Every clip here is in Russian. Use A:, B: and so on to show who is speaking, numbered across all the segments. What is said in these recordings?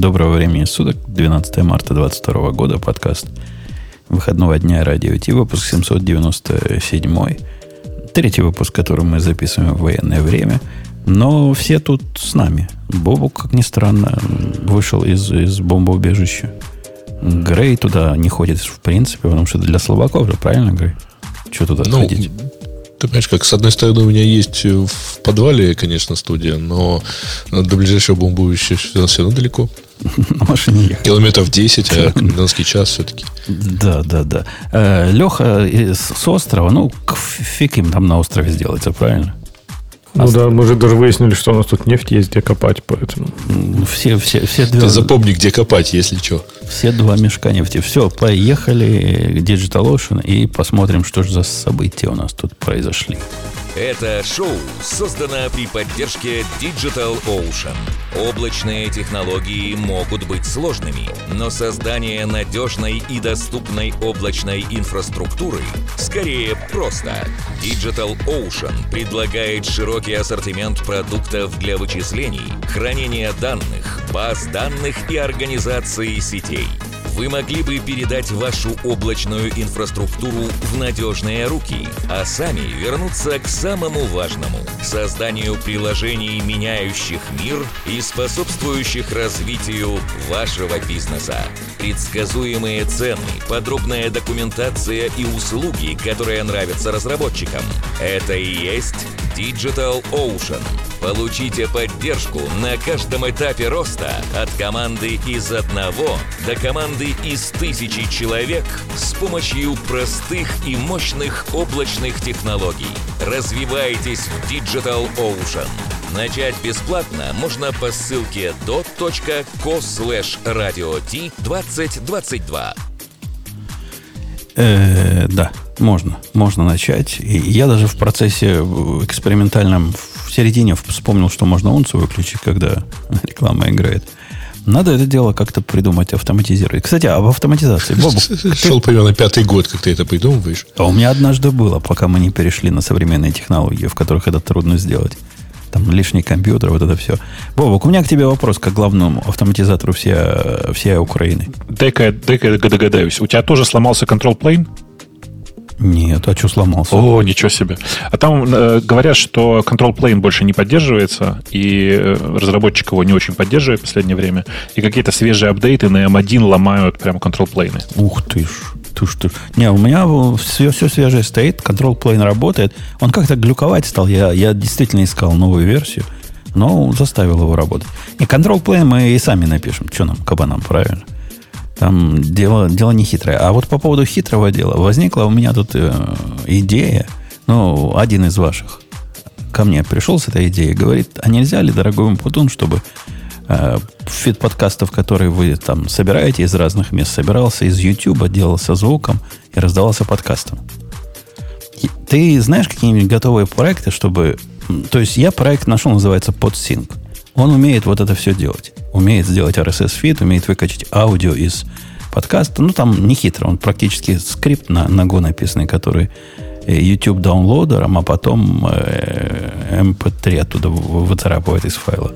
A: Доброго времени суток, 12 марта 2022 года, подкаст выходного дня Радио Ти, выпуск 797. Третий выпуск, который мы записываем в военное время. Но все тут с нами. Бобук, как ни странно, вышел из бомбоубежища. Грей туда не ходит, в принципе, потому что это для слабаков же, правильно, Грей? Что туда ходить?
B: Ты понимаешь, как с одной стороны у меня есть в подвале, конечно, студия, но до ближайшего бомбоубежища все равно далеко.
A: На машине ехать.
B: Километров 10, а комендантский час все-таки.
A: Да. Леха с острова, фиг им там на острове сделается, правильно?
C: Да, мы же даже выяснили, что у нас тут нефть есть, где копать, поэтому...
A: Все
B: Ты запомни, где копать, если что.
A: Все два мешка нефти. Все, поехали к DigitalOcean и посмотрим, что же за события у нас тут произошли.
D: Это шоу создано при поддержке DigitalOcean. Облачные технологии могут быть сложными, но создание надежной и доступной облачной инфраструктуры скорее просто. DigitalOcean предлагает широкий ассортимент продуктов для вычислений, хранения данных, баз данных и организации сетей. Вы могли бы передать вашу облачную инфраструктуру в надежные руки, а сами вернуться к самому важному – созданию приложений, меняющих мир и способствующих развитию вашего бизнеса. Предсказуемые цены, подробная документация и услуги, которые нравятся разработчикам – это и есть DigitalOcean. Получите поддержку на каждом этапе роста от команды из 1 до команды из 1000 человек с помощью простых и мощных облачных технологий. Развивайтесь в DigitalOcean. Начать бесплатно можно по ссылке dot.co/radiot2022.
A: Да, можно начать. И я даже в процессе экспериментальном в середине вспомнил, что можно унцию выключить, когда реклама играет. Надо это дело как-то придумать, автоматизировать. Кстати, об автоматизации. Бобук,
B: шел примерно 5-й год, как ты это придумываешь.
A: А у меня однажды было, пока мы не перешли на современные технологии, в которых это трудно сделать. Там лишний компьютер, вот это все. Бобук, у меня к тебе вопрос, как главному автоматизатору всей Украины.
C: Дай-ка догадаюсь. У тебя тоже сломался Control Plane?
A: Нет, а что сломался?
C: О, ничего себе. А там говорят, что Control Plane больше не поддерживается, и разработчик его не очень поддерживает в последнее время, и какие-то свежие апдейты на M1 ломают прямо Control Plane.
A: Ух ты ж. Не, у меня все свежее стоит, Control Plane работает. Он как-то глюковать стал. Я действительно искал новую версию, но заставил его работать. И Control Plane мы и сами напишем. Что нам, кабанам, правильно? Там дело не хитрое. А вот по поводу хитрого дела возникла у меня тут идея. Один из ваших ко мне пришел с этой идеей. Говорит, а нельзя ли, дорогой Умпутун, чтобы фид подкастов, которые вы там собираете из разных мест, собирался из YouTube, делался звуком и раздавался подкастом. Ты знаешь какие-нибудь готовые проекты, чтобы... То есть я проект нашел, называется PodSync. Он умеет вот это все делать. Умеет сделать RSS-фид, умеет выкачать аудио из подкаста. Там не хитро. Он практически скрипт на Go написанный, который YouTube даунлоадером, а потом MP3 оттуда выцарапывает из файла.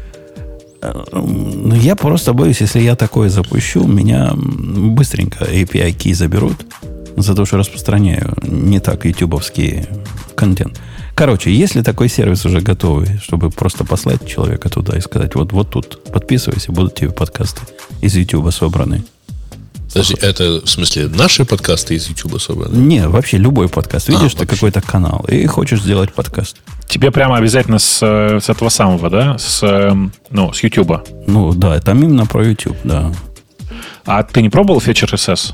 A: Я просто боюсь, если я такое запущу, меня быстренько API-ки заберут за то, что распространяю не так ютубовский контент. Короче, если такой сервис уже готовый, чтобы просто послать человека туда и сказать, вот тут подписывайся, будут тебе подкасты из Ютуба собраны.
B: Подожди, это в смысле наши подкасты из Ютуба собраны?
A: Не, вообще любой подкаст. Видишь, ты какой-то канал и хочешь сделать подкаст.
C: Тебе прямо обязательно с этого самого, да? С Ютуба.
A: Да, там именно про YouTube, да.
C: А ты не пробовал Feature RSS?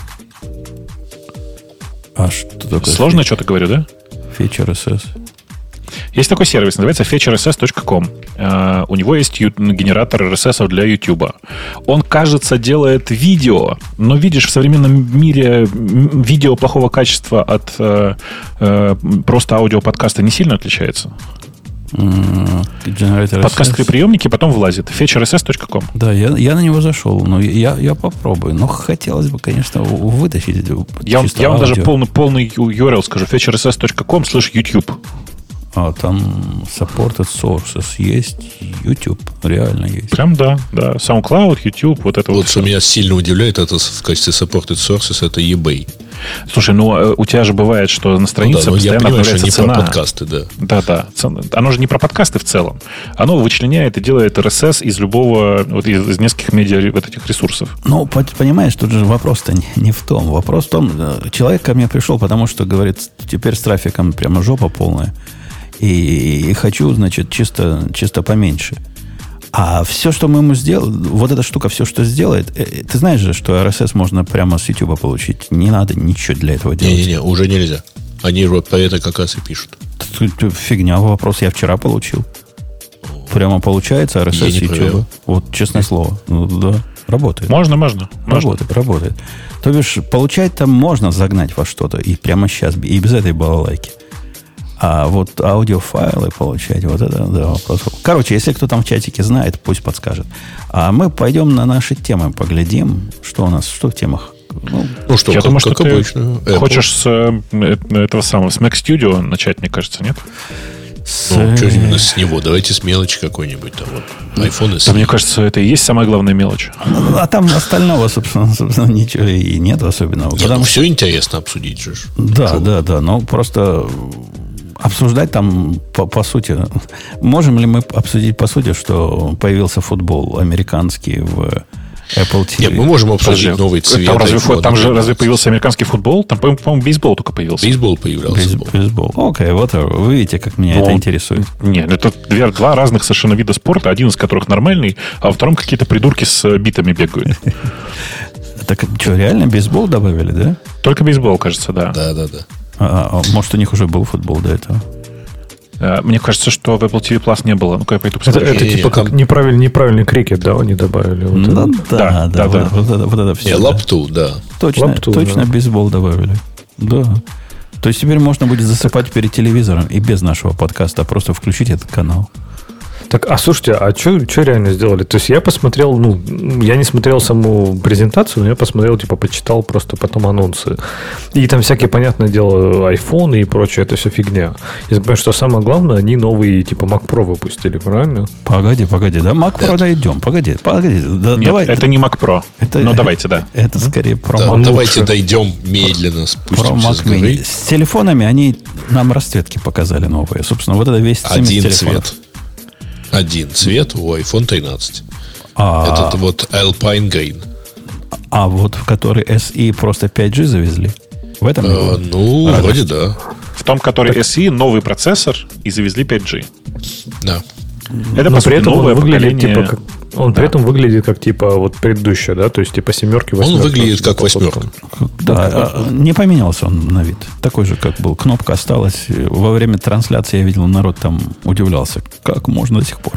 A: А что такое?
C: Сложно что-то говорю, да?
A: Feature RSS.
C: Есть такой сервис, называется featuress.com. У него есть генератор RSS для YouTube. Он, кажется, делает видео, но, видишь, в современном мире видео плохого качества от просто аудиоподкаста не сильно отличается. Подкасты приемники потом влазит. featuress.com.
A: Да, я на него зашел, но я попробую. Но хотелось бы, конечно, вытащить.
C: Я вам даже полный URL скажу. featuress.com/YouTube.
A: А там supported sources есть, YouTube реально есть.
C: Прям да. SoundCloud, YouTube, вот это
B: вот. Что меня сильно удивляет, это в качестве supported sources, это eBay.
C: Слушай, у тебя же бывает, что на странице постоянно обновляется цена.
B: Не про подкасты, да.
C: Да. Оно же не про подкасты в целом. Оно вычленяет и делает RSS из любого, вот из нескольких медиа вот этих ресурсов.
A: Ну, понимаешь, тут же вопрос-то не в том. Вопрос в том, человек ко мне пришел, потому что, говорит, теперь с трафиком прямо жопа полная. И хочу, значит, чисто поменьше. А все, что мы ему сделали, вот эта штука, все, что сделает, ты знаешь же, что RSS можно прямо с YouTube получить. Не надо ничего для этого делать.
B: Не, уже нельзя. Они вот по это как раз и пишут.
A: Фигня, вопрос я вчера получил. Прямо получается RSS с YouTube. Вот, честное слово. Ну, да, работает.
C: Можно.
A: Работает. То бишь, получать там можно загнать во что-то. И прямо сейчас, и без этой балалайки. А вот аудиофайлы получать, вот это, да, вопрос. Короче, если кто там в чатике знает, пусть подскажет. А мы пойдем на наши темы, поглядим, что у нас, что в темах.
B: Ну что,
C: я думаю, что ты
B: обычно.
C: Хочешь с этого самого, с Mac Studio начать, мне кажется, нет?
B: Ну, что именно с него? Давайте с мелочи какой-нибудь. Там вот iPhone SE.
C: Да, мне кажется, это и есть самая главная мелочь.
A: А там остального, собственно, ничего и нет особенного.
B: Нет, потому все интересно обсудить же.
A: Да. Но просто обсуждать там, по сути... Можем ли мы обсудить, по сути, что появился футбол американский в Apple TV?
B: Нет, мы можем обсудить новый цвет.
C: Там же разве появился американский футбол? Там, по-моему, бейсбол только появился.
B: Бейсбол появлялся.
A: Бейсбол. Окей, вот вы видите, как меня это интересует.
C: Нет, это два разных совершенно вида спорта, один из которых нормальный, а во втором какие-то придурки с битами бегают.
A: Так что, реально бейсбол добавили, да?
C: Только бейсбол, кажется, да.
B: Да.
A: Может, у них уже был футбол до этого?
C: Мне кажется, что в Apple TV Plus не было. Ну-ка, я пойду посмотрю.
E: Это типа как неправильный крикет, да, они добавили.
A: Да. Вот это все.
B: Лапту, да.
A: Точно бейсбол добавили. Да. То есть теперь можно будет засыпать перед телевизором и без нашего подкаста, а просто включить этот канал.
E: Так, а слушайте, а что реально сделали? То есть я посмотрел, я не смотрел саму презентацию, но я посмотрел, почитал просто потом анонсы. И там всякие, понятное дело, iPhone и прочее, это все фигня. Я понимаю, что самое главное, они новые, Mac Pro выпустили, правильно?
A: Погоди, да, Mac Pro дойдем, погоди. Да,
C: нет, давай, это не Mac Pro, но давайте, да.
A: Это скорее Pro
B: да,
A: Mac.
B: Давайте дойдем медленно, спустимся с горы.
A: С телефонами они нам расцветки показали новые. Собственно, вот это весь
B: один цвет. Один цвет у iPhone 13. Этот вот Alpine Green.
A: А вот в который SE просто 5G завезли? В этом
B: вроде да.
C: В том, который SE, новый процессор, и завезли 5G.
B: Да.
C: Это, по сути, новое поколение.
E: Он при этом выглядит как вот предыдущее, да? То есть семерки, восьмерки.
B: Он выглядит как восьмерка.
A: Да, не поменялся он на вид. Такой же, как был. Кнопка осталась. Во время трансляции я видел, народ там удивлялся. Как можно до сих пор?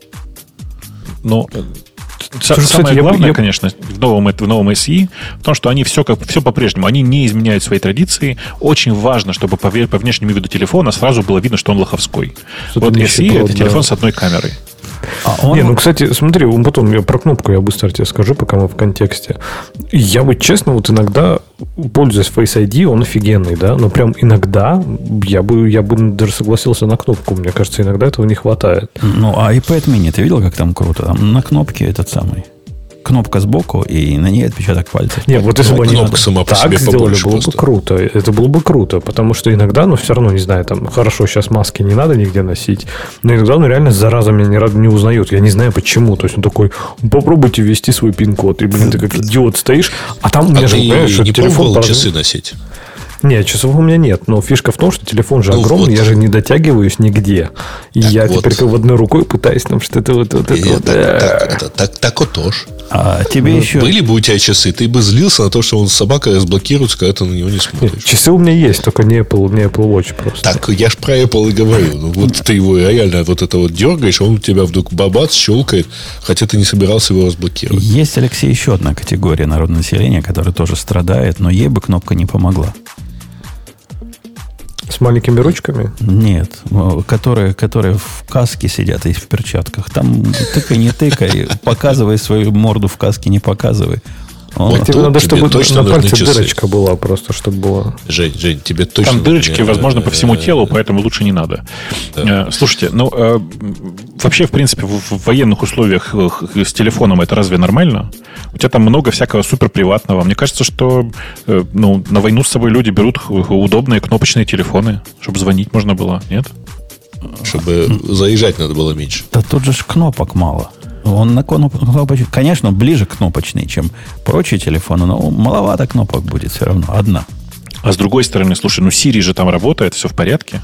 C: Самое главное, конечно, в новом SE, в том, что они все по-прежнему. Они не изменяют свои традиции. Очень важно, чтобы по внешнему виду телефона сразу было видно, что он лоховской. Вот SE — это телефон с одной камерой.
E: Кстати, смотри, потом я про кнопку я быстро тебе скажу, пока мы в контексте. Я бы, честно, иногда, пользуясь Face ID, он офигенный, да, но прям иногда я бы даже согласился на кнопку. Мне кажется, иногда этого не хватает.
A: А iPad mini, ты видел, как там круто? Там на кнопке этот самый. Кнопка сбоку, и на ней отпечаток пальцев.
E: Нет, вот если бы они
B: сама по
E: так
B: себе
E: сделали, было
B: просто.
E: бы круто. Это было бы круто, потому что иногда, все равно, не знаю, там, хорошо, сейчас маски не надо нигде носить, но иногда он реально, зараза, меня не узнает. Я не знаю, почему. То есть он такой, попробуйте ввести свой пин-код. И, ты как идиот стоишь, а там у меня же, понимаешь, что телефон...
B: часы носить?
E: Нет, часов у меня нет. Но фишка в том, что телефон же огромный, я же не дотягиваюсь нигде. И я теперь как в одной рукой пытаюсь там что-то
B: Так вот тоже.
A: А тебе еще...
B: Были бы у тебя часы, ты бы злился на то, что он собака разблокируется, когда ты на него не смотришь.
E: Нет, часы у меня есть, только не Apple Watch просто.
B: Так, я ж про Apple и говорю. Вот ты его реально дергаешь, он у тебя вдруг бабац, щелкает, хотя ты не собирался его разблокировать.
A: Есть, Алексей, еще одна категория народного населения, которая тоже страдает, но ей бы кнопка не помогла.
E: С маленькими ручками?
A: Нет, которые в каске сидят и в перчатках. Там тыкай, не тыкай, показывай свою морду в каске, не показывай.
B: Вот
E: тебе надо, чтобы
B: точно
E: на пальце
B: нужны часы.
E: дырочка была просто, чтобы была.
B: Жень, тебе точно...
C: Там дырочки, возможно, по всему телу, поэтому лучше не надо.
B: Да.
C: Слушайте, вообще, в принципе, в военных условиях с телефоном это разве нормально? У тебя там много всякого суперприватного. Мне кажется, что на войну с собой люди берут удобные кнопочные телефоны, чтобы звонить можно было, нет?
B: Чтобы заезжать надо было меньше.
A: Да тут же ж кнопок мало. Он на кнопочный, конечно, ближе к кнопочной, чем прочие телефоны, но маловато кнопок будет все равно. Одна.
C: А с другой стороны, слушай, Siri же там работает, все в порядке?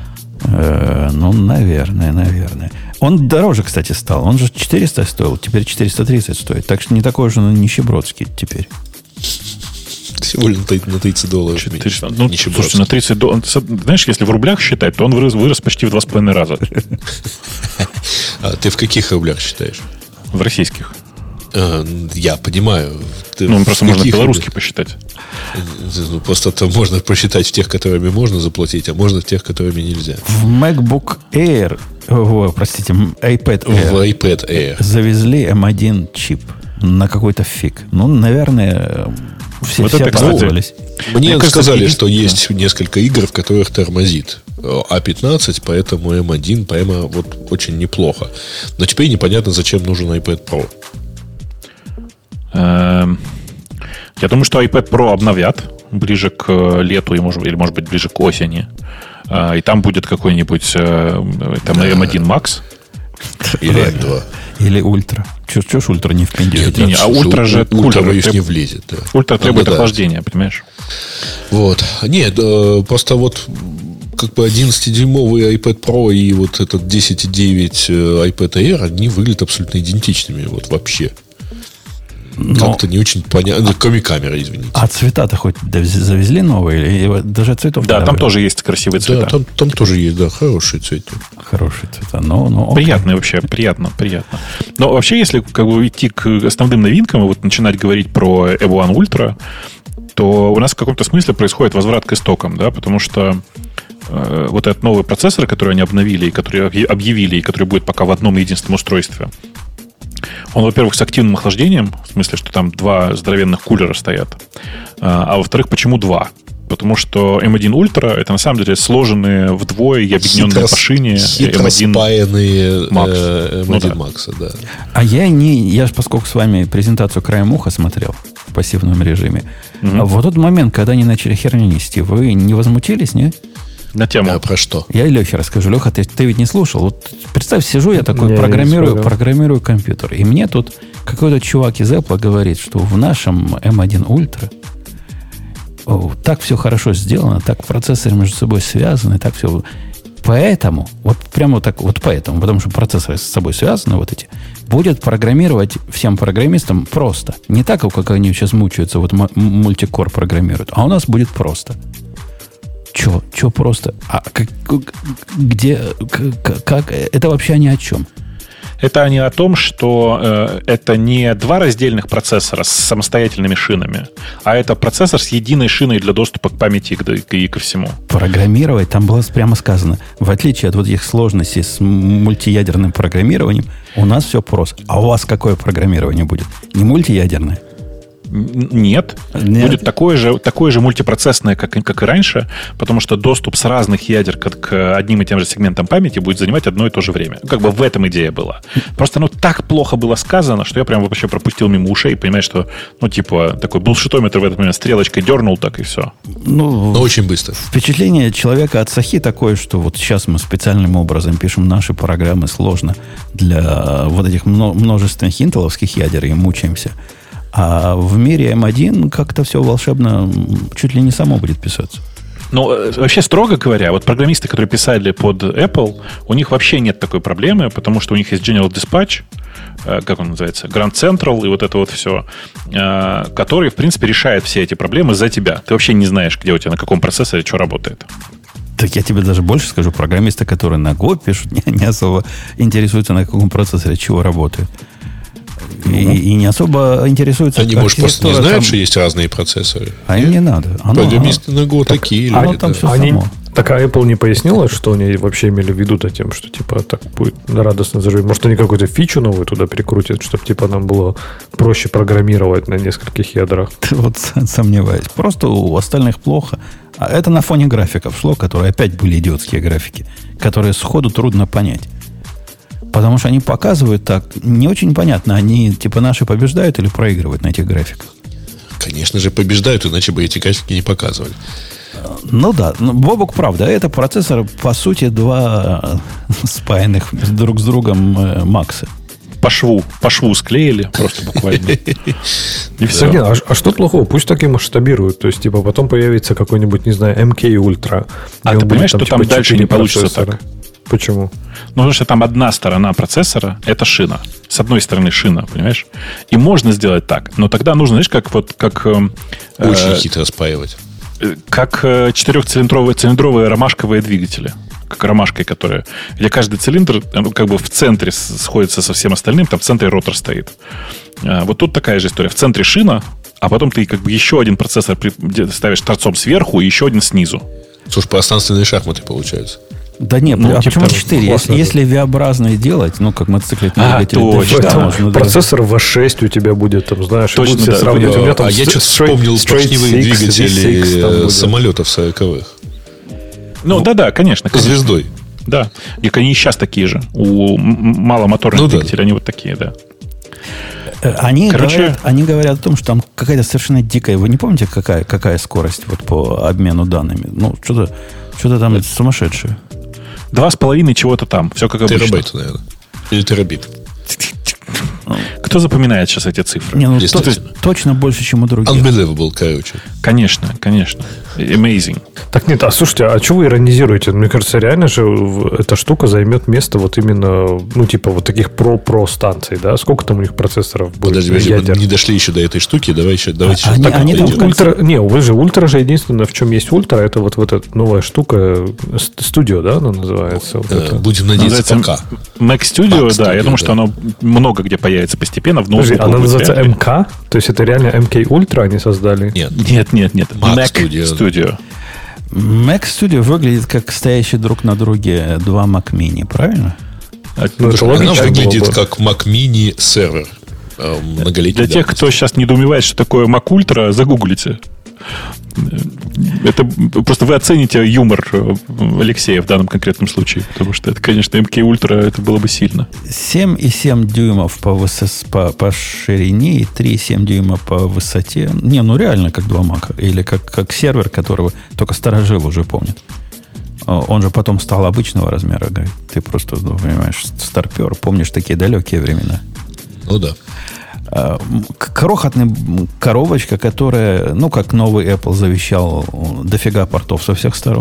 A: Наверное. Он дороже, кстати, стал. Он же 400 стоил, теперь 430 стоит. Так что не такой уже нищебродский теперь.
B: Всего лишь на $30 меньше.
C: Слушайте, на $30... Знаешь, если в рублях считать, то он вырос почти в 2,5 раза.
B: А ты в каких рублях считаешь?
C: В российских.
B: Я понимаю.
C: Просто можно белорусский посчитать.
B: Просто то можно посчитать в тех, которыми можно заплатить, а можно в тех, которыми нельзя.
A: В MacBook Air, iPad Air,
B: В iPad Air
A: завезли M1 чип на какой-то фиг. Наверное, все обрадовались.
B: Мне сказали, что есть несколько игр, в которых тормозит A15, поэтому M1 прямо вот очень неплохо. Но теперь непонятно, зачем нужен iPad Pro.
C: Я думаю, что iPad Pro обновят ближе к лету или, может быть, ближе к осени. И там будет какой-нибудь M1 Max.
B: Или M2.
A: Или Ультра. Чё ж Ультра не впендюрит?
C: А Ультра же
B: Ультра, боюсь, не влезет. Да.
C: Ультра требует охлаждения, понимаешь?
B: Вот. Нет, просто вот как бы 11-дюймовый iPad Pro и вот этот 10,9 iPad Air, они выглядят абсолютно идентичными. Вот вообще. Как-то не очень понятно. Кроме камеры, извините.
A: А цвета-то хоть завезли новые? Или даже цветов?
C: Да, там тоже есть красивые цвета.
B: Да, там тоже есть, да, хорошие цвета.
A: Хорошие цвета.
C: Приятные вообще, приятно. Но вообще, если как бы идти к основным новинкам и вот начинать говорить про M1 Ultra, то у нас в каком-то смысле происходит возврат к истокам, да, потому что вот этот новый процессор, который они обновили, и который объявили, и который будет пока в одном единственном устройстве, он, во-первых, с активным охлаждением, в смысле, что там два здоровенных кулера стоят. А во-вторых, почему два? Потому что M1 Ultra это на самом деле сложенные вдвое и объединенные по шине M1
B: спаянные
C: Max.
B: M1 Max, да.
A: А я же, поскольку с вами презентацию краем уха смотрел в пассивном режиме, а в тот момент, когда они начали херню нести, вы не возмутились, не?
C: На тему.
B: А про что?
A: Я Лехе расскажу. Леха, ты ведь не слушал. Вот представь, сижу я такой, программирую компьютер. И мне тут какой-то чувак из Apple говорит, что в нашем M1 Ultra так все хорошо сделано, так процессоры между собой связаны, так все. Поэтому, вот прямо так, вот поэтому, потому что процессоры с собой связаны, вот эти, будет программировать всем программистам просто. Не так, как они сейчас мучаются, вот мультикор программируют, а у нас будет просто. Че просто? А где? Как? Это вообще ни о чем.
C: Это не о том, что это не два раздельных процессора с самостоятельными шинами, а это процессор с единой шиной для доступа к памяти и ко всему.
A: Программировать, там было прямо сказано, в отличие от вот этих сложностей с мультиядерным программированием, у нас все просто. А у вас какое программирование будет? Не мультиядерное?
C: Нет. Будет такое же мультипроцессное, как и раньше, потому что доступ с разных ядер к одним и тем же сегментам памяти будет занимать одно и то же время. Как бы в этом идея была. Просто так плохо было сказано, что я прям вообще пропустил мимо ушей, понимаешь, что, такой булшитометр в этот момент стрелочкой дернул, так и все.
B: Но очень быстро.
A: Впечатление человека от Сахи такое, что вот сейчас мы специальным образом пишем наши программы сложно для вот этих множественных интеловских ядер и мучаемся. А в мире M1 как-то все волшебно чуть ли не само будет писаться.
C: Вообще, строго говоря, вот программисты, которые писали под Apple, у них вообще нет такой проблемы, потому что у них есть General Dispatch, как он называется, Grand Central и вот это вот все, который, в принципе, решает все эти проблемы за тебя. Ты вообще не знаешь, где у тебя, на каком процессоре что работает.
A: Так я тебе даже больше скажу. Программисты, которые на Go пишут, не особо интересуются, на каком процессоре чего работает. И не особо интересуются.
B: Они, может, просто не знают, что есть разные процессоры.
A: А им не надо.
B: Программисты на Go такие.
A: Оно там все само.
E: Так, а Apple не пояснила, что они вообще имели в виду-то тем, что типа так будет радостно заживать? Может, они какую-то фичу новую туда прикрутят, чтобы типа нам было проще программировать на нескольких ядрах?
A: Вот сомневаюсь. Просто у остальных плохо. А это на фоне графиков шло, которые опять были идиотские графики, которые сходу трудно понять. Потому что они показывают так, не очень понятно, они типа наши побеждают или проигрывают на этих графиках.
B: Конечно же, побеждают, иначе бы эти графики не показывали.
A: Ну да, Бобок правда, это процессор, по сути, два спаянных друг с другом Макса.
C: По шву склеили, просто буквально. И все.
E: А что плохого? Пусть так и масштабируют. То есть, типа, потом появится какой-нибудь, не знаю, MK Ultra.
C: А ты понимаешь, что там дальше не получится так?
E: Почему?
C: Ну, потому что там одна сторона процессора – это шина. С одной стороны шина, понимаешь? И можно сделать так. Но тогда нужно, знаешь, как
B: очень хитро спаивать.
C: Как цилиндровые ромашковые двигатели. Как ромашкой, которая... Где каждый цилиндр как бы в центре сходится со всем остальным. Там в центре ротор стоит. Вот тут такая же история. В центре шина, а потом ты как бы еще один процессор ставишь торцом сверху и еще один снизу.
B: Слушай, пространственные шахматы получаются.
A: Да нет, а почему 4? Если V-образные делать, ну, как мотоциклетные двигатели,
E: процессор V6 у тебя будет, там, знаешь,
C: точно,
E: будут все сравнивать. У меня там
B: я что-то вспомнил поршневые двигатели самолетов 40-х.
C: Ну, да, конечно.
B: Звездой.
C: Да. И они и сейчас такие же. У маломоторных двигателей они вот такие, да.
A: Они говорят о том, что там какая-то совершенно дикая... Вы не помните, какая скорость вот по обмену данными? Ну, что-то там сумасшедшее.
C: 2,5 чего-то там. Все как обычно.
B: Терабайт, наверное. Или терабит.
C: Кто запоминает сейчас эти цифры?
A: Не, точно больше, чем у других.
B: Unbelievable, короче.
C: Конечно. Amazing.
E: Так нет, слушайте, а что вы иронизируете? Мне кажется, реально же эта штука займет место вот именно, ну, типа вот таких про станций, да? Сколько там у них процессоров будет?
B: Подожди, мы не дошли еще до этой штуки. Давай сейчас.
E: Ультра же единственное, в чем есть ультра, это вот эта новая штука Studio, да, она называется?
B: Будем надеяться, пока.
C: Mac Studio, да. Я думаю, что оно много где появится постепенно в ноутбуках.
E: Она называется МК? То есть это реально MK Ultra они создали?
C: Нет. Mac Studio.
A: Mac Studio выглядит как стоящие друг на друге два Mac Mini, правильно?
B: Она выглядит как Mac Mini сервер.
C: Для тех, кто сейчас недоумевает, что такое Mac Ultra, загуглите. Это просто вы оцените юмор Алексея в данном конкретном случае, потому что это, конечно, MK Ultra, это было бы сильно.
A: 7,7 дюймов по ширине и 3,7 дюйма по высоте. Не, ну реально как два Мака. Или как сервер, которого только старожил уже помнит. Он же потом стал обычного размера. Говорит. Ты просто, понимаешь, старпер. Помнишь такие далекие времена?
B: Ну да.
A: Крохотная коробочка, которая, ну, как новый Apple завещал, дофига портов со всех сторон.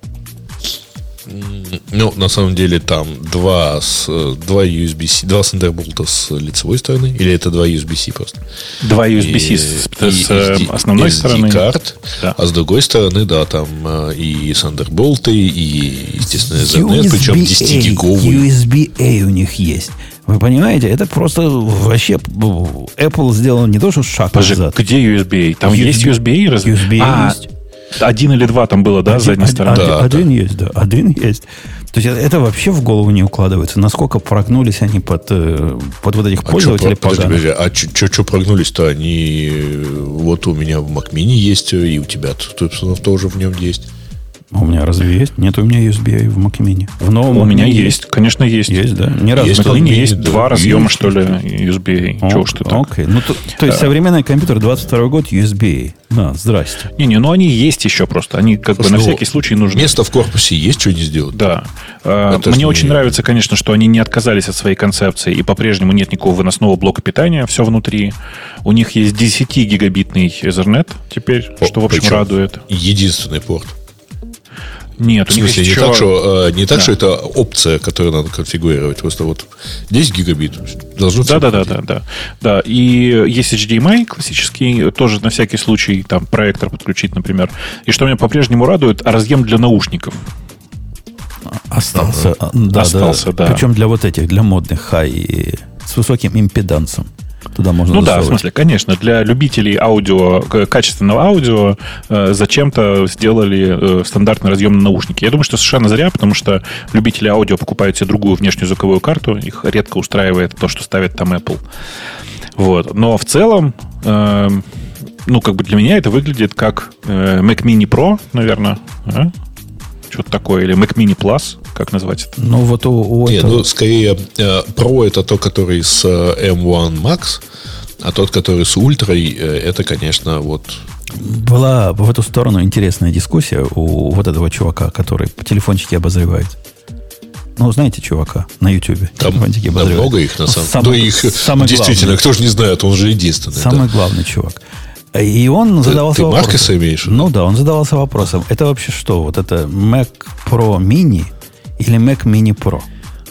B: Ну, на самом деле, там два USB-C, два Thunderbolt с лицевой стороны, или это два USB-C просто?
C: Два USB-C с основной стороны.
B: SD-карт, да. А с другой стороны, да, там и Thunderbolt, и, естественно, Ethernet, причем 10-гиговый.
A: USB-A у них есть. Вы понимаете, это просто вообще Apple сделал не то, что шаг назад.
C: Где USB-A? Там есть USB-A?
A: USB-A есть.
C: Один или два там было, да, с задней стороны?
A: Один есть, да. Один есть. То есть это вообще в голову не укладывается. Насколько прогнулись они под вот этих пользователей.
B: Подожди, а что прогнулись-то? Они... Вот у меня в Mac Mini есть, и у тебя, собственно, тоже в нем есть.
A: У меня разве есть? Нет у меня USB в Mac Mini. В новом
C: у меня есть. Конечно, есть.
A: Есть, да? Ни разу.
C: В Mac Mini есть два разъема, что ли, USB. Чего ж ты так?
A: Окей. Ну, то есть современный компьютер 22 год USB. Да, здрасте.
C: Ну они есть еще просто. Они как бы на всякий случай нужны.
B: Место в корпусе есть, что не сделать.
C: Да. Мне очень нравится, конечно, что они не отказались от своей концепции, и по-прежнему нет никакого выносного блока питания, все внутри. У них есть 10-гигабитный Ethernet теперь, что, в общем, радует.
B: Единственный порт.
C: Нет,
B: в смысле, не так, что это опция, которую надо конфигурировать. Просто вот 10 гигабит должно быть.
C: Да. И есть HDMI классический, тоже на всякий случай, там, проектор подключить, например. И что меня по-прежнему радует, разъем для наушников.
A: Остался.
C: Да.
A: Причем для вот этих, для модных хай с высоким импедансом. туда можно
C: Ну
A: засовывать.
C: да, в смысле, конечно, для любителей аудио, качественного аудио зачем-то сделали стандартные разъемные наушники. Я думаю, что совершенно зря, потому что любители аудио покупают себе другую внешнюю звуковую карту, их редко устраивает то, что ставит там Apple. Вот. Но в целом, как бы для меня это выглядит как Mac Mini Pro, наверное, что-то такое, или Mac Mini Plus, как назвать это?
A: Ну, вот у этого...
B: скорее, Pro это тот, который с M1 Max, а тот, который с Ультрой, это, конечно, вот...
A: Была в эту сторону интересная дискуссия у вот этого чувака, который телефончики обозревает. Ну, знаете чувака на Ютубе?
B: Там много их, на самом деле. Их действительно, кто же не знает, он же единственный.
A: Самый главный чувак. И он задавался вопросом.
B: Ты Маркеса имеешь?
A: Ну да, он задавался вопросом. Это вообще что? Вот это Mac Pro Mini или Mac Mini Pro?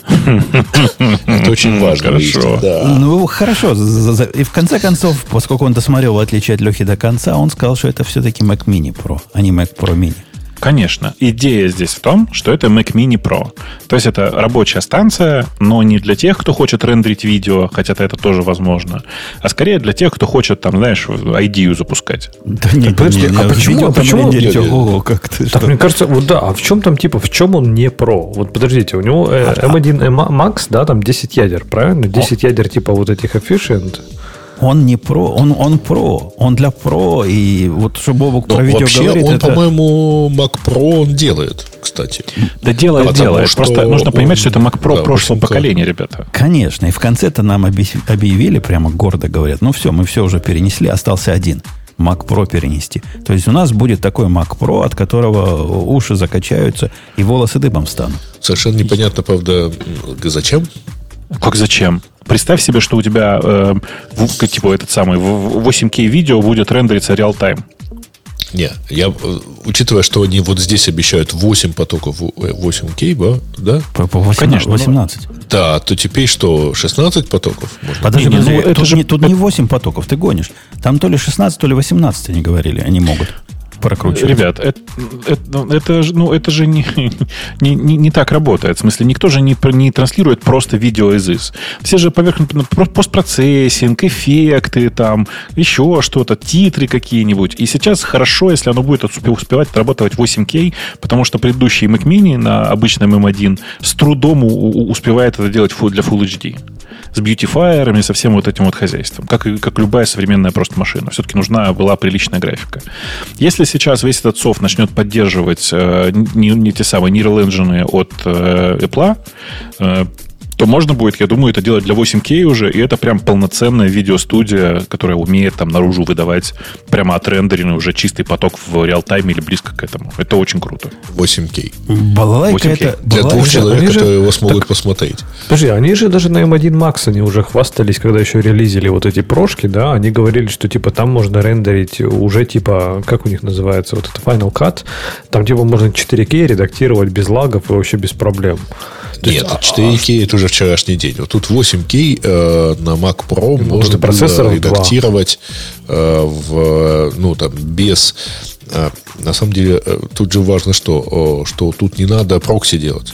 B: Это очень важно.
C: Хорошо.
A: Ну, хорошо. И в конце концов, поскольку он досмотрел, в отличие от Лехи, до конца, он сказал, что это все-таки Mac Mini Pro, а не Mac Pro Mini.
C: Конечно. Идея здесь в том, что это Mac Mini Pro. То есть это рабочая станция, но не для тех, кто хочет рендерить видео, хотя это тоже возможно, а скорее для тех, кто хочет, там, знаешь, IDEO запускать.
A: Да нет,
E: подожди, а почему
A: Ого, как ты,
E: так, мне кажется, вот да, а в чем там, типа, в чем он не Pro? Вот подождите, у него M1 Max, да, там 10 ядер, правильно? 10 ядер типа вот этих Efficient.
A: Он не про, он про, он для про, и вот что Бобук про видео
B: вообще
A: говорит,
B: он,
A: это...
B: по-моему, Mac Pro он делает, кстати.
C: Да делает. Просто нужно понимать, что это Mac Pro прошлого
B: 8K.
C: поколения, ребята.
A: Конечно, и в конце-то нам объявили, прямо гордо говорят, ну все, мы все уже перенесли, остался один. Mac Pro перенести. То есть у нас будет такой Mac Pro, от которого уши закачаются и волосы дыбом станут.
B: Совершенно непонятно, правда, зачем.
C: Как зачем? Представь себе, что у тебя типа этот самый 8К видео будет рендериться реал-тайм.
B: Не, я, учитывая, что они вот здесь обещают 8 потоков 8К, да?
A: По 18.
B: Да, то теперь что, 16 потоков? Можно?
A: Подожди,
C: это же...
A: тут не 8 потоков, ты гонишь. Там то ли 16, то ли 18 они говорили, они могут прокручивать.
C: Ребят, это же не так работает. В смысле, никто же не транслирует просто видео из ИС. Все же постпроцессинг, эффекты, там, еще что-то, титры какие-нибудь. И сейчас хорошо, если оно будет успевать отрабатывать 8К, потому что предыдущий Mac Mini на обычном M1 с трудом успевает это делать для Full HD. С бьютифайерами, со всем вот этим вот хозяйством. Как любая современная просто машина. Все-таки нужна была приличная графика. Если сейчас весь этот софт начнет поддерживать не те самые Neural Engine от Apple, то можно будет, я думаю, это делать для 8К уже, и это прям полноценная видеостудия, которая умеет там наружу выдавать прямо отрендеренный уже чистый поток в реал-тайме или близко к этому. Это очень круто.
B: 8К.
A: Балалайка
C: 8K.
A: это...
B: Для двух человек, которые его смогут посмотреть.
E: Подожди, они же даже на M1 Max они уже хвастались, когда еще релизили вот эти прошки, да, они говорили, что типа там можно рендерить уже типа, как у них называется, вот это Final Cut, там типа можно 4К редактировать без лагов и вообще без проблем.
B: Нет, 4К это уже вчерашний день. Вот тут 8К на Mac Pro можно было редактировать без... На самом деле, тут же важно, что тут не надо прокси делать.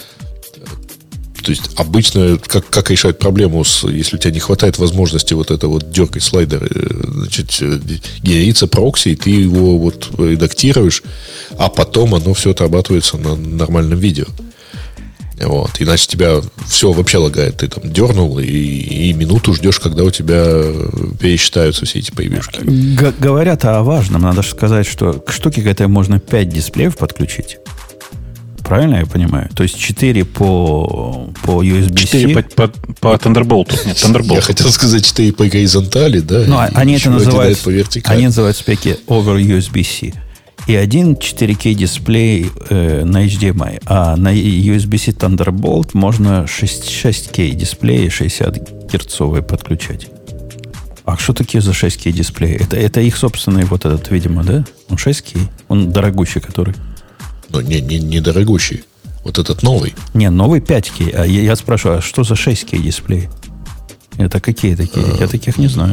B: То есть, обычно, как решать проблему, если у тебя не хватает возможности вот это вот дергать слайдер, значит, генерится прокси, и ты его вот редактируешь, а потом оно все отрабатывается на нормальном видео. Вот. Иначе тебя все вообще лагает. Ты там дернул и минуту ждешь, когда у тебя пересчитаются все эти превьюшки.
A: Говорят о важном. Надо же сказать, что к штуке к этой можно 5 дисплеев подключить. Правильно я понимаю? То есть 4 по USB-C.
C: 4 по Thunderbolt. Нет, Thunderbolt.
B: Я хотел сказать 4 по горизонтали, да?
A: Ну, они это называют,
B: по вертикали.
A: они называют спеки over USB-C. И один 4К дисплей на HDMI. А на USB-C Thunderbolt можно 6К дисплеи 60 герцовые подключать. А что такие за 6К дисплеи? Это их собственный вот этот, видимо, да? Он 6К. Он дорогущий, который.
B: Ну, не дорогущий. Вот этот новый.
A: Не, новый 5К. А я спрашиваю, а что за 6К дисплей? Это какие такие? Я таких не знаю.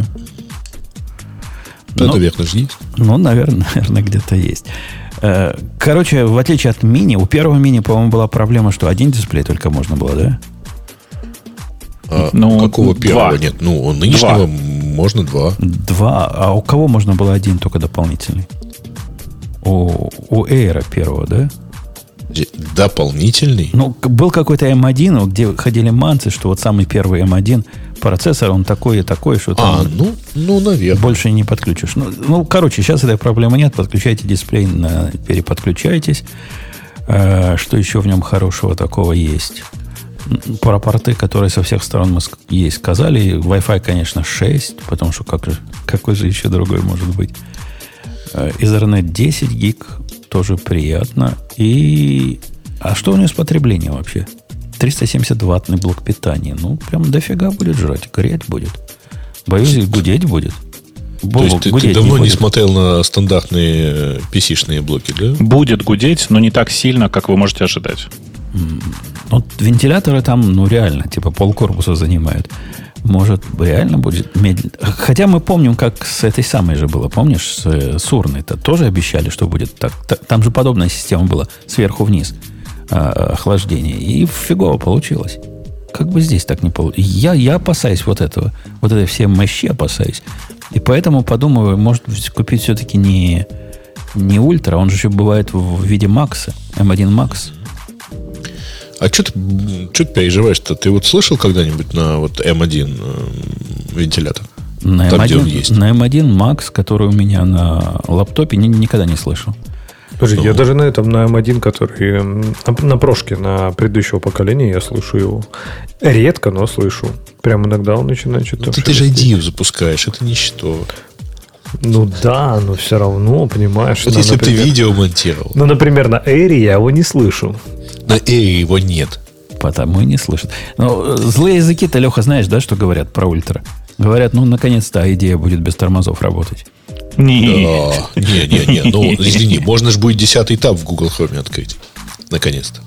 B: Да, наверное, же есть.
A: Ну, наверное, где-то есть. Короче, в отличие от мини, у первого мини, по-моему, была проблема, что один дисплей только можно было, да?
B: Какого первого? Нет, у нынешнего можно 2.
A: 2. А у кого можно было 1 только дополнительный? У Air первого, да?
B: Дополнительный?
A: Ну, был какой-то M1, где ходили манцы, что вот самый первый M1 процессор, он такой и такой, что там
B: наверное.
A: больше не подключишь. Короче, сейчас этой проблемы нет. Подключайте дисплей, переподключайтесь. Что еще в нем хорошего такого есть? Про порты, которые со всех сторон мы ей сказали. Wi-Fi, конечно, 6, потому что какой же еще другой может быть? Ethernet 10 гиг, тоже приятно. А что у него с потреблением вообще? 370-ваттный блок питания. Ну, прям дофига будет жрать. Греть будет. Боюсь, гудеть будет.
B: То есть ты давно не смотрел на стандартные PC-шные блоки, да?
C: Будет гудеть, но не так сильно, как вы можете ожидать.
A: Вот вентиляторы там, реально, типа полкорпуса занимают. Может, реально будет медленно. Хотя мы помним, как с этой самой же было. Помнишь, с урной-то тоже обещали, что будет так. Там же подобная система была сверху вниз. Охлаждение. И фигово получилось. Как бы здесь так не получилось. Я опасаюсь вот этого. Вот этой всей мощи опасаюсь. И поэтому подумаю, может купить все-таки не ультра, он же еще бывает в виде Макса, M1 Max.
B: А что ты переживаешь-то? Ты вот слышал когда-нибудь на вот M1 вентилятор?
A: На
B: там,
A: M1,
B: где он есть?
A: На M1 Max, который у меня на лаптопе, никогда не слышал.
E: Слушай, я даже на этом, на M1, который на прошке, на предыдущего поколения, я слышу его. Редко, но слышу. Прям иногда он начинает что-то...
B: Ты же IDEO запускаешь, это ничто.
E: Ну да, но все равно, понимаешь.
B: Вот если бы ты видео монтировал.
E: Ну, например, на Air я его не слышу.
B: На Air его нет.
A: Потому и не слышат. Но злые языки-то, Леха, знаешь, да, что говорят про ультра? Говорят, наконец-то идея будет без тормозов работать.
B: Не. Ну, извини, можно же будет 10-й таб в Google Chrome открыть. Наконец-то.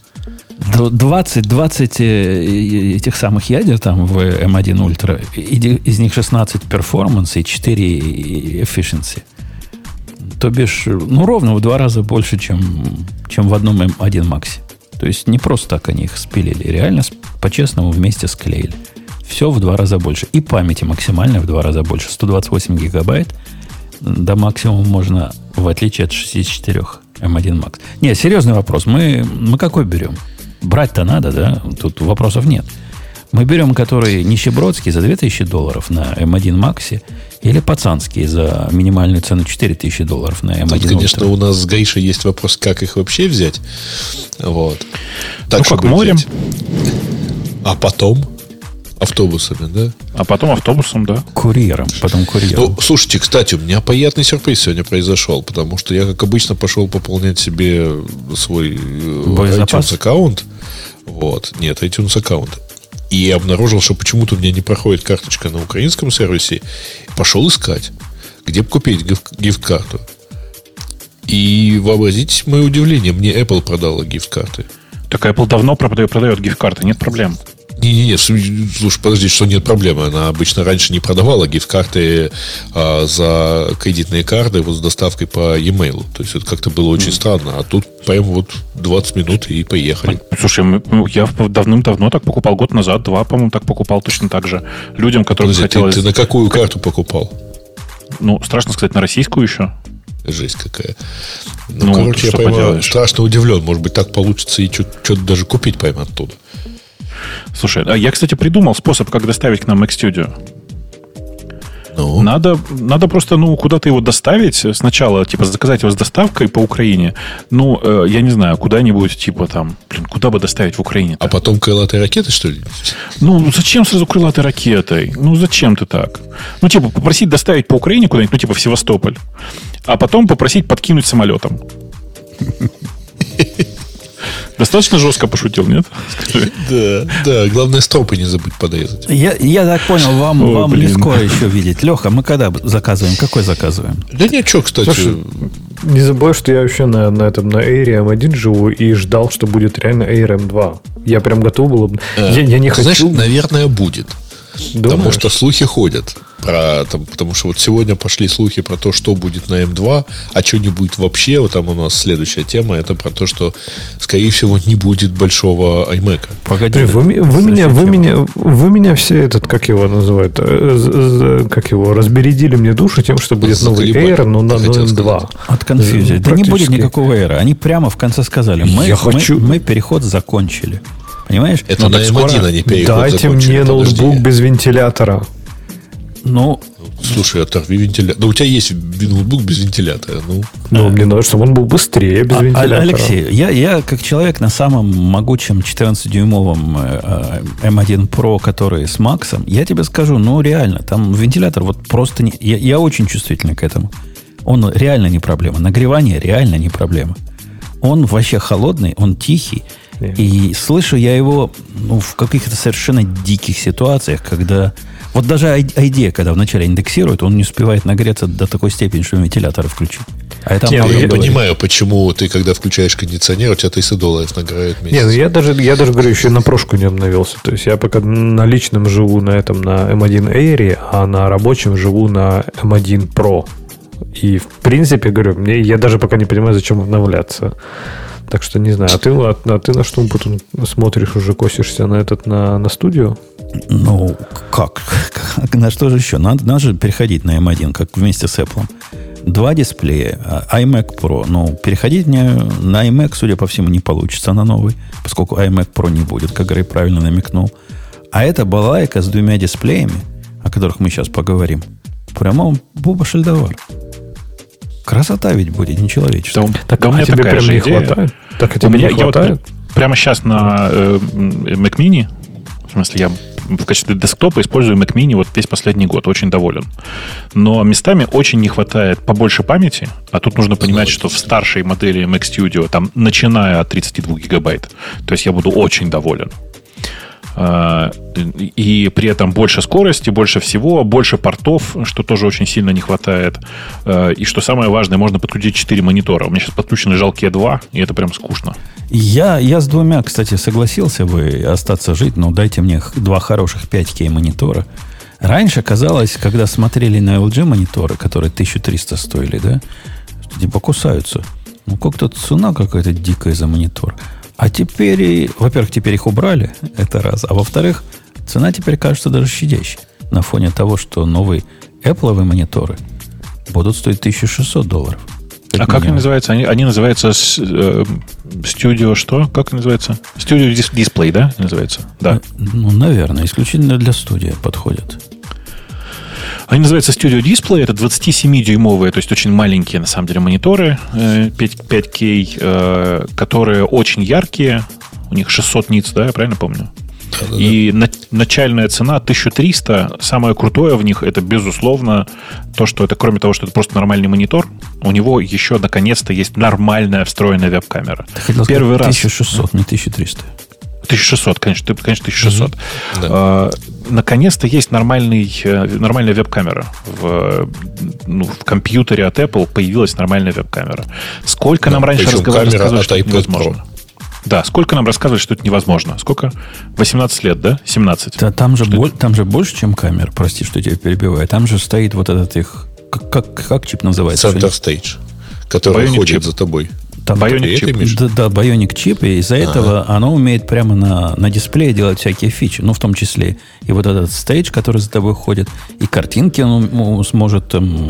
A: 20 этих самых ядер там в M1 Ultra. Из них 16 performance и 4 efficiency. То бишь, ровно в 2 раза больше, чем в одном M1 Max. То есть, не просто так они их спилили. Реально, по-честному, вместе склеили. Все в 2 раза больше. И памяти максимально в 2 раза больше. 128 гигабайт. До максимума можно, в отличие от 64 M1 Max. Нет, серьезный вопрос. Мы какой берем? Брать-то надо, да? Тут вопросов нет. Мы берем, который нищебродский за $2000 на M1 Max или пацанский за минимальную цену $4000 на M1
B: Тут,
A: Ultra.
B: конечно, у нас с Гришей есть вопрос, как их вообще взять. Вот. Так,
C: как морем.
B: Взять. А потом автобусами, да?
C: А потом автобусом, да.
A: Курьером, потом курьером.
B: Ну, слушайте, кстати, у меня приятный сюрприз сегодня произошел, потому что я, как обычно, пошел пополнять себе свой
A: iTunes
B: аккаунт. Вот. Нет, iTunes аккаунт. И обнаружил, что почему-то у меня не проходит карточка на украинском сервисе. Пошел искать, где бы купить гифт-карту. И вообразите мое удивление, мне Apple продала гифт-карты.
C: Так Apple давно продает гифт-карты, нет проблем.
B: Не, слушай, подожди, что нет проблемы. Она обычно раньше не продавала гифт-карты за кредитные карты вот с доставкой по e-mail. То есть это как-то было очень странно. А тут прям вот 20 минут и поехали.
C: Слушай, я давным-давно так покупал. Год назад, 2, по-моему, так покупал точно так же. Людям, которым хотелось...
B: Ты на какую карту покупал?
C: Ну, страшно сказать, на российскую еще.
B: Жесть какая. Короче, я прямо страшно удивлен. Может быть, так получится и что-то даже купить прямо оттуда.
C: Слушай, а я, кстати, придумал способ, как доставить к нам Mac Studio.
B: Ну?
C: Надо просто, куда-то его доставить. Сначала, заказать его с доставкой по Украине. Я не знаю, куда-нибудь, куда бы доставить в Украине-то?
B: А потом крылатые ракеты, что ли?
C: Зачем сразу крылатой ракетой? Зачем ты так? Попросить доставить по Украине куда-нибудь, в Севастополь. А потом попросить подкинуть самолетом. Достаточно жестко пошутил, нет?
B: Да. Главное, стропы не забудь подрезать.
A: Я так понял, вам не скоро еще видеть. Леха, мы когда заказываем? Какой заказываем?
B: Да ничего, кстати.
E: Слушай, не забывай, что я вообще на Air M1 живу и ждал, что будет реально Air M2. Я прям готов был. Я не хочу.
B: Знаешь, наверное, будет.
E: Думаешь?
B: Потому что слухи ходят. Потому что вот сегодня пошли слухи про то, что будет на M2, а что не будет вообще. Вот там у нас следующая тема, это про то, что, скорее всего, не будет большого iMac.
E: Погоди, вы меня все как его называют, как его, разбередили мне душу тем, что будет новый Air, но на M2.
A: От конфьюзии. Да не будет никакого Air. Они прямо в конце сказали, мы переход закончили. Понимаешь?
B: Это на M1 они переход
E: дайте
B: закончили.
E: Мне ноутбук без вентилятора.
A: Ну,
B: слушай, оторви вентилятор. Да у тебя есть ноутбук без вентилятора.
E: Мне надо, чтобы он был быстрее, без вентилятора.
A: Алексей, я как человек на самом могучем 14-дюймовом M1 Pro, который с Максом, я тебе скажу, реально, там вентилятор вот просто не... Я очень чувствительный к этому. Он реально не проблема. Нагревание реально не проблема. Он вообще холодный, он тихий. И слышу я его в каких-то совершенно диких ситуациях, когда... Вот даже IDEA, когда вначале индексирует, он не успевает нагреться до такой степени, что вентилятор включить. А это
B: я понимаю, почему ты, когда включаешь кондиционер, у тебя $300 нагревает месяц.
E: Я даже говорю, еще на прошку не обновился. То есть я пока на личном живу на M1 Air, а на рабочем живу на M1 Pro. И в принципе, говорю, я даже пока не понимаю, зачем обновляться. Так что не знаю. А ты на что потом смотришь, уже косишься на студию?
A: Как? На что же еще? Надо же переходить на M1, как вместе с Apple. 2 дисплея, iMac Pro. Переходить мне на iMac, судя по всему, не получится на новый, поскольку iMac Pro не будет, как Грей правильно намекнул. А эта балайка с 2 дисплеями, о которых мы сейчас поговорим, прямо Буба Шельдовар. Красота ведь будет, нечеловеческая.
C: У меня
E: тебе
C: такая же идея.
E: Хватает? Так тебе не хватает?
C: Прямо сейчас на Mac Mini, в смысле, я в качестве десктопа использую Mac Mini вот весь последний год. Очень доволен. Но местами очень не хватает побольше памяти. А тут нужно понимать, что в старшей модели Mac Studio, там, начиная от 32 гигабайт, то есть я буду очень доволен. И при этом больше скорости, больше всего, больше портов, что тоже очень сильно не хватает. И что самое важное, можно подключить 4 монитора. У меня сейчас подключены жалкие 2, и это прям скучно.
A: Я с 2, кстати, согласился бы остаться жить, но дайте мне 2 хороших 5К монитора. Раньше казалось, когда смотрели на LG мониторы, которые 1300 стоили, да, что типа кусаются. Как-то цена какая-то дикая за монитор. А теперь, во-первых, теперь их убрали, это раз. А во-вторых, цена теперь кажется даже щадящей. На фоне того, что новые Apple-овые мониторы будут стоить $1600.
C: Как они называются? Они называются Studio что? Как называется? Studio Display, да? Называется? Да.
A: Наверное, исключительно для студии подходят.
C: Они называются Studio Display. Это 27-дюймовые, то есть очень маленькие, на самом деле, мониторы 5К, которые очень яркие. У них 600 ниц, да, я правильно помню? Да. И начальная цена 1300. Самое крутое в них это, безусловно, то, что это, кроме того, что это просто нормальный монитор, у него еще наконец-то есть нормальная встроенная веб-камера.
A: Первый раз 1600, не 1300.
C: 1600, конечно, 1600. Да. Наконец-то есть нормальная веб-камера. В компьютере от Apple появилась нормальная веб-камера. Сколько нам раньше рассказывали, что это невозможно? Да, сколько нам рассказывали, что это невозможно? Сколько? 18 лет, да? 17?
A: Да, там же больше, чем камер, прости, что я тебя перебиваю. Там же стоит вот этот их... Как чип называется?
B: Center Stage, который ходит за тобой.
A: Bionic чип. Да, Bionic чип, и из-за этого оно умеет прямо на дисплее делать всякие фичи, в том числе и вот этот стейдж, который за тобой ходит, и картинки он сможет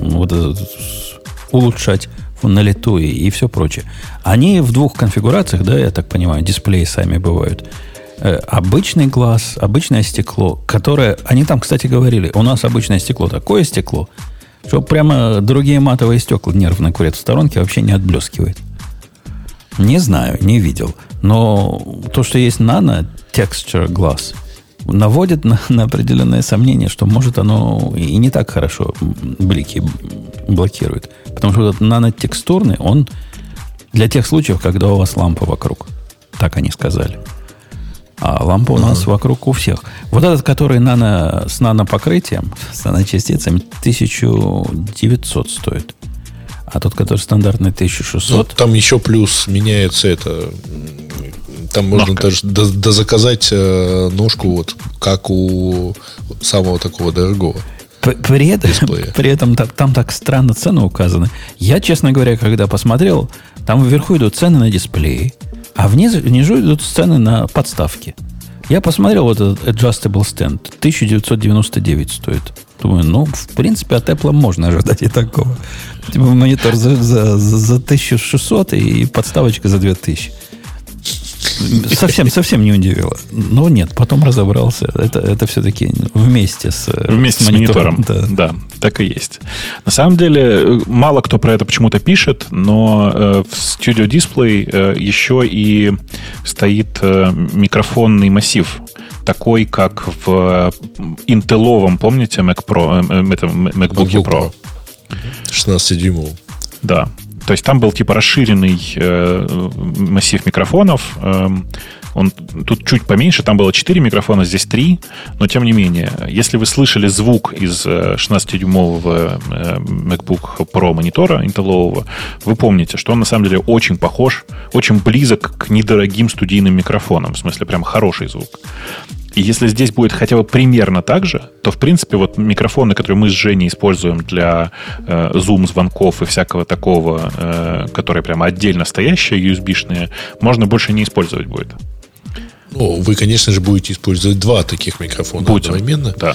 A: улучшать на лету и все прочее. Они в 2 конфигурациях, да, я так понимаю, дисплеи сами бывают. Обычный глаз, обычное стекло, которое... Они там, кстати, говорили, у нас обычное стекло, такое стекло, что прямо другие матовые стекла нервно курят в сторонке, вообще не отблескивает. Не знаю, не видел. Но то, что есть Nano Texture Glass, наводит на определенное сомнение, что, может, оно и не так хорошо блики блокирует. Потому что этот нанотекстурный, он для тех случаев, когда у вас лампа вокруг. Так они сказали. А лампа у нас вокруг у всех. Вот этот, который с нанопокрытием, с наночастицами, 1900 стоит. А тот, который стандартный, 1600.
B: Там еще плюс меняется это. Там можно даже дозаказать ножку, вот как у самого такого дорогого.
A: При этом там так странно цены указаны. Я, честно говоря, когда посмотрел, там вверху идут цены на дисплеи, а внизу идут цены на подставки. Я посмотрел вот этот Adjustable Stand. 1999 стоит. Думаю, в принципе, от Apple можно ожидать и такого. Типа монитор за 1600 и подставочка за 2000. Совсем не удивило. Но нет, потом разобрался. Это все-таки вместе с
C: монитором. Да, так и есть. На самом деле, мало кто про это почему-то пишет, но в Studio Display еще и стоит микрофонный массив. Такой, как в интеловом, помните, MacBook Pro?
B: 16-дюймовый.
C: Да. То есть там был типа расширенный массив микрофонов. Он тут чуть поменьше, там было 4 микрофона, здесь 3. Но тем не менее, если вы слышали звук из 16-дюймового MacBook Pro монитора интелового, вы помните, что он на самом деле очень похож, очень близок к недорогим студийным микрофонам. В смысле, прям хороший звук. И если здесь будет хотя бы примерно так же, то, в принципе, вот микрофоны, которые мы с Женей используем для Zoom-звонков и всякого такого, которые прямо отдельно стоящие, USB-шные, можно больше не использовать будет.
B: Вы, конечно же, будете использовать 2 таких микрофона одновременно.
C: Да.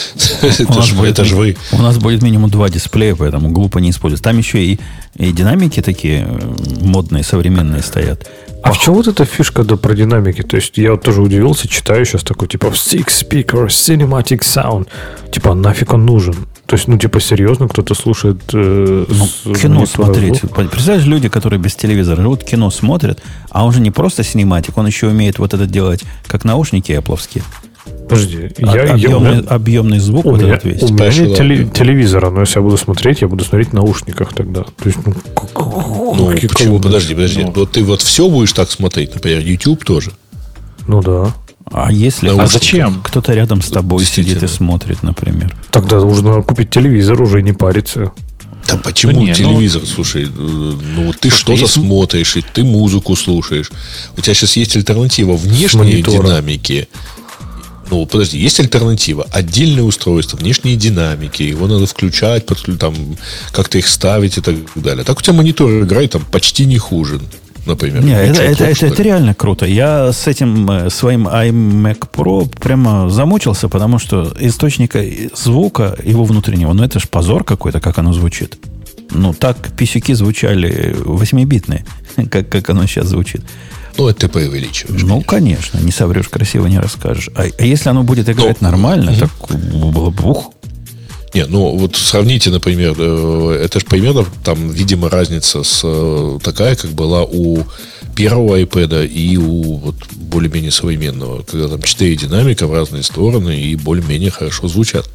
B: Это же вы.
A: У нас будет минимум 2 дисплея, поэтому глупо не использовать. Там еще и динамики такие модные, современные стоят.
E: А в чем вот эта фишка про динамики? То есть я вот тоже удивился, читаю сейчас такой, типа, Six Speaker Cinematic Sound. Типа, нафиг он нужен? То есть, серьезно, кто-то слушает
A: кино смотреть. Представляешь, люди, которые без телевизора живут, кино смотрят, а он же не просто синематик, он еще умеет вот это делать, как наушники Apple'овские.
E: Подожди,
A: объемный звук вот этот весь.
E: У меня нет телевизора, но если я буду смотреть в наушниках тогда. То есть,
B: почему? Подожди. Вот ты вот все будешь так смотреть, например, YouTube тоже.
E: Ну да.
A: А если
C: зачем?
A: Кто-то рядом с тобой сидит и смотрит, например?
E: Тогда нужно купить телевизор, уже не париться.
B: Да почему телевизор? Слушай, ты что-то смотришь, и ты музыку слушаешь. У тебя сейчас есть альтернатива внешней динамики. Подожди, есть альтернатива. Отдельное устройство, внешние динамики. Его надо включать, как-то их ставить и так далее. Так у тебя монитор играет почти не хуже, например.
A: Это реально круто. Я с этим своим iMac Pro прямо замучился, потому что источника звука его внутреннего, это ж позор какой-то, как оно звучит. Так писюки звучали 8-битные, как оно сейчас звучит.
B: Это ты преувеличиваешь.
A: Конечно, не соврешь, красиво не расскажешь. А если оно будет играть нормально, так было бы ух.
B: Сравните, например, это же примерно там, видимо, разница такая, как была у первого iPad и у более-менее современного, когда там 4 динамика в разные стороны и более-менее хорошо звучат.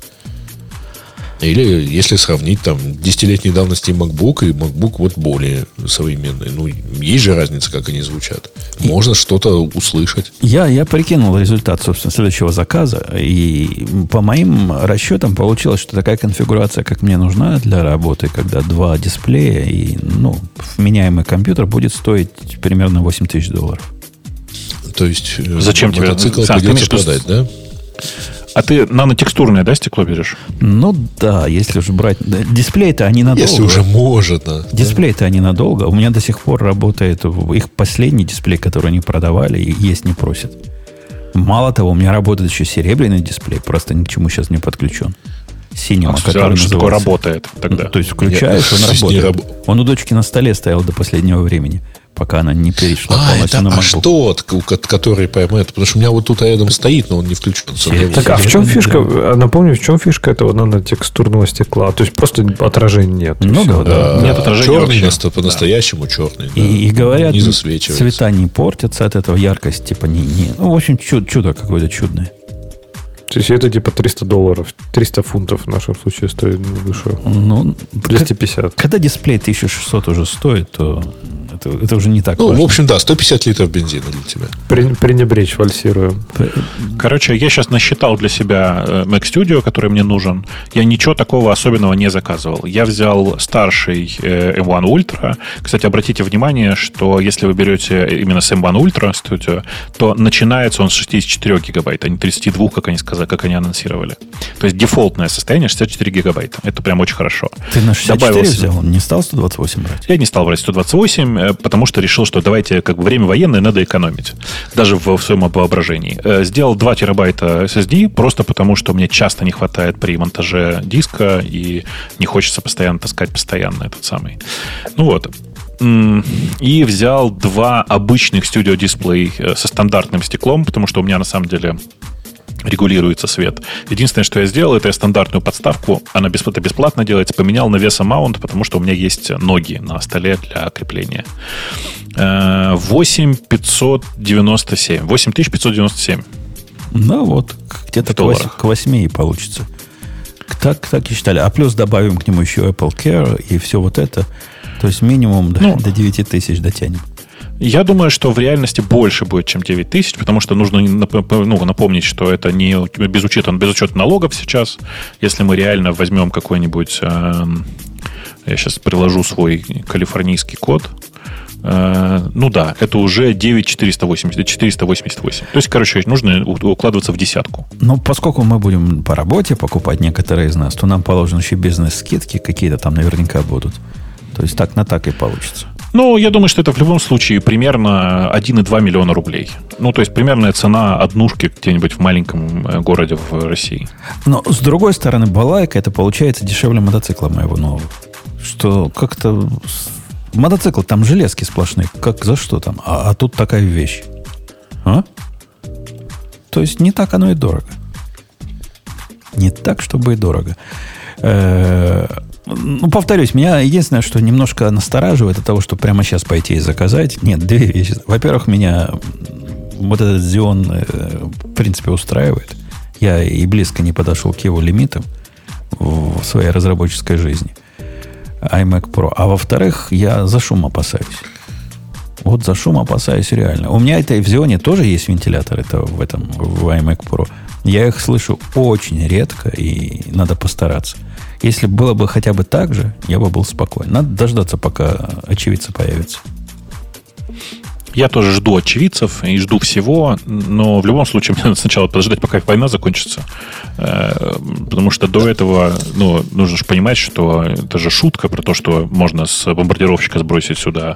B: Или если сравнить 10-летней давности MacBook и MacBook более современный. Есть же разница, как они звучат. Можно что-то услышать.
A: Я прикинул результат, собственно, следующего заказа. И по моим расчетам получилось, что такая конфигурация, как мне нужна для работы, когда 2 дисплея и вменяемый компьютер будет стоить примерно $8000.
B: То есть
C: зачем тебе
B: мотоцикл придется продать, да?
C: А ты нанотекстурное, стекло берешь?
A: Да, если уж брать... Дисплей-то они надолго.
B: Если уже можно.
A: Дисплей-то они надолго. У меня до сих пор работает их последний дисплей, который они продавали, и есть не просят. Мало того, у меня работает еще серебряный дисплей, просто ни к чему сейчас не подключен. Синема, который
C: что такое работает тогда?
A: То есть включаешь, он работает. Он у дочки на столе стоял до последнего времени, пока она не перешла полностью на MacBook.
B: Который поймет? Потому что у меня тут рядом стоит, но он не включен.
E: Так, а в чем фишка? Напомню, в чем фишка этого нанотекстурного стекла? То есть просто отражения нет.
B: Нет отражения. Черный, по-настоящему черный.
A: И говорят, цвета не портятся от этого, яркость в общем, чудо какое-то чудное.
E: То есть это $300, 300 фунтов в нашем случае стоит выше. 250.
A: Когда дисплей 1600 уже стоит, то Это уже не так
B: Ну,
A: важно.
B: в общем, да, 150 литров бензина для тебя.
E: Пренебречь, фальсирую.
C: Короче, я сейчас насчитал для себя Mac Studio, который мне нужен. Я ничего такого особенного не заказывал. Я взял старший M1 Ultra. Кстати, обратите внимание, что если вы берете именно с M1 Ultra Studio, то начинается он с 64 гигабайт, а не 32, как они сказали, как они анонсировали. То есть дефолтное состояние 64 гигабайта. Это прям очень хорошо.
A: Ты на 64
C: Добавился.
A: взял? Он не стал 128 брать?
C: Я не стал брать 128, потому что решил, что давайте, как бы, время военное, надо экономить. Даже в своем воображении. Сделал 2 терабайта SSD, просто потому что мне часто не хватает при монтаже диска, и не хочется постоянно таскать этот самый. Ну вот. И взял 2 обычных Studio Display со стандартным стеклом, потому что у меня на самом деле регулируется свет. Единственное, что я сделал, это я стандартную подставку, она бесплатно делается, поменял на VESA-маунт, потому что у меня есть ноги на столе для крепления. 8597.
A: Ну вот, где-то к 8 и получится. Так и считали. А плюс добавим к нему еще Apple Care и все вот это. То есть минимум до 9000 дотянем.
C: Я думаю, что в реальности больше будет, чем 9 тысяч, потому что нужно напомнить, что это не без учета налогов сейчас. Если мы реально возьмем какой-нибудь... я сейчас приложу свой калифорнийский код. Ну да, это уже 9,488. То есть, короче, нужно укладываться в десятку.
A: Но поскольку мы будем по работе покупать некоторые из нас, то нам положены еще бизнес-скидки какие-то там наверняка будут. То есть так на так и получится.
C: Ну, я думаю, что это в любом случае примерно 1,2 миллиона рублей. Ну, то есть примерная цена однушки где-нибудь в маленьком городе в России.
A: Но, с другой стороны, балайка, это получается дешевле мотоцикла моего нового. Что как-то... Мотоцикл, там железки сплошные. Как за что там? А тут такая вещь. А? То есть не так оно и дорого. Не так, чтобы и дорого. Ну, повторюсь, меня единственное, что немножко настораживает от того, что прямо сейчас пойти и заказать. Нет, 2 вещи. Во-первых, меня вот этот Xeon в принципе устраивает. Я и близко не подошел к его лимитам в своей разработческой жизни. iMac Pro. А во-вторых, я за шум опасаюсь. Вот за шум опасаюсь реально. У меня это и в Xeon тоже есть вентилятор, это в iMac Pro. Я их слышу очень редко, и надо постараться. Если было бы хотя бы так же, я бы был спокоен. Надо дождаться, пока очевидцы появятся.
C: Я тоже жду очевидцев и жду всего, но в любом случае мне надо сначала подождать, пока война закончится. Потому что до этого нужно же понимать, что это же шутка про то, что можно с бомбардировщика сбросить сюда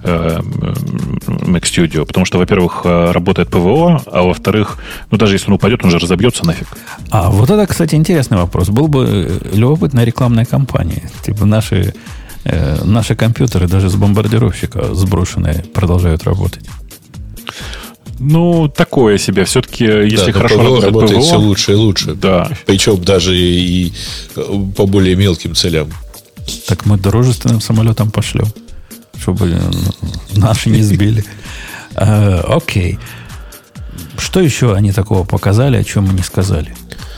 C: Mac Studio. Потому что, во-первых, работает ПВО, а во-вторых, даже если он упадет, он же разобьется нафиг. А
A: вот это, кстати, интересный вопрос. Был бы любопытная рекламная кампания. Типа наши компьютеры даже с бомбардировщика сброшенные продолжают работать.
C: Ну, такое себе. Все-таки, если
B: да,
C: хорошо
B: работает
C: ПВО,
B: все лучше и лучше.
C: Да.
B: Причем даже и по более мелким целям.
A: Так мы дружественным самолетом пошлем, чтобы наши не сбили. Окей. Что еще они такого показали, о чем мы не сказали?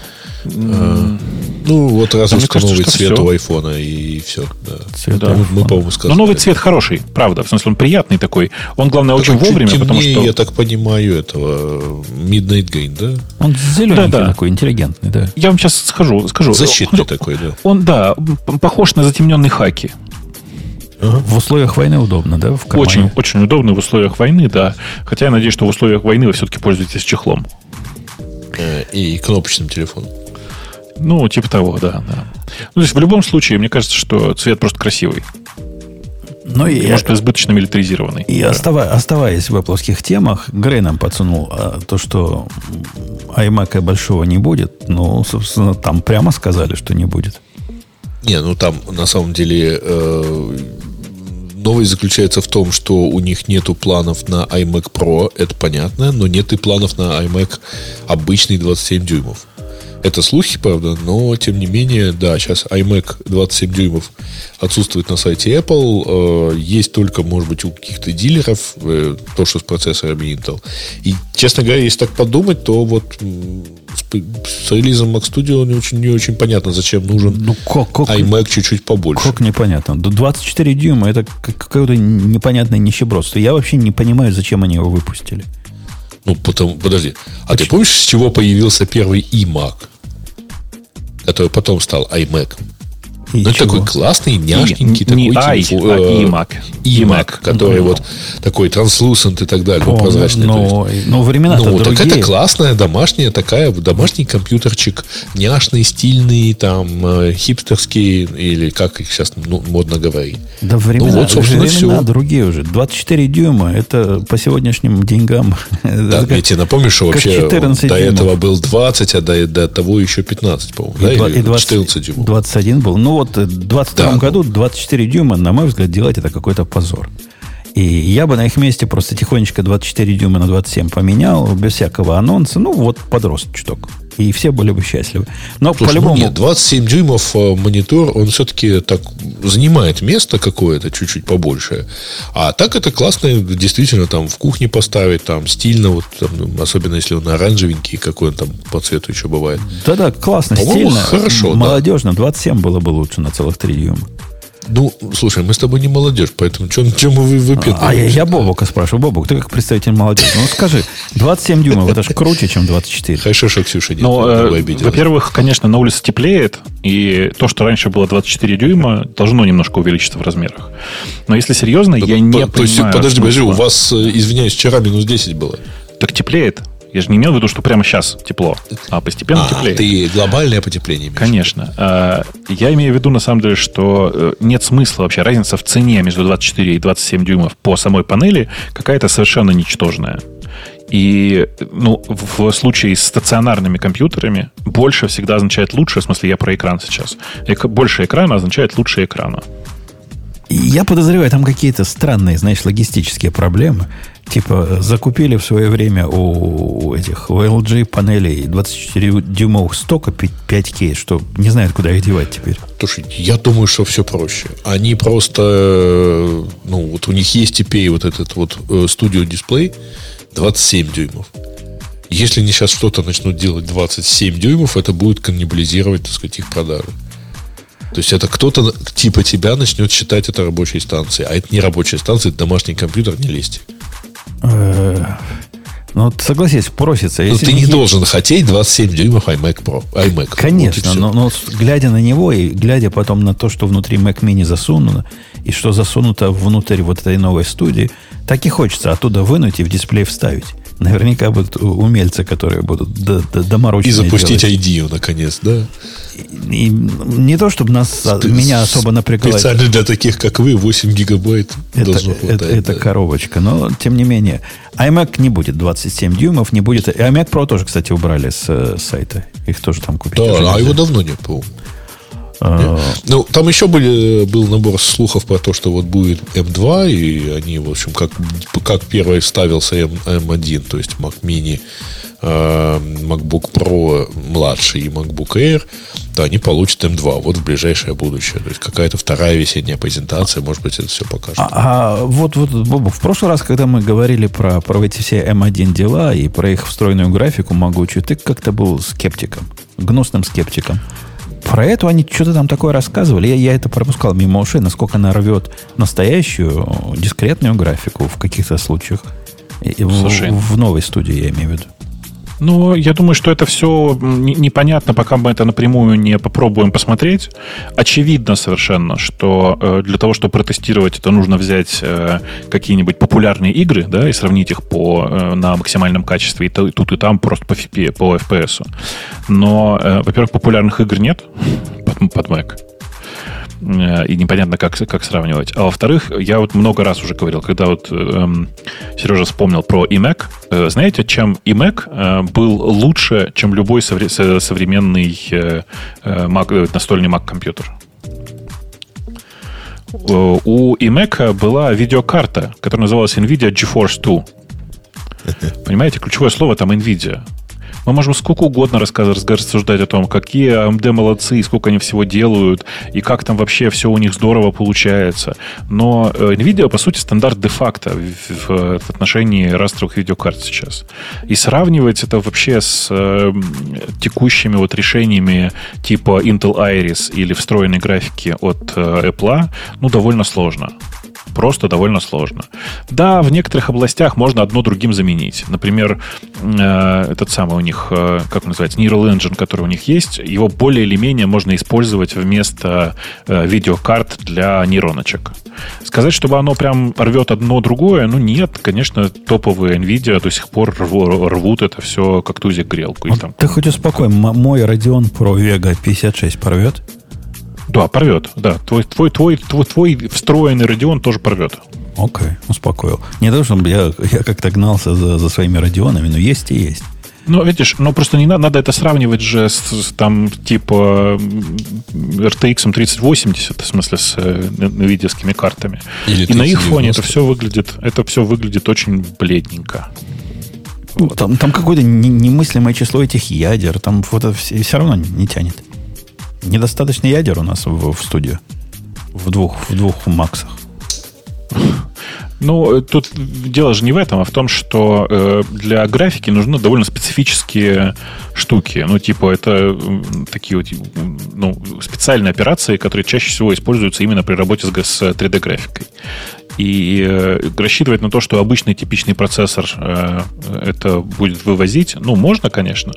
B: Вот разве что новый цвет у айфона и все. Да. Мы, по-моему, сказали.
C: Но новый цвет хороший, правда. В смысле, он приятный такой. Он, главное, очень вовремя, потому что...
B: Я так понимаю, этого Midnight Gain, да?
A: Он зелененький такой, интеллигентный, да.
C: Я вам сейчас скажу.
B: Защитный такой, да.
C: Он, похож на затемненный хаки.
A: В условиях войны удобно, да?
C: Очень, очень удобно в условиях войны, да. Хотя я надеюсь, что в условиях войны вы все-таки пользуетесь чехлом.
B: И кнопочным телефоном.
C: Ну, типа того, да. То есть, в любом случае, мне кажется, что цвет просто красивый. Может, избыточно милитаризированный.
A: И оставаясь в Apple-овских темах, Грей нам подсунул то, что iMac большого не будет. Ну, собственно, там прямо сказали, что не будет.
B: Там на самом деле новость заключается в том, что у них нету планов на iMac Pro, это понятно, но нет и планов на iMac обычный 27 дюймов. Это слухи, правда, но тем не менее, да, сейчас iMac 27 дюймов отсутствует на сайте Apple. Есть только, может быть, у каких-то дилеров, то, что с процессорами Intel. И, честно говоря, если так подумать, то вот с релизом Mac Studio не очень понятно, зачем нужен iMac чуть-чуть побольше.
A: Как непонятно? 24 дюйма это какое-то непонятное нищебродство. Я вообще не понимаю, зачем они его выпустили.
B: Подожди. А ты помнишь, с чего появился первый iMac? Который потом стал iMac. Это такой классный, няшненький такой
C: iMac.
B: iMac, который вот такой translucent и так далее, прозрачный.
A: Но времена-то другие.
B: Так это классная домашний компьютерчик, няшный, стильный, там, хипстерский, или как их сейчас модно говорить.
A: Да времена другие уже. 24 дюйма, это по сегодняшним деньгам.
B: Да, я тебе напомню, что вообще до этого был 20, а до того еще 15, по-моему.
A: И 14 дюймов. 21 был. В 22 году 24 дюйма, на мой взгляд, делать это какой-то позор. И я бы на их месте просто тихонечко 24 дюйма на 27 поменял, без всякого анонса. Подрос чуток. И все были бы счастливы. Но по-любому...
B: Нет, 27 дюймов монитор, он все-таки так занимает место какое-то, чуть-чуть побольше. А так это классно, действительно, там в кухне поставить, там стильно, особенно если он оранжевенький, какой он там по цвету еще бывает.
A: Да-да, классно,
B: по-моему,
A: стильно,
B: хорошо,
A: молодежно. 27 было бы лучше на целых 3 дюйма.
B: Слушай, мы с тобой не молодежь, поэтому чем мы выпендриваемся?
A: Я Бобука спрашиваю. Бобук, ты как представитель молодежи. Скажи, 27 дюймов, это же круче, чем 24.
B: Хорошо, что Ксюша нет.
C: Во-первых, конечно, на улице теплеет, и то, что раньше было 24 дюйма, должно немножко увеличиться в размерах. Но если серьезно, я не понимаю... То есть,
B: подожди, у вас, извиняюсь, вчера минус 10 было.
C: Так теплеет. Я же не имел в виду, что прямо сейчас тепло, а постепенно теплеет.
B: Ты глобальное потепление имеешь?
C: Конечно. Я имею в виду, на самом деле, что нет смысла вообще. Разница в цене между 24 и 27 дюймов по самой панели какая-то совершенно ничтожная. И в случае с стационарными компьютерами больше всегда означает лучше. В смысле, я про экран сейчас. Больше экрана означает лучше экрана.
A: Я подозреваю, там какие-то странные, логистические проблемы. Типа, закупили в свое время у LG панелей 24-дюймовых стока 5К, что не знают, куда их девать теперь.
B: Слушай, я думаю, что все проще. Они просто... у них есть теперь вот этот Studio Display 27 дюймов. Если они сейчас что-то начнут делать 27 дюймов, это будет каннибализировать, так сказать, их продажи. То есть это кто-то типа тебя начнет считать это рабочей станцией. А это не рабочая станция, это домашний компьютер, не лезьте.
A: Согласись, просится.
B: Если ты не должен хотеть 27 дюймов iMac Pro.
A: Конечно, но глядя на него и глядя потом на то, что внутри Mac Mini засунуто, и что засунуто внутрь вот этой новой студии, так и хочется оттуда вынуть и в дисплей вставить. Наверняка будут умельцы, которые будут домороченные.
B: И запустить ID, наконец, да?
A: И не то, чтобы меня особо напрягало.
B: Специально для таких, как вы, 8 гигабайт должно хватать.
A: Это коробочка. Но, тем не менее, iMac не будет 27 дюймов, не будет. И iMac Pro тоже, кстати, убрали с сайта. Их тоже там купить.
B: Да, его давно нет, по-моему. Там еще был набор слухов про то, что будет M2, и они, в общем, как первый вставился M1, то есть Mac Mini, MacBook Pro младший и MacBook Air, то они получат M2 в ближайшее будущее. То есть какая-то вторая весенняя презентация, может быть, это все покажет.
A: Бобок, в прошлый раз, когда мы говорили про эти все M1 дела и про их встроенную графику могучую, ты как-то был скептиком, гнусным скептиком. Про это они что-то там такое рассказывали. Я это пропускал мимо ушей, насколько она рвет настоящую дискретную графику в каких-то случаях. В новой студии, я имею в виду.
C: Я думаю, что это все непонятно, пока мы это напрямую не попробуем посмотреть. Очевидно совершенно, что для того, чтобы протестировать, это нужно взять какие-нибудь популярные игры, да, и сравнить их на максимальном качестве, и тут, и там просто по FPS. Но, во-первых, популярных игр нет под Mac. И непонятно, как сравнивать. А во-вторых, я много раз уже говорил, когда Сережа вспомнил про iMac, знаете, чем iMac был лучше, чем любой современный настольный Mac-компьютер? У iMac была видеокарта, которая называлась NVIDIA GeForce 2. Понимаете, ключевое слово там NVIDIA. Мы можем сколько угодно рассуждать о том, какие AMD молодцы, и сколько они всего делают, и как там вообще все у них здорово получается. Но NVIDIA, по сути, стандарт де-факто в отношении растровых видеокарт сейчас. И сравнивать это вообще с текущими вот решениями типа Intel Iris или встроенной графики от Apple, ну, довольно сложно. Просто довольно сложно. Да, в некоторых областях можно одно другим заменить. Например, этот самый у них, как он называется, Neural Engine, который у них есть, его более или менее можно использовать вместо видеокарт для нейроночек. Сказать, чтобы оно прям рвет одно другое, ну нет, конечно, топовые NVIDIA до сих пор рвут это все как тузик грелку.
A: Вот там, ты хоть успокой, мой Radeon Pro Vega 56 порвет?
C: Да, порвет. Да. Твой встроенный Radeon тоже порвет.
A: Окей, успокоил. Не то, чтобы я как-то гнался за своими радионами, но есть и есть.
C: Ну, видишь, просто не надо это сравнивать же с там типа RTX 3080, в смысле с NVIDIA-скими картами. Или и на их фоне это все выглядит очень бледненько.
A: Вот. Там какое-то немыслимое число этих ядер, там вот все равно не тянет. Недостаточно ядер у нас в студию. В двух максах.
C: Ну, тут дело же не в этом, а в том, что для графики нужны довольно специфические штуки. Ну, типа, это такие вот специальные операции, которые чаще всего используются именно при работе с 3D-графикой. И рассчитывать на то, что обычный типичный процессор это будет вывозить, ну, можно, конечно,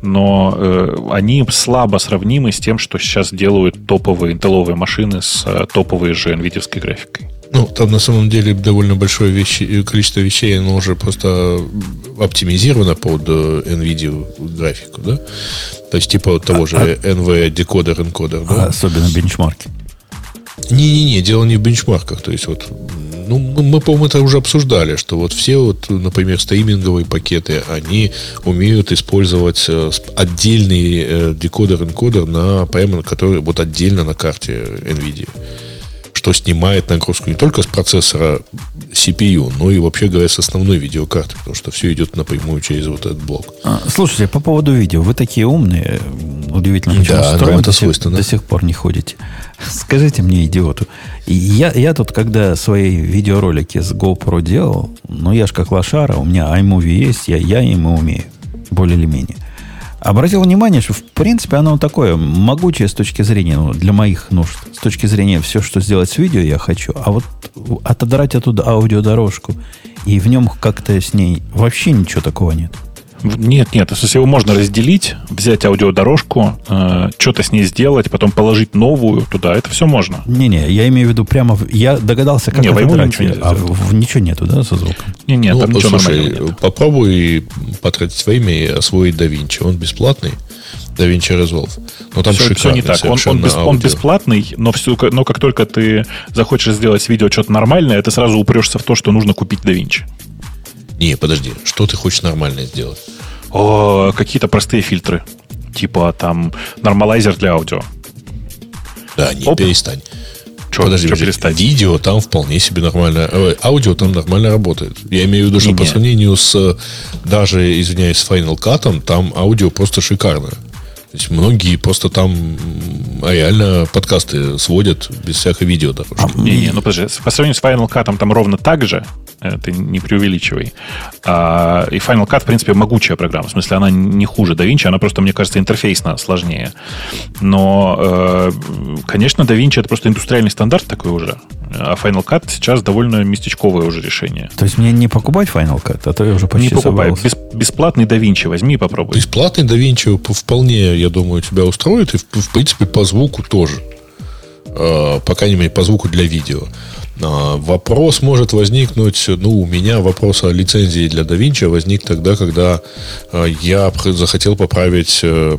C: но они слабо сравнимы с тем, что сейчас делают топовые интелловые машины с топовой же NVIDIA-ской графикой.
B: Ну, там на самом деле довольно большое количество вещей, оно уже просто оптимизировано под NVIDIA графику, да? То есть, типа того же NV-декодер, энкодер, да?
A: Особенно бенчмарки.
B: Не, дело не в бенчмарках. То есть, вот, мы, по-моему, это уже обсуждали, что вот все, вот, например, стриминговые пакеты, они умеют использовать отдельный декодер-энкодер прямо который вот отдельно на карте NVIDIA. Что снимает нагрузку не только с процессора CPU, но и, вообще говоря, с основной видеокарты, потому что все идет напрямую через вот этот блок.
A: Слушайте, по поводу видео, вы такие умные, удивительно, почему строим до сих пор не ходите. Скажите мне, идиоту, я тут, когда свои видеоролики с GoPro делал, я же как лошара, у меня iMovie есть, я им и умею, более или менее. Обратил внимание, что, в принципе, оно такое могучее с точки зрения, для моих нужд. С точки зрения все, что сделать с видео, я хочу. А вот отодрать оттуда аудиодорожку, и в нем как-то с ней вообще ничего такого нет.
C: Нет. Если его можно разделить, взять аудиодорожку, что-то с ней сделать, потом положить новую туда, это все можно.
A: Не, я имею в виду прямо... Я догадался, как отодрать. Ничего нету, да, со звуком?
C: Нет, там ничего нормального нет.
B: Попробуй потратить время и освоить DaVinci. Он бесплатный. DaVinci Resolve. Но там
C: все не так. Он бесплатный, но как только ты захочешь сделать с видео что-то нормальное, ты сразу упрешься в то, что нужно купить DaVinci.
B: Не, подожди. Что ты хочешь нормально сделать?
C: Какие-то простые фильтры. Типа там нормалайзер для аудио.
B: Да, перестань. Подожди, перестать. Видео там вполне себе нормально. Аудио там нормально работает. Я имею в виду, что по сравнению с даже, извиняюсь, с Final Cut, там аудио просто шикарно. То есть многие просто там реально подкасты сводят без всякой видео.
C: Подожди. По сравнению с Final Cut там ровно так же. Ты не преувеличивай. И Final Cut, в принципе, могучая программа. В смысле, она не хуже DaVinci, она просто, мне кажется, интерфейсно сложнее. Но, конечно, DaVinci это просто индустриальный стандарт такой уже. А Final Cut сейчас довольно местечковое уже решение.
A: То есть мне не покупать Final Cut, а то я уже почти собрался.
C: Не покупай. Бесплатный DaVinci возьми и попробуй.
B: Бесплатный DaVinci вполне, я думаю, тебя устроит. И, в принципе, по звуку тоже. По крайней мере, по звуку для видео. Вопрос может возникнуть, у меня вопрос о лицензии для DaVinci возник тогда, когда я захотел поправить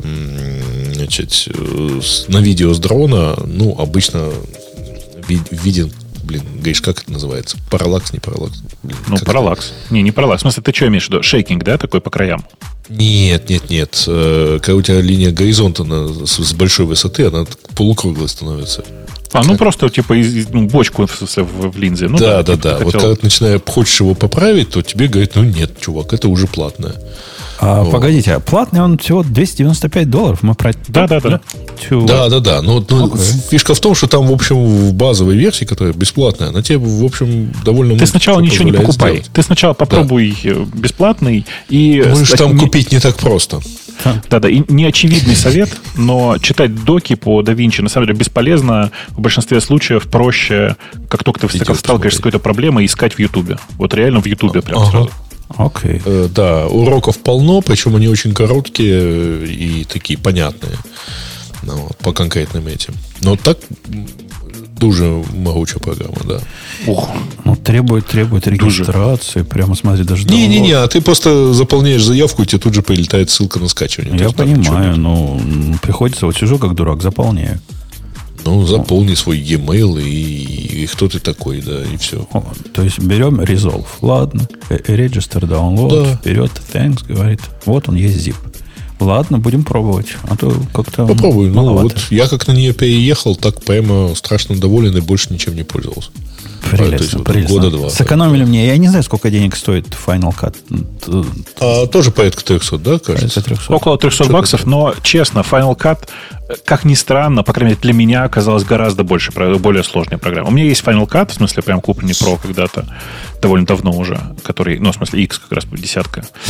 B: на видео с дрона, обычно виден, говоришь, как это называется? Параллакс, не параллакс?
C: Параллакс. Не параллакс. В смысле, ты что имеешь в виду? Шейкинг, да, такой по краям?
B: Нет. Когда у тебя линия горизонта с большой высоты, она полукруглой становится.
C: Просто типа бочку в линзе.
B: Да. Вот когда ты хочешь его поправить, то тебе говорят, нет, чувак, это уже платное.
A: Погодите, а платный он всего $295. Мы про...
C: Да.
B: Да. Но фишка в том, что там, в общем, в базовой версии, которая бесплатная, она тебе, в общем, довольно много.
C: Ты сначала ничего не покупай.
B: Сделать.
C: Ты сначала попробуй бесплатный. И
B: можешь там купить не так просто.
C: Да. И неочевидный совет, но читать доки по DaVinci на самом деле бесполезно. В большинстве случаев проще, как только ты сталкиваешься с какой-то проблемой, искать в Ютубе. Вот реально в Ютубе прям сразу.
A: Окей.
B: Да, уроков полно, причем они очень короткие и такие понятные по конкретным этим. Но так дуже могучая программа, да.
A: Ну, требует регистрации. Прямо смотри, даже
B: Не, а ты просто заполняешь заявку, и тебе тут же прилетает ссылка на скачивание.
A: Я понимаю, но приходится, вот сижу как дурак, заполняю.
B: Заполни свой e-mail и кто ты такой, да, и все.
A: То есть берем Resolve. Ладно. Register download. Вперед. Thanks, говорит. Вот он есть zip. Ладно, будем пробовать. А то как-то
B: попробуй.
A: маловато.
B: Я как на нее переехал, так прямо страшно доволен и больше ничем не пользовался.
A: Прелестно.
B: Года 2.
A: Сэкономили мне. Я не знаю, сколько денег стоит Final Cut.
B: Тоже порядка 300, да, кажется?
A: 300.
C: Около $300, но, честно, Final Cut, как ни странно, по крайней мере, для меня оказалась гораздо более сложная программа. У меня есть Final Cut, в смысле, прям купленный Pro когда-то, довольно давно уже, который, в смысле, X как раз, 10.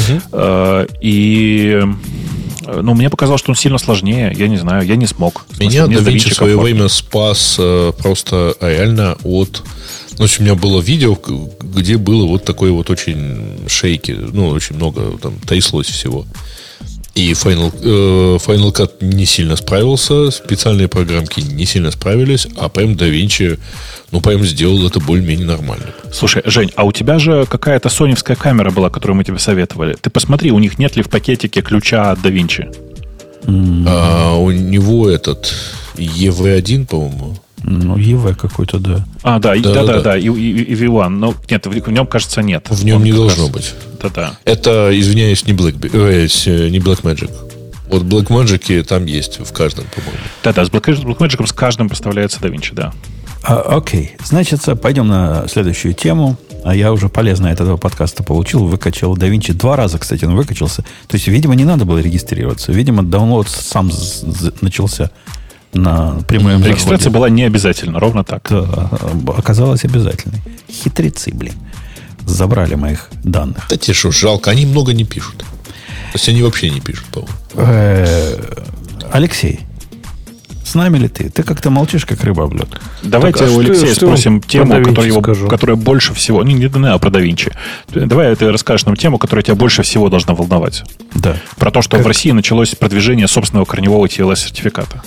C: И... мне показалось, что он сильно сложнее. Я не знаю, я не смог.
B: Меня DaVinci в свое время спас просто реально от... В общем, у меня было видео, где было вот такое вот очень шейки, очень много там тряслось всего. И Final Cut не сильно справился, специальные программки не сильно справились, а прям DaVinci, прям сделал это более-менее нормально.
C: Слушай, Жень, а у тебя же какая-то соневская камера была, которую мы тебе советовали. Ты посмотри, у них нет ли в пакетике ключа от DaVinci?
B: У него этот EV1, по-моему.
A: EV какой-то, да.
C: Да, и V1. Но нет, в нем, кажется, нет.
B: В нем не должно быть.
C: Да.
B: Это, извиняюсь, не Blackmagic. Вот в Blackmagic там есть в каждом, по-моему.
C: Да, с Blackmagic с каждым поставляется DaVinci, да.
A: Окей. Значит, пойдем на следующую тему. А я уже полезно от этого подкаста получил. Выкачал DaVinci 2 раза, кстати, он выкачался. То есть, видимо, не надо было регистрироваться. Видимо, download сам начался на прямом заходе.
C: Регистрация была не обязательна, ровно так.
A: Да, оказалось обязательной. Хитрецы, забрали моих данных.
B: Да тебе что, жалко, они много не пишут. То есть они вообще не пишут, по-моему.
A: Алексей, с нами ли ты? Ты как-то молчишь, как рыба об лед.
C: Давайте у Алексея спросим тему, которая больше всего... Не про DaVinci. Давай ты расскажешь нам тему, которая тебя больше всего должна волновать.
A: Да.
C: Про то, что в России началось продвижение собственного корневого TLS-сертификата.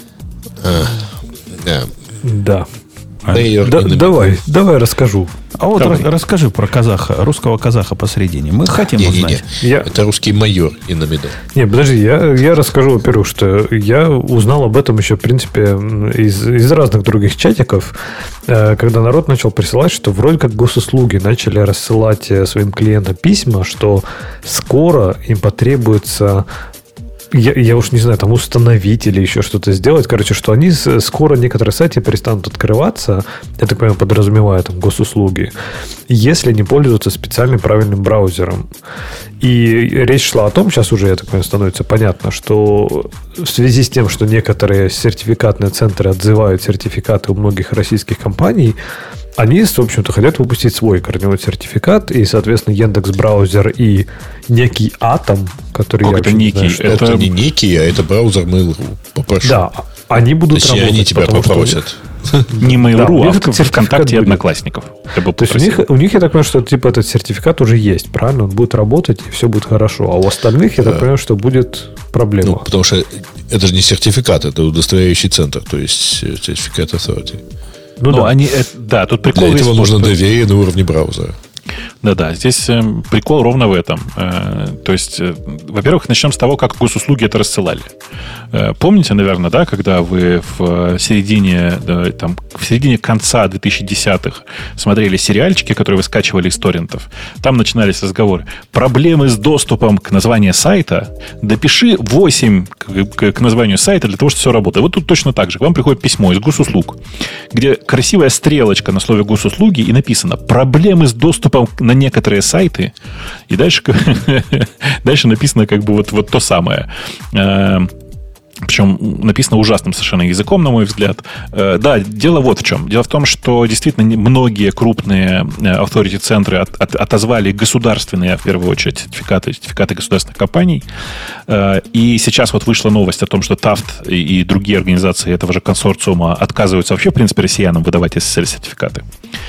E: Да. Давай расскажу.
A: Расскажи про русского казаха посредине. Мы хотим узнать.
B: Это русский майор и на меду.
E: Не, подожди, я расскажу, во-первых, что я узнал об этом еще, в принципе, из разных других чатиков, когда народ начал присылать, что вроде как госуслуги начали рассылать своим клиентам письма, что скоро им потребуется... Я уж не знаю, там установить или еще что-то сделать. Короче, что они скоро некоторые сайты перестанут открываться, я так понимаю, подразумевая там госуслуги, если не пользоваться специальным правильным браузером. И речь шла о том, сейчас уже, я так понимаю, становится понятно, что в связи с тем, что некоторые сертификатные центры отзывают сертификаты у многих российских компаний, они, в общем-то, хотят выпустить свой корневой сертификат, и, соответственно, Яндекс.Браузер и некий Атом, который
C: это некий?
B: Знаю, это не некий, а это браузер Mail.ru. Попрошу.
E: Да, они будут
B: Точнее,
E: работать.
B: Они тебя попросят.
C: Не Mail.ru, а ВКонтакте и Одноклассников.
E: То есть у них, я так понимаю, что типа этот сертификат уже есть, правильно? Он будет работать, и все будет хорошо. А у остальных, я так понимаю, что будет проблема.
B: Потому что это же не сертификат, это удостоверяющий центр, то есть сертификат authority.
C: Тут прикол.
B: Для этого нужно доверие на уровне браузера.
C: Да, здесь прикол ровно в этом. То есть, во-первых, начнем с того, как госуслуги это рассылали. Помните, наверное, да, когда вы в середине конца 2010-х смотрели сериальчики, которые вы скачивали из торрентов, там начинались разговоры. Проблемы с доступом к названию сайта. Допиши 8 к названию сайта для того, чтобы все работало. Вот тут точно так же. К вам приходит письмо из госуслуг, где красивая стрелочка на слове госуслуги и написано «Проблемы с доступом на некоторые сайты». И дальше написано как бы вот то самое. Причем написано ужасным совершенно языком, на мой взгляд. Да, дело вот в чем. Дело в том, что действительно многие крупные authority-центры отозвали государственные, в первую очередь, сертификаты государственных компаний. И сейчас вот вышла новость о том, что Тафт и другие организации этого же консорциума отказываются вообще, в принципе, россиянам выдавать SSL-сертификаты.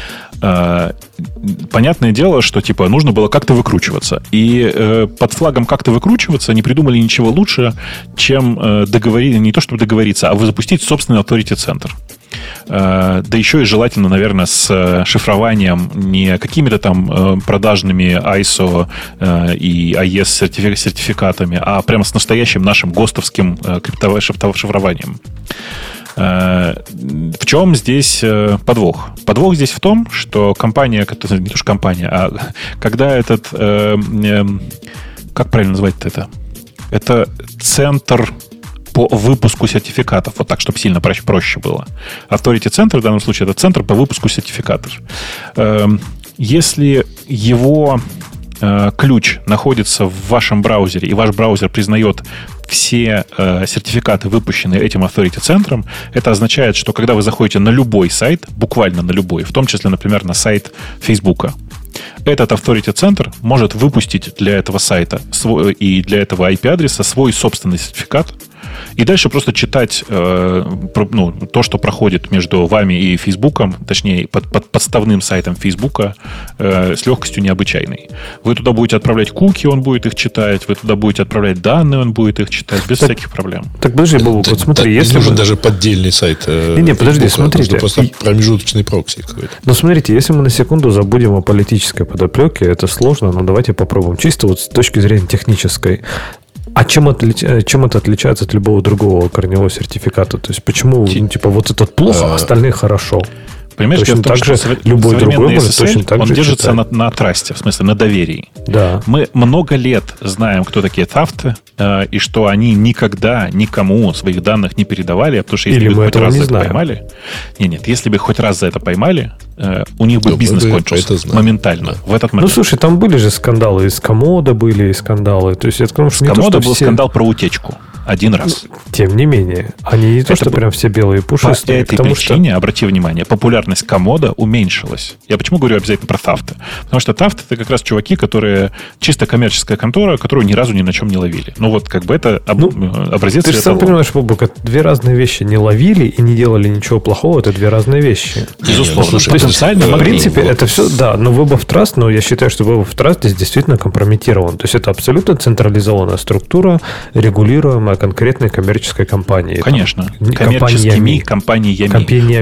C: Понятное дело, что типа нужно было как-то выкручиваться. И под флагом как-то выкручиваться не придумали ничего лучше, чем не то чтобы договориться, а запустить собственный authority-центр. Да еще и желательно, наверное, с шифрованием не какими-то там продажными ISO и IS сертификатами, а прямо с настоящим нашим ГОСТовским криптовым шифрованием. В чем здесь подвох? Подвох здесь в том, что компания, не то что компания, а когда этот, как правильно называть это? Это центр по выпуску сертификатов, вот так, чтобы сильно проще было. Authority-центр в данном случае это центр по выпуску сертификатов. Если его ключ находится в вашем браузере, и ваш браузер признает все сертификаты, выпущенные этим authority-центром, это означает, что когда вы заходите на любой сайт, буквально на любой, в том числе, например, на сайт Facebook, этот authority-центр может выпустить для этого сайта и для этого IP-адреса свой собственный сертификат, и дальше просто читать то, что проходит между вами и Фейсбуком, точнее, под подставным сайтом Фейсбука, с легкостью необычайной. Вы туда будете отправлять куки, он будет их читать, вы туда будете отправлять данные, он будет их читать, без всяких проблем.
E: Так подожди, Бобук, вот смотри, если
B: нужен даже поддельный сайт.
E: Подожди, смотрите.
B: Просто промежуточный прокси какой-то.
E: Но смотрите, если мы на секунду забудем о политической подоплеке, это сложно, но давайте попробуем. Чисто вот с точки зрения технической. А чем это отличается от любого другого корневого сертификата? То есть почему, вот этот плохо, а остальные хорошо?
C: Понимаешь,
E: точно так же любой другой может точно так
C: он
E: же
C: держится на трасте, в смысле на доверии.
E: Да.
C: Мы много лет знаем, кто такие тафты, и что они никогда никому своих данных не передавали, потому что если бы хоть раз за это поймали... Нет, если бы хоть раз за это поймали, у них бы бизнес кончился моментально, в этот момент.
E: Ну, слушай, там были же скандалы, из Комода были скандалы. То есть, это, конечно,
C: с Комода был скандал про утечку. Один раз.
E: Тем не менее, они не то, что прям все белые пушистые.
C: По этой причине, обрати внимание, популярность Комода уменьшилась. Я почему говорю обязательно про Тафты? Потому что Тафты — это как раз чуваки, которые чисто коммерческая контора, которую ни разу ни на чем не ловили. Ну, вот как бы это образец.
E: Ты же сам понимаешь, Бобук, это две разные вещи. Не ловили и не делали ничего плохого — это две разные вещи.
C: Безусловно.
E: В принципе, это все, да, но Web of Trust, но я считаю, что Web of Trust здесь действительно компрометирован. То есть, это абсолютно централизованная структура, регулируемая конкретной коммерческой компанией.
C: Конечно. Коммерческими компаниями,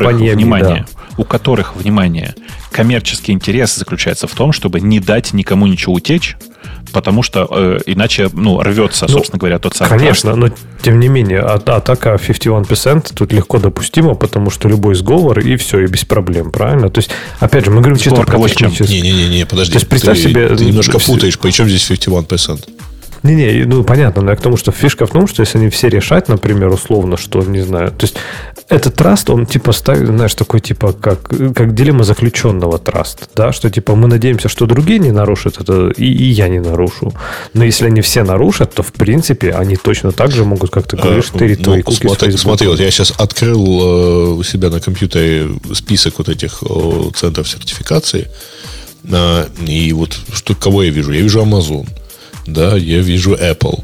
C: у которых, внимание, коммерческий интерес заключается в том, чтобы не дать никому ничего утечь, потому что иначе рвется, собственно говоря, тот самый.
E: Конечно, траст. Но тем не менее, атака 51% тут легко допустима, потому что любой сговор, и все, и без проблем, правильно? То есть, опять же, мы говорим чисто про технический.
B: Не, подожди.
E: То есть, представь себе...
B: Ты немножко путаешь, причем здесь 51%?
E: Не, понятно, но я к тому, что фишка в том, что если они все решать, например, условно, что, не знаю, то есть этот траст, он типа ставит, знаешь, такой типа, как дилемма заключенного траста, да, что типа мы надеемся, что другие не нарушат это, и я не нарушу. Но если они все нарушат, то в принципе они точно так же могут, как ты говоришь, тырить твои куки с Facebook.
B: Смотри, вот я сейчас открыл у себя на компьютере список вот этих центров сертификации, и вот кого я вижу? Я вижу Amazon. Да, я вижу Apple.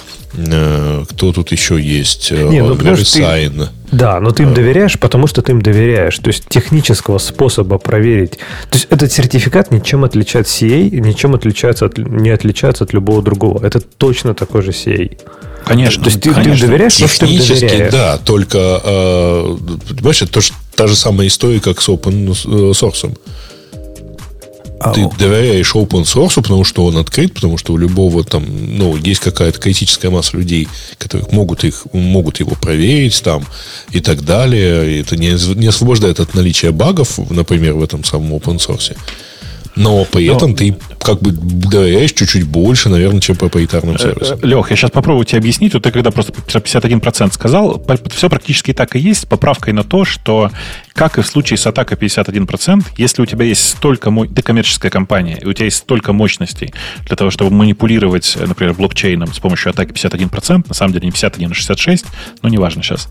B: Кто тут еще есть? VeriSign.
E: Да, но ты им доверяешь, потому что ты им доверяешь. То есть, технического способа проверить. То есть, этот сертификат ничем отличается CA, ничем не отличается от любого другого. Это точно такой же CA.
C: Конечно.
E: То есть, ты им доверяешь, но что ты им доверяешь.
B: Да, только, понимаешь, это та же самая история, как с open source. Ты доверяешь open source, потому что он открыт, потому что у любого там, есть какая-то критическая масса людей, которые могут его проверить там и так далее. И это не освобождает от наличия багов, например, в этом самом open source. Но при этом ты как бы доверяешь чуть-чуть больше, наверное, чем проприетарным сервисам.
C: Лех, я сейчас попробую тебе объяснить. Вот ты когда просто 51% сказал, все практически так и есть, с поправкой на то, что, как и в случае с атакой 51%, если у тебя есть столько... Ты коммерческая компания, и у тебя есть столько мощностей для того, чтобы манипулировать, например, блокчейном с помощью атаки 51%, на самом деле не 51, а 66, но неважно сейчас,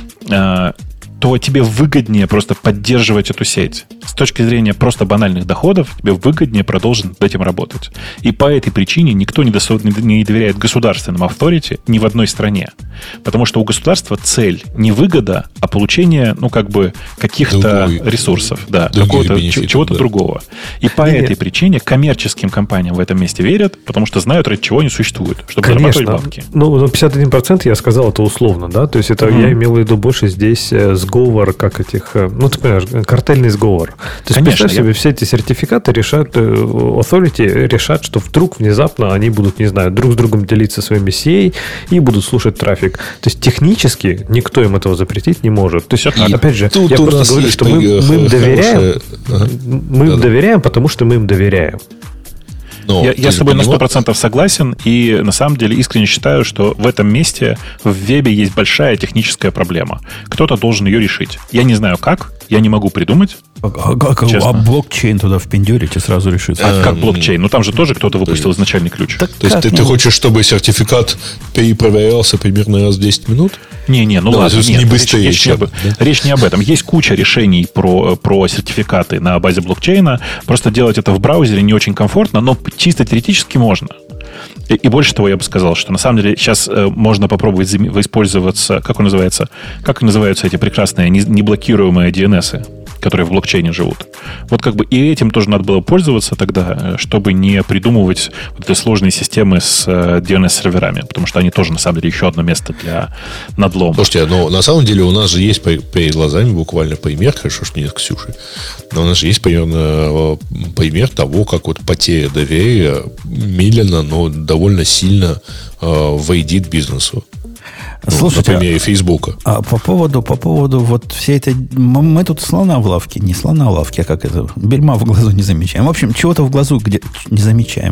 C: то тебе выгоднее просто поддерживать эту сеть. С точки зрения просто банальных доходов, тебе выгоднее продолжить над этим работать. И по этой причине никто не доверяет государственным авторити ни в одной стране. Потому что у государства цель не выгода, а получение, каких-то ресурсов. Да, чего-то другого. И по этой причине коммерческим компаниям в этом месте верят, потому что знают, ради чего они существуют, чтобы зарабатывать бабки.
E: 51% я сказал, это условно, да? То есть это я имел в виду больше здесь сговор, как этих... ты понимаешь, картельный сговор. То есть, конечно, представь себе, все эти сертификаты authority решат, что вдруг внезапно они будут, не знаю, друг с другом делиться своими CA и будут слушать трафик. То есть, технически никто им этого запретить не может. То есть, опять же, я просто говорю, что мы им доверяем. Мы им доверяем, потому что мы им доверяем.
C: Я с тобой на 100% согласен, и на самом деле искренне считаю, что в этом месте в вебе есть большая техническая проблема. Кто-то должен ее решить. Я не знаю как, я не могу придумать.
A: А блокчейн туда впендюрите, сразу решится.
C: Как блокчейн? Там же тоже кто-то выпустил изначальный ключ.
B: То есть ты хочешь, чтобы сертификат перепроверялся примерно раз в 10 минут?
C: Ладно.
B: Не быстрее.
C: Речь не об этом. Есть куча решений про сертификаты на базе блокчейна. Просто делать это в браузере не очень комфортно, но чисто теоретически можно. И больше того, я бы сказал, что на самом деле сейчас можно попробовать воспользоваться, как называются эти прекрасные неблокируемые DNS-ы, которые в блокчейне живут. Вот и этим тоже надо было пользоваться тогда, чтобы не придумывать вот эти сложные системы с DNS-серверами, потому что они тоже, на самом деле, еще одно место для надлома.
B: Слушайте, на самом деле у нас же есть перед глазами буквально пример, хорошо, что нет Ксюши, но у нас же есть пример того, как потеря доверия медленно, но довольно сильно вредит бизнесу.
A: Слушайте,
B: на примере Фейсбука.
A: По поводу вот всей этой... Мы тут слона в лавке, не слона в лавке, а как это? Бельма в глазу не замечаем. В общем, чего-то в глазу где не замечаем.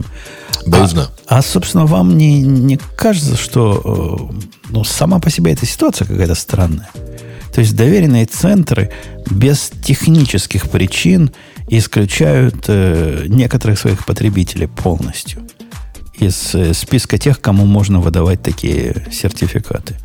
A: Собственно, вам не кажется, что сама по себе эта ситуация какая-то странная? То есть доверенные центры без технических причин исключают некоторых своих потребителей полностью из списка тех, кому можно выдавать такие сертификаты.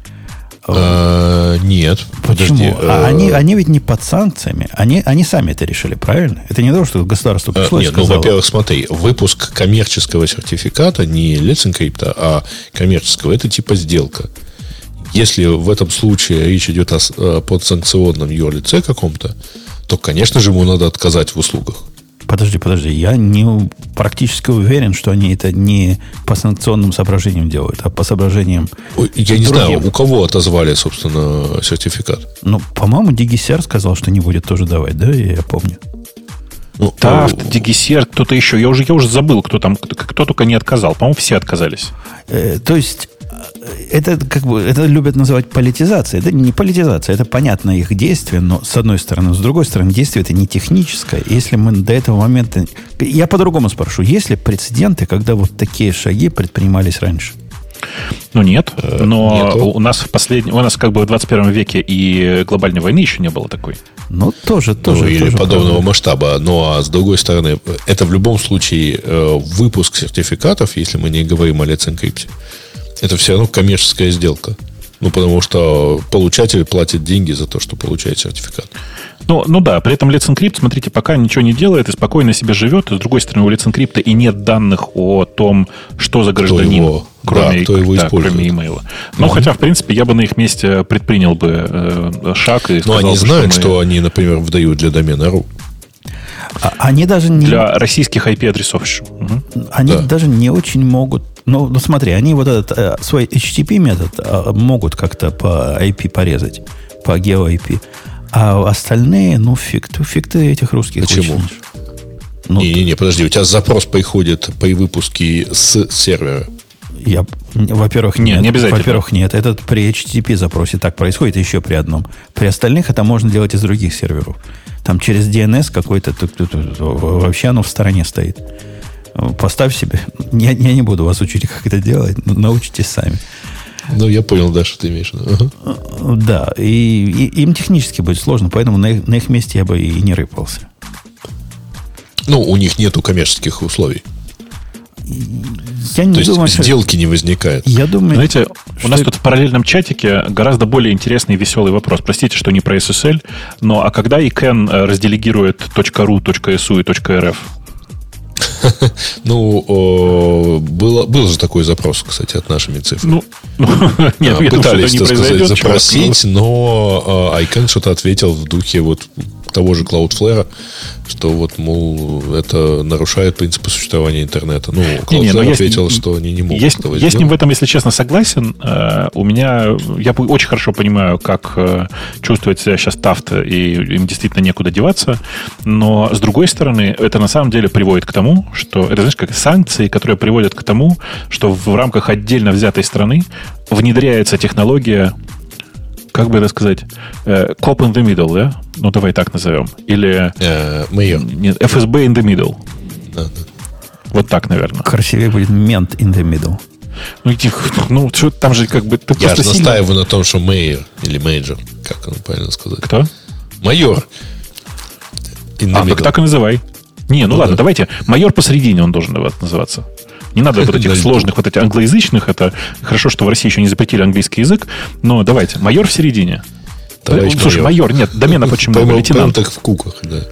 B: Нет.
A: Почему? Они ведь не под санкциями. Они сами это решили, правильно? Это не то, что государство пришло и сказало.
B: Во-первых, смотри, выпуск коммерческого сертификата, не Let's Encrypt, а коммерческого, это типа сделка. Если в этом случае речь идет о подсанкционном юрлице каком-то, то, конечно же, ему надо отказать в услугах.
A: Подожди. Я не практически уверен, что они это не по санкционным соображениям делают, а по соображениям
B: Я не знаю, у кого отозвали, собственно, сертификат.
A: По-моему, DigiSer сказал, что не будет тоже давать, да? Я помню.
C: Тафт, DigiSer, кто-то еще. Я уже забыл, кто только не отказал. По-моему, все отказались.
A: То есть это это любят называть политизацией. Это не политизация, это понятно их действие, но с одной стороны. С другой стороны, действие это не техническое. Если мы до этого момента... Я по-другому спрошу. Есть ли прецеденты, когда вот такие шаги предпринимались раньше?
C: Нет. Но у нас в 21 веке и глобальной войны еще не было такой.
A: Тоже.
B: Или подобного масштаба. А с другой стороны, это в любом случае выпуск сертификатов, если мы не говорим о Let's Encrypt, это все равно коммерческая сделка. Потому что получатель платит деньги за то, что получает сертификат.
C: Да, при этом Let's Encrypt, смотрите, пока ничего не делает и спокойно себе живет. И с другой стороны, у Let's Encrypt и нет данных о том, что за гражданин, кроме имейла. Хотя, в принципе, я бы на их месте предпринял бы шаг и сказал,
B: они знают, что они, например, выдают для домена .ru.
A: Они даже не...
C: Для российских IP-адресов еще.
A: Они даже не очень могут... смотри, они вот этот свой HTTP метод могут как-то по IP порезать, по гео-IP. А остальные, фиг ты этих русских
B: почему? Не, подожди, у тебя запрос приходит при выпуске с сервера.
A: Во-первых,
C: нет. Не обязательно.
A: Во-первых, нет. Это при HTTP запросе так происходит, еще при одном. При остальных это можно делать из других серверов. Там через DNS какой-то, вообще оно в стороне стоит. Поставь себе. Я не буду вас учить, как это делать, научитесь сами.
B: Ну, я понял, да, что ты имеешь в виду.
A: Да, и им технически будет сложно, поэтому на их месте я бы и не рыпался.
B: Ну, у них нету коммерческих условий.
A: Я не
B: То
A: думаю,
B: есть сделки не возникает.
A: Я думаю,
C: знаете, у нас тут в параллельном чатике гораздо более интересный и веселый вопрос. Простите, что не про SSL, но а когда ICANN разделегирует .ru, .su и .rf?
B: Ну, был же такой запрос, кстати, от нашей цифры.
C: Пытались,
B: так сказать, запросить, но ICANN что-то ответил в духе вот того же Cloudflare, что вот, мол, это нарушает принципы существования интернета. Ну, Cloudflare ответил, что они не могут этого сделать.
C: Я с ним в этом, если честно, согласен. Я очень хорошо понимаю, как чувствует себя сейчас Тафт, и им действительно некуда деваться. Но, с другой стороны, это на самом деле приводит к тому, что это, знаешь, как санкции, которые приводят к тому, что в рамках отдельно взятой страны внедряется технология, как бы это сказать, cop in the middle, да? Ну, давай так назовем. Или нет, FSB in the middle.
B: Да.
C: Вот так, наверное.
A: Красивее будет ment in the middle.
C: Ну, что там же как бы...
B: Я же настаиваю на том, что мэйор или мейджор, как он правильно сказать.
C: Кто?
B: Майор.
C: Так и называй. Не, ну ладно, давайте. Майор посередине он должен называться. Не надо вот этих сложных, вот этих англоязычных. Это хорошо, что в России еще не запретили английский язык. Но давайте. Майор в середине. Слушай, майор, нет, домена очень много. Лейтенант.
B: В куках, да.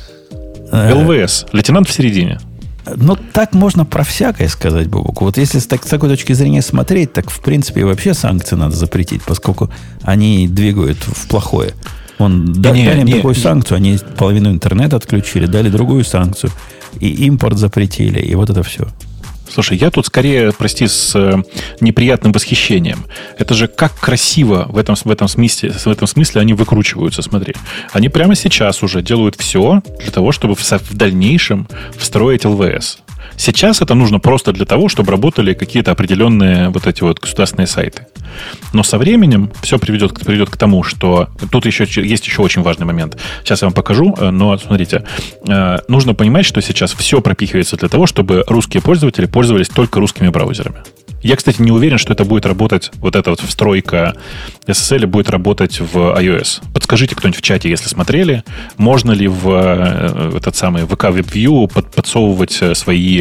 C: ЛВС. Лейтенант в середине.
A: Ну, так можно про всякое сказать, Бобок. Вот если с такой точки зрения смотреть, так, в принципе, вообще санкции надо запретить, поскольку они двигают в плохое. Дали им такую санкцию, они половину интернета отключили, дали другую санкцию, и импорт запретили, и вот это все.
C: Слушай, я тут скорее, прости, с неприятным восхищением. Это же как красиво в этом смысле они выкручиваются, смотри. Они прямо сейчас уже делают все для того, чтобы в дальнейшем встроить ЛВС. Сейчас это нужно просто для того, чтобы работали какие-то определенные вот эти вот государственные сайты. Но со временем все приведет к тому, что... Тут есть еще очень важный момент. Сейчас я вам покажу, но смотрите. Нужно понимать, что сейчас все пропихивается для того, чтобы русские пользователи пользовались только русскими браузерами. Я, кстати, не уверен, что это будет работать, вот эта вот встройка SSL будет работать в iOS. Подскажите кто-нибудь в чате, если смотрели, можно ли в этот самый VK WebView подсовывать свои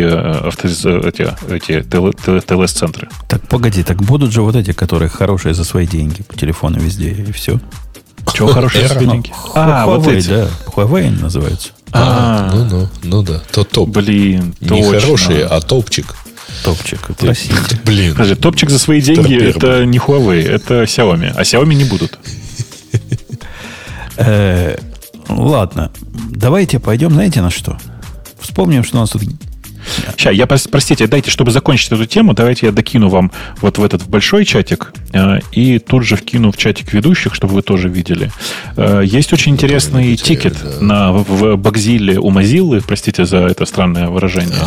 C: TLS-центры?
A: Так, погоди, так будут же вот эти, которые хорошие за свои деньги по телефону везде, и все.
C: Чего хорошие за свои деньги?
A: Вот эти. Да, Huawei называется.
B: Ну да, то топ.
C: Блин,
B: не хорошие, а топчик.
A: Топчик, простите.
B: Блин.
C: Подожди, топчик за свои деньги это не Huawei, это Xiaomi. А Xiaomi не будут.
A: Ладно. Давайте пойдем, знаете, на что? Вспомним, что у нас тут...
C: Сейчас, простите, дайте, чтобы закончить эту тему, давайте я докину вам вот в этот большой чатик и тут же вкину в чатик ведущих, чтобы вы тоже видели. Есть очень интересный тикет в Багзилле у Mozilla, простите за это странное выражение.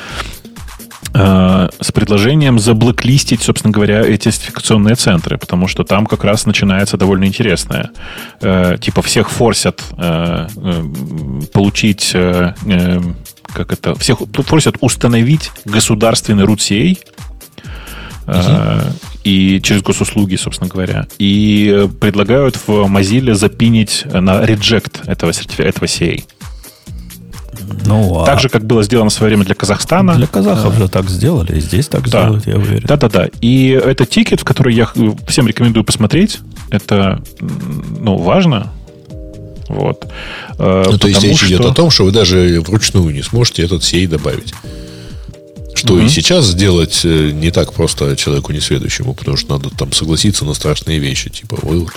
C: С предложением заблэклистить, собственно говоря, эти сертификационные центры, потому что там как раз начинается довольно интересное. Типа всех форсят получить... Всех форсят установить государственный root CA и через госуслуги, собственно говоря. И предлагают в Mozilla запинить на reject этого CA. Так же, как было сделано в свое время для Казахстана.
A: Для казахов же так сделали, и здесь так сделают, я уверен.
C: Да. И это тикет, в который я всем рекомендую посмотреть. Это, важно. Вот.
B: То есть речь идет о том, что вы даже вручную не сможете этот сей добавить. Что и сейчас сделать не так просто человеку несведущему, потому что надо там согласиться на страшные вещи, типа вывод.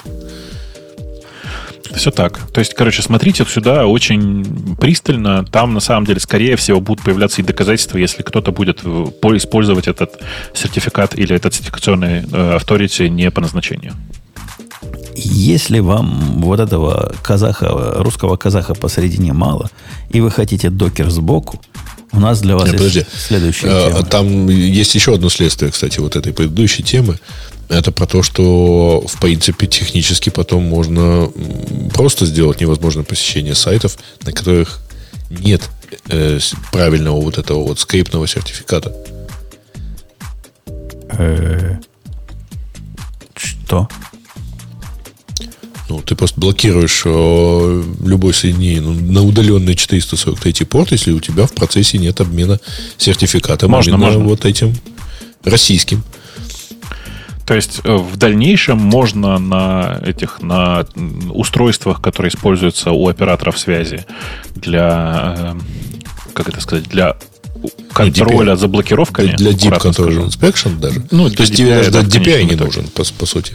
C: Все так. То есть, смотрите сюда очень пристально. Там, на самом деле, скорее всего, будут появляться и доказательства, если кто-то будет использовать этот сертификат или этот сертификационный authority не по назначению.
A: Если вам вот этого русского казаха посередине мало, и вы хотите докер сбоку, у нас для вас есть следующая тема.
B: Там есть еще одно следствие, кстати, вот этой предыдущей темы. Это про то, что, в принципе, технически потом можно просто сделать невозможное посещение сайтов, на которых нет правильного вот этого вот скриптного сертификата.
A: Что?
B: Ну, ты просто блокируешь любое соединение на удаленный 443 порт, если у тебя в процессе нет обмена сертификатом
C: можно.
B: вот этим российским.
C: То есть в дальнейшем можно на устройствах, которые используются у операторов связи для, для контроля за блокировками.
B: Для Deep Control Inspection даже.
C: Ну,
B: то есть тебе даже DPI не нужен, по сути.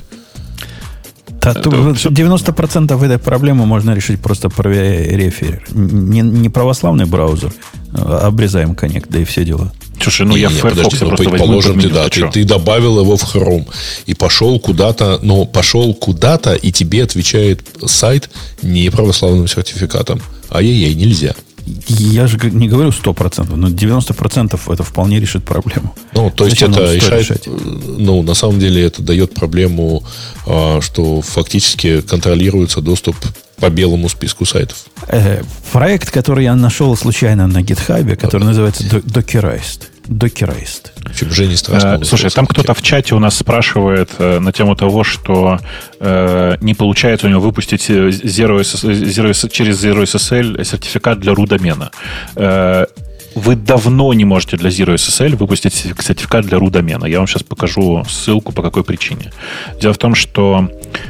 A: 90% этой проблемы можно решить, просто проверяя реферер. Не православный браузер, обрезаем коннект, да и все дела.
C: Слушай, я в Firefox просто возьму.
B: Положим, ты добавил его в Chrome и пошел куда-то, и тебе отвечает сайт не православным сертификатом. Ай-яй-яй, нельзя.
A: Я же не говорю 100%, но 90% это вполне решит проблему.
B: То есть это решает, на самом деле это дает проблему, что фактически контролируется доступ по белому списку сайтов.
A: Проект, который я нашел случайно на GitHub, который называется Dockerized.
B: Уже не страшно.
C: Слушай, там кто-то в чате у нас спрашивает на тему того, что не получается у него выпустить через Zero SSL сертификат для root-домена. Вы давно не можете для Zero SSL выпустить сертификат для root-домена. Я вам сейчас покажу ссылку, по какой причине. Дело в том, что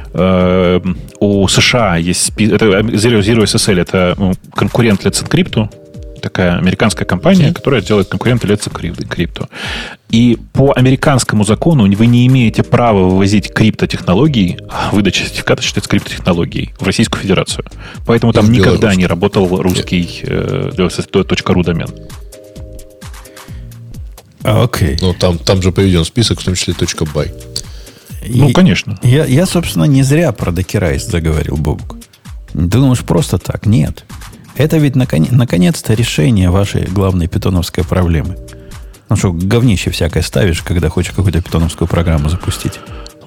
C: у США есть... Zero SSL — это конкурент Let's Encrypt, такая американская компания, которая делает конкуренты Let's Encrypt. И по американскому закону вы не имеете права вывозить криптотехнологии, выдача сертификата считается криптотехнологией в Российскую Федерацию. Поэтому там никогда не работал русский .ru домен.
A: Окей.
B: Там же приведен список, в том числе .by.
C: Конечно.
A: Я, собственно, не зря про Dockerized заговорил, Бобук. Ты думаешь, просто так? Нет. Это ведь наконец-то решение вашей главной питоновской проблемы. Ну что, говнище всякое ставишь, когда хочешь какую-то питоновскую программу запустить.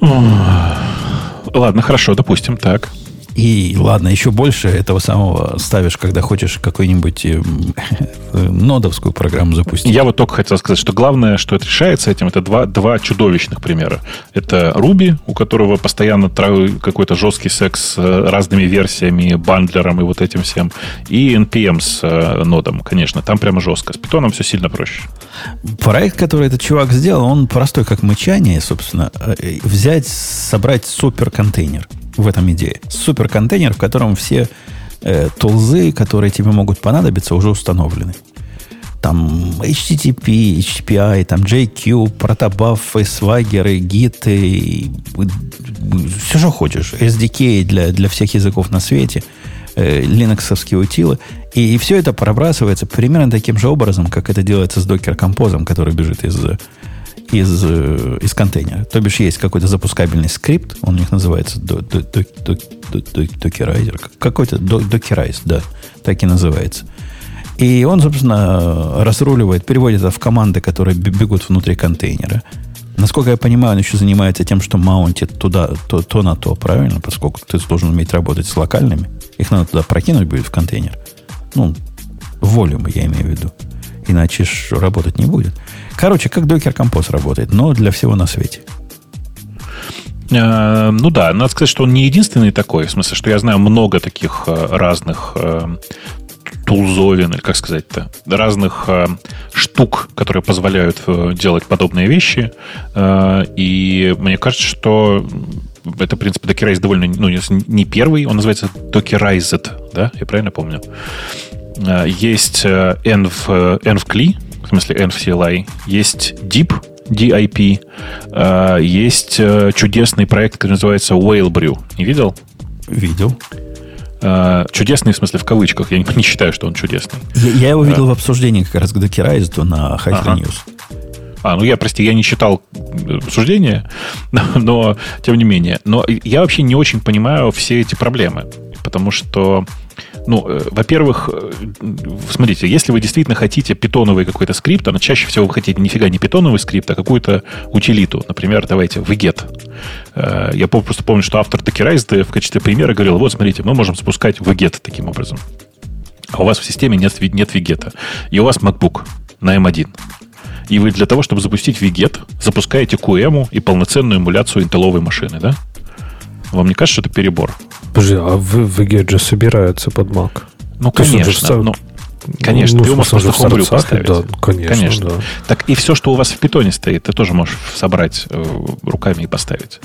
C: Ладно, хорошо, допустим, так.
A: И ладно, еще больше этого самого ставишь, когда хочешь какую-нибудь нодовскую программу запустить.
C: Я вот только хотел сказать, что главное, что это решается этим, это два чудовищных примера. Это Ruby, у которого постоянно какой-то жесткий секс с разными версиями, бандлером и вот этим всем. И NPM с нодом, конечно. Там прямо жестко. С Python все сильно проще.
A: Проект, который этот чувак сделал, он простой как мычание, собственно. Собрать суперконтейнер. В этом идея. Суперконтейнер, в котором все тулзы, которые тебе могут понадобиться, уже установлены. Там HTTP, HTTPI, там JQ, Protobuf, Swagger, Git, все, что хочешь. SDK для всех языков на свете, линоксовские утилы. И все это пробрасывается примерно таким же образом, как это делается с Docker Compose, который бежит из контейнера. То бишь есть какой-то запускабельный скрипт, он у них называется Dockerizer, какой-то Dockerized, да, так и называется. И он, собственно, разруливает, переводит это в команды, которые бегут внутри контейнера. Насколько я понимаю, он еще занимается тем, что маунтит туда то на то, правильно? Поскольку ты должен уметь работать с локальными. Их надо туда прокинуть будет в контейнер. Волюмы я имею в виду. Иначе работать не будет. Короче, как Docker Compose работает, но для всего на свете.
C: Надо сказать, что он не единственный такой. В смысле, что я знаю много таких разных тулзовин, или как сказать-то, разных штук, которые позволяют делать подобные вещи. И мне кажется, что это, в принципе, Dockerized довольно, не первый, он называется Dockerized, да? Я правильно помню? Есть env-CLI, в смысле env-CLI, есть DIP, есть чудесный проект, который называется Whalebrew. Не видел?
A: Видел.
C: Чудесный, в смысле, в кавычках. Я не считаю, что он чудесный.
A: Я его видел в обсуждении как раз к Dockerized на Hacker News.
C: Я не читал суждения, но тем не менее. Но я вообще не очень понимаю все эти проблемы. Потому что, во-первых, смотрите, если вы действительно хотите питоновый какой-то скрипт, но чаще всего вы хотите нифига не питоновый скрипт, а какую-то утилиту. Например, давайте, wget. Я просто помню, что автор Dockerized в качестве примера говорил, вот, смотрите, мы можем спускать wget таким образом. А у вас в системе нет wget. И у вас MacBook на M1. И вы для того, чтобы запустить wget, запускаете QEMU и полноценную эмуляцию интелловой машины, да? Вам не кажется, что это перебор?
E: Подожди, а wget же собирается под Mac?
C: Конечно. Конечно, ты можешь просто Homebrew поставить.
E: Да, конечно. Да.
C: Так и все, что у вас в питоне стоит, ты тоже можешь собрать руками и поставить.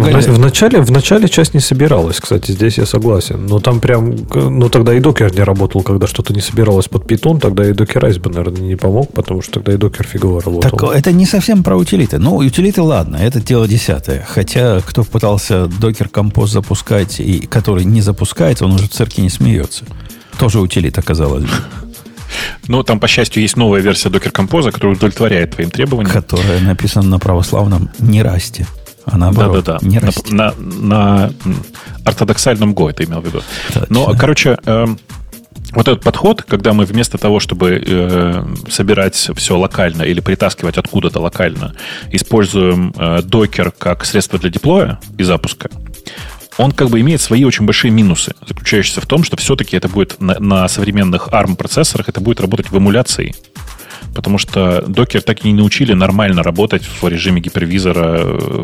E: В начале часть не собиралась, кстати, здесь я согласен. Но там прям, тогда и докер не работал, когда что-то не собиралось под питон, тогда и Dockerized бы, наверное, не помог, потому что тогда и докер фигово работал.
A: Так это не совсем про утилиты. Утилиты, ладно, это дело десятое. Хотя, кто пытался Docker Compose запускать, и который не запускается, он уже в цирке не смеется. Тоже утилит оказалось.
C: Там, по счастью, есть новая версия Docker Compose, которая удовлетворяет твоим требованиям.
A: Которая написана на православном не расте, а наоборот, не расте.
C: На ортодоксальном Go это имел в виду. Точно. Но, короче, вот этот подход, когда мы вместо того, чтобы собирать все локально или притаскивать откуда-то локально, используем Docker как средство для деплоя и запуска, он как бы имеет свои очень большие минусы, заключающиеся в том, что все-таки это будет на современных ARM-процессорах, это будет работать в эмуляции. Потому что Docker так и не научили нормально работать в режиме гипервизора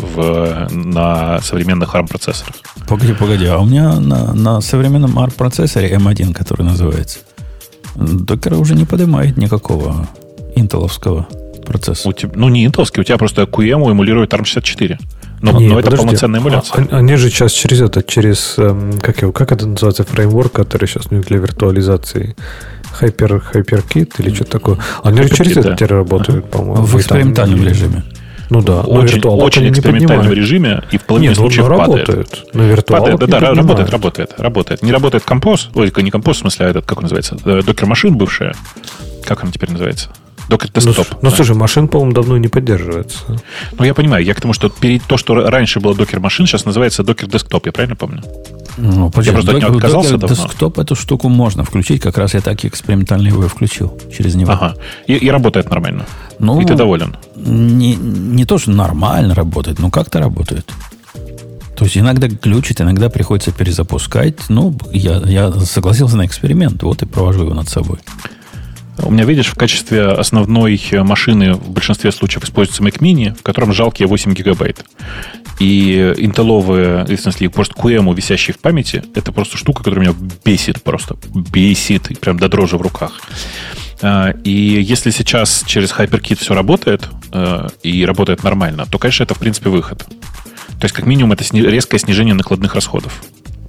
C: на современных ARM-процессорах.
A: Погоди, а у меня на современном ARM-процессоре M1, который называется, Docker уже не поднимает никакого интеловского процессора.
C: Не интеловский, у тебя просто QEMU эмулирует ARM64. Но это полноценная эмуляция.
E: Они же сейчас через как это называется, фреймворк, который сейчас для виртуализации, HyperKit или что-то такое. Они же через это теперь работают, по-моему.
A: В экспериментальном режиме.
E: Да.
C: Очень экспериментальном режиме и в половине случаев
E: падает. На виртуалке
C: работает. Не работает Compose, не Compose, в смысле, как он называется? Docker Machine бывшая. Как она теперь называется? Docker Desktop.
E: Слушай, машин, по-моему, давно не поддерживается.
C: Я понимаю. Я к тому, что то, что раньше было Docker Machine, сейчас называется Docker Desktop. Я правильно помню?
A: Я просто от него отказался давно. Desktop эту штуку можно включить. Как раз я так экспериментально его и включил через него.
C: Ага. И работает нормально. И ты доволен?
A: Не то, что нормально работает, но как-то работает. То есть иногда глючит, иногда приходится перезапускать. Я согласился на эксперимент. Вот и провожу его над собой.
C: У меня, видишь, в качестве основной машины в большинстве случаев используется Mac Mini, в котором жалкие 8 гигабайт. И интелловые, в смысле, просто QEMU, висящие в памяти, это просто штука, которая меня бесит просто. Бесит, прям до дрожи в руках. И если сейчас через HyperKit все работает, и работает нормально, то, конечно, это, в принципе, выход. То есть, как минимум, это резкое снижение накладных расходов.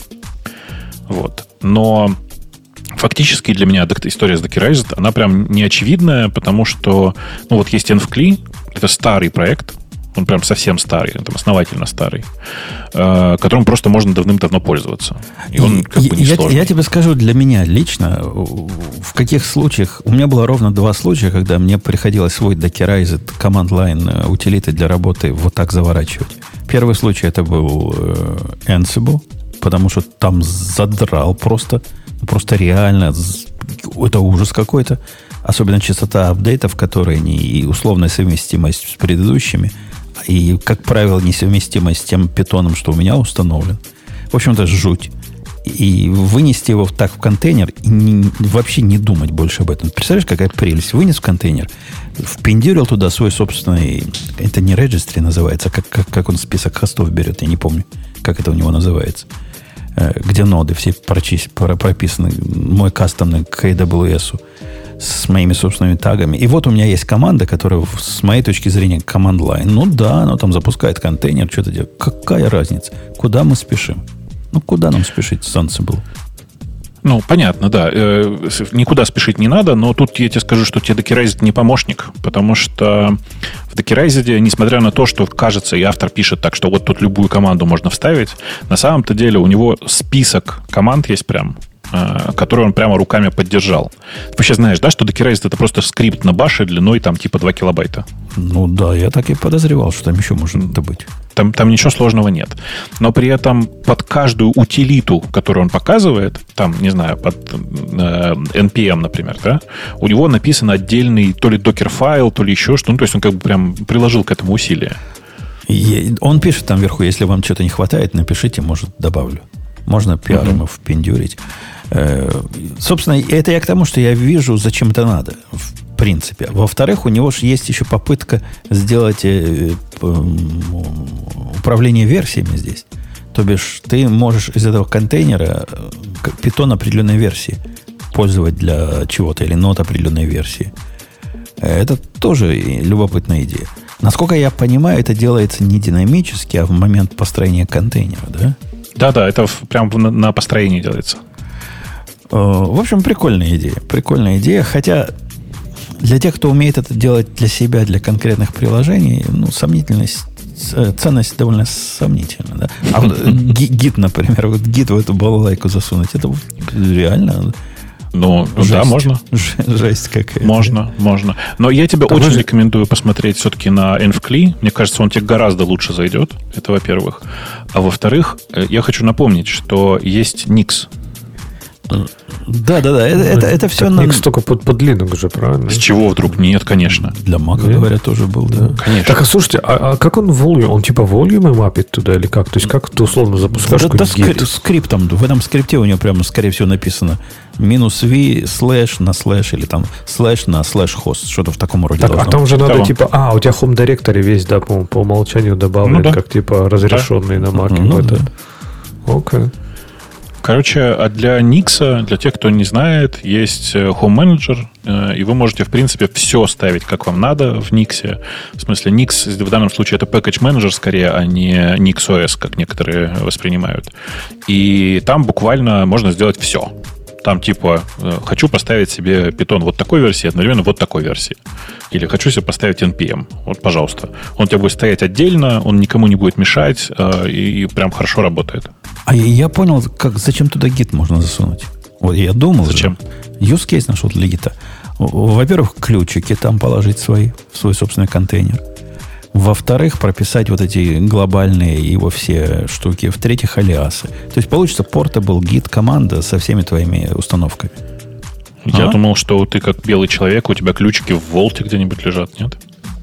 C: Но фактически для меня история с Dockerized, она прям не очевидная, потому что, есть Envcli, это старый проект, он прям совсем старый, там основательно старый, которым просто можно давным-давно пользоваться. И он не сложный.
A: Я тебе скажу, для меня лично, в каких случаях, у меня было ровно 2 случая, когда мне приходилось свой Dockerized command-line утилиты для работы вот так заворачивать. Первый случай это был Ansible, потому что там задрал просто реально, это ужас какой-то. Особенно частота апдейтов, которые и условная совместимость с предыдущими, и, как правило, несовместимость с тем питоном, что у меня установлен. В общем-то, жуть. И вынести его так в контейнер и вообще не думать больше об этом. Представляешь, какая прелесть? Вынес в контейнер, впендюрил туда свой собственный... Это не registry называется, как он список хостов берет, я не помню, как это у него называется. Где ноды все прописаны, мой кастомный к AWS с моими собственными тагами. И вот у меня есть команда, которая, с моей точки зрения, command-line. Она там запускает контейнер, что-то делает. Какая разница? Куда мы спешим? Куда нам спешить с Ansible?
C: Понятно, да. Никуда спешить не надо, но тут я тебе скажу, что тебе Dockerized не помощник, потому что в Dockerized, несмотря на то, что кажется, и автор пишет так, что вот тут любую команду можно вставить, на самом-то деле у него список команд есть прям, который он прямо руками поддержал. Ты вообще знаешь, да, что Dockerized — это просто скрипт на баше длиной там типа 2 килобайта?
A: Ну да, я так и подозревал, что там еще может это быть.
C: Там ничего сложного нет. Но при этом под каждую утилиту, которую он показывает, там, не знаю, под NPM, например, да, у него написан отдельный то ли докер-файл, то ли еще что. Ну, то есть он как бы прям приложил к этому усилия.
A: Он пишет там вверху, если вам что-то не хватает, напишите, может, добавлю. Можно пиаром впендюрить. Собственно, это я к тому, что я вижу, зачем это надо, в принципе. Во-вторых, у него же есть еще попытка сделать управление версиями здесь. То бишь, ты можешь из этого контейнера Python определенной версии пользовать для чего-то, или нот определенной версии. Это тоже любопытная идея. Насколько я понимаю, это делается не динамически, а в момент построения контейнера, да?
C: Да, это прям на построении делается.
A: В общем, прикольная идея. Прикольная идея. Хотя для тех, кто умеет это делать для себя, для конкретных приложений, ну, ценность довольно сомнительна. Да? А вот гид, например, вот гид в эту балалайку засунуть, это реально...
C: Ну, жесть. Да, можно.
A: Жесть какая-то.
C: Можно. Но я тебе очень рекомендую посмотреть все-таки на EnvCli. Мне кажется, он тебе гораздо лучше зайдет. Это во-первых. А во-вторых, я хочу напомнить, что есть Nix.
A: Да. Это все...
E: Nix только под Linux же, правильно?
C: С чего вдруг? Нет, конечно.
A: Для Mac, говорят, тоже был, да.
C: Конечно.
E: Так, а слушайте, а как он volume? Он типа volume мапит туда или как? То есть как ты условно запускаешь какой-то
A: скриптом. В этом скрипте у него прямо, скорее всего, написано -v слэш на слэш или там слэш на слэш хост. Что-то в таком роде.
E: Так, а там же надо типа... у тебя Home Directory весь, да, по умолчанию добавлен, как типа разрешенный на Mac. Окей.
C: Короче, а для Nix, для тех, кто не знает, есть Home Manager, и вы можете, в принципе, все ставить, как вам надо в Nix. В смысле, Nix в данном случае это Package Manager скорее, а не NixOS, как некоторые воспринимают. И там буквально можно сделать все. Там типа, хочу поставить себе Python вот такой версии, одновременно вот такой версии. Или хочу себе поставить NPM. Вот, пожалуйста. Он у тебя будет стоять отдельно, он никому не будет мешать, и прям хорошо работает.
A: А я понял, зачем туда гид можно засунуть. Вот я думал.
C: Зачем?
A: Use case нашел для гита. Во-первых, ключики там положить в свой собственный контейнер. Во-вторых, прописать вот эти глобальные его все штуки. В-третьих, алиасы. То есть получится portable git команда со всеми твоими установками.
C: Я думал, что ты как белый человек, у тебя ключики в Волте где-нибудь лежат, нет?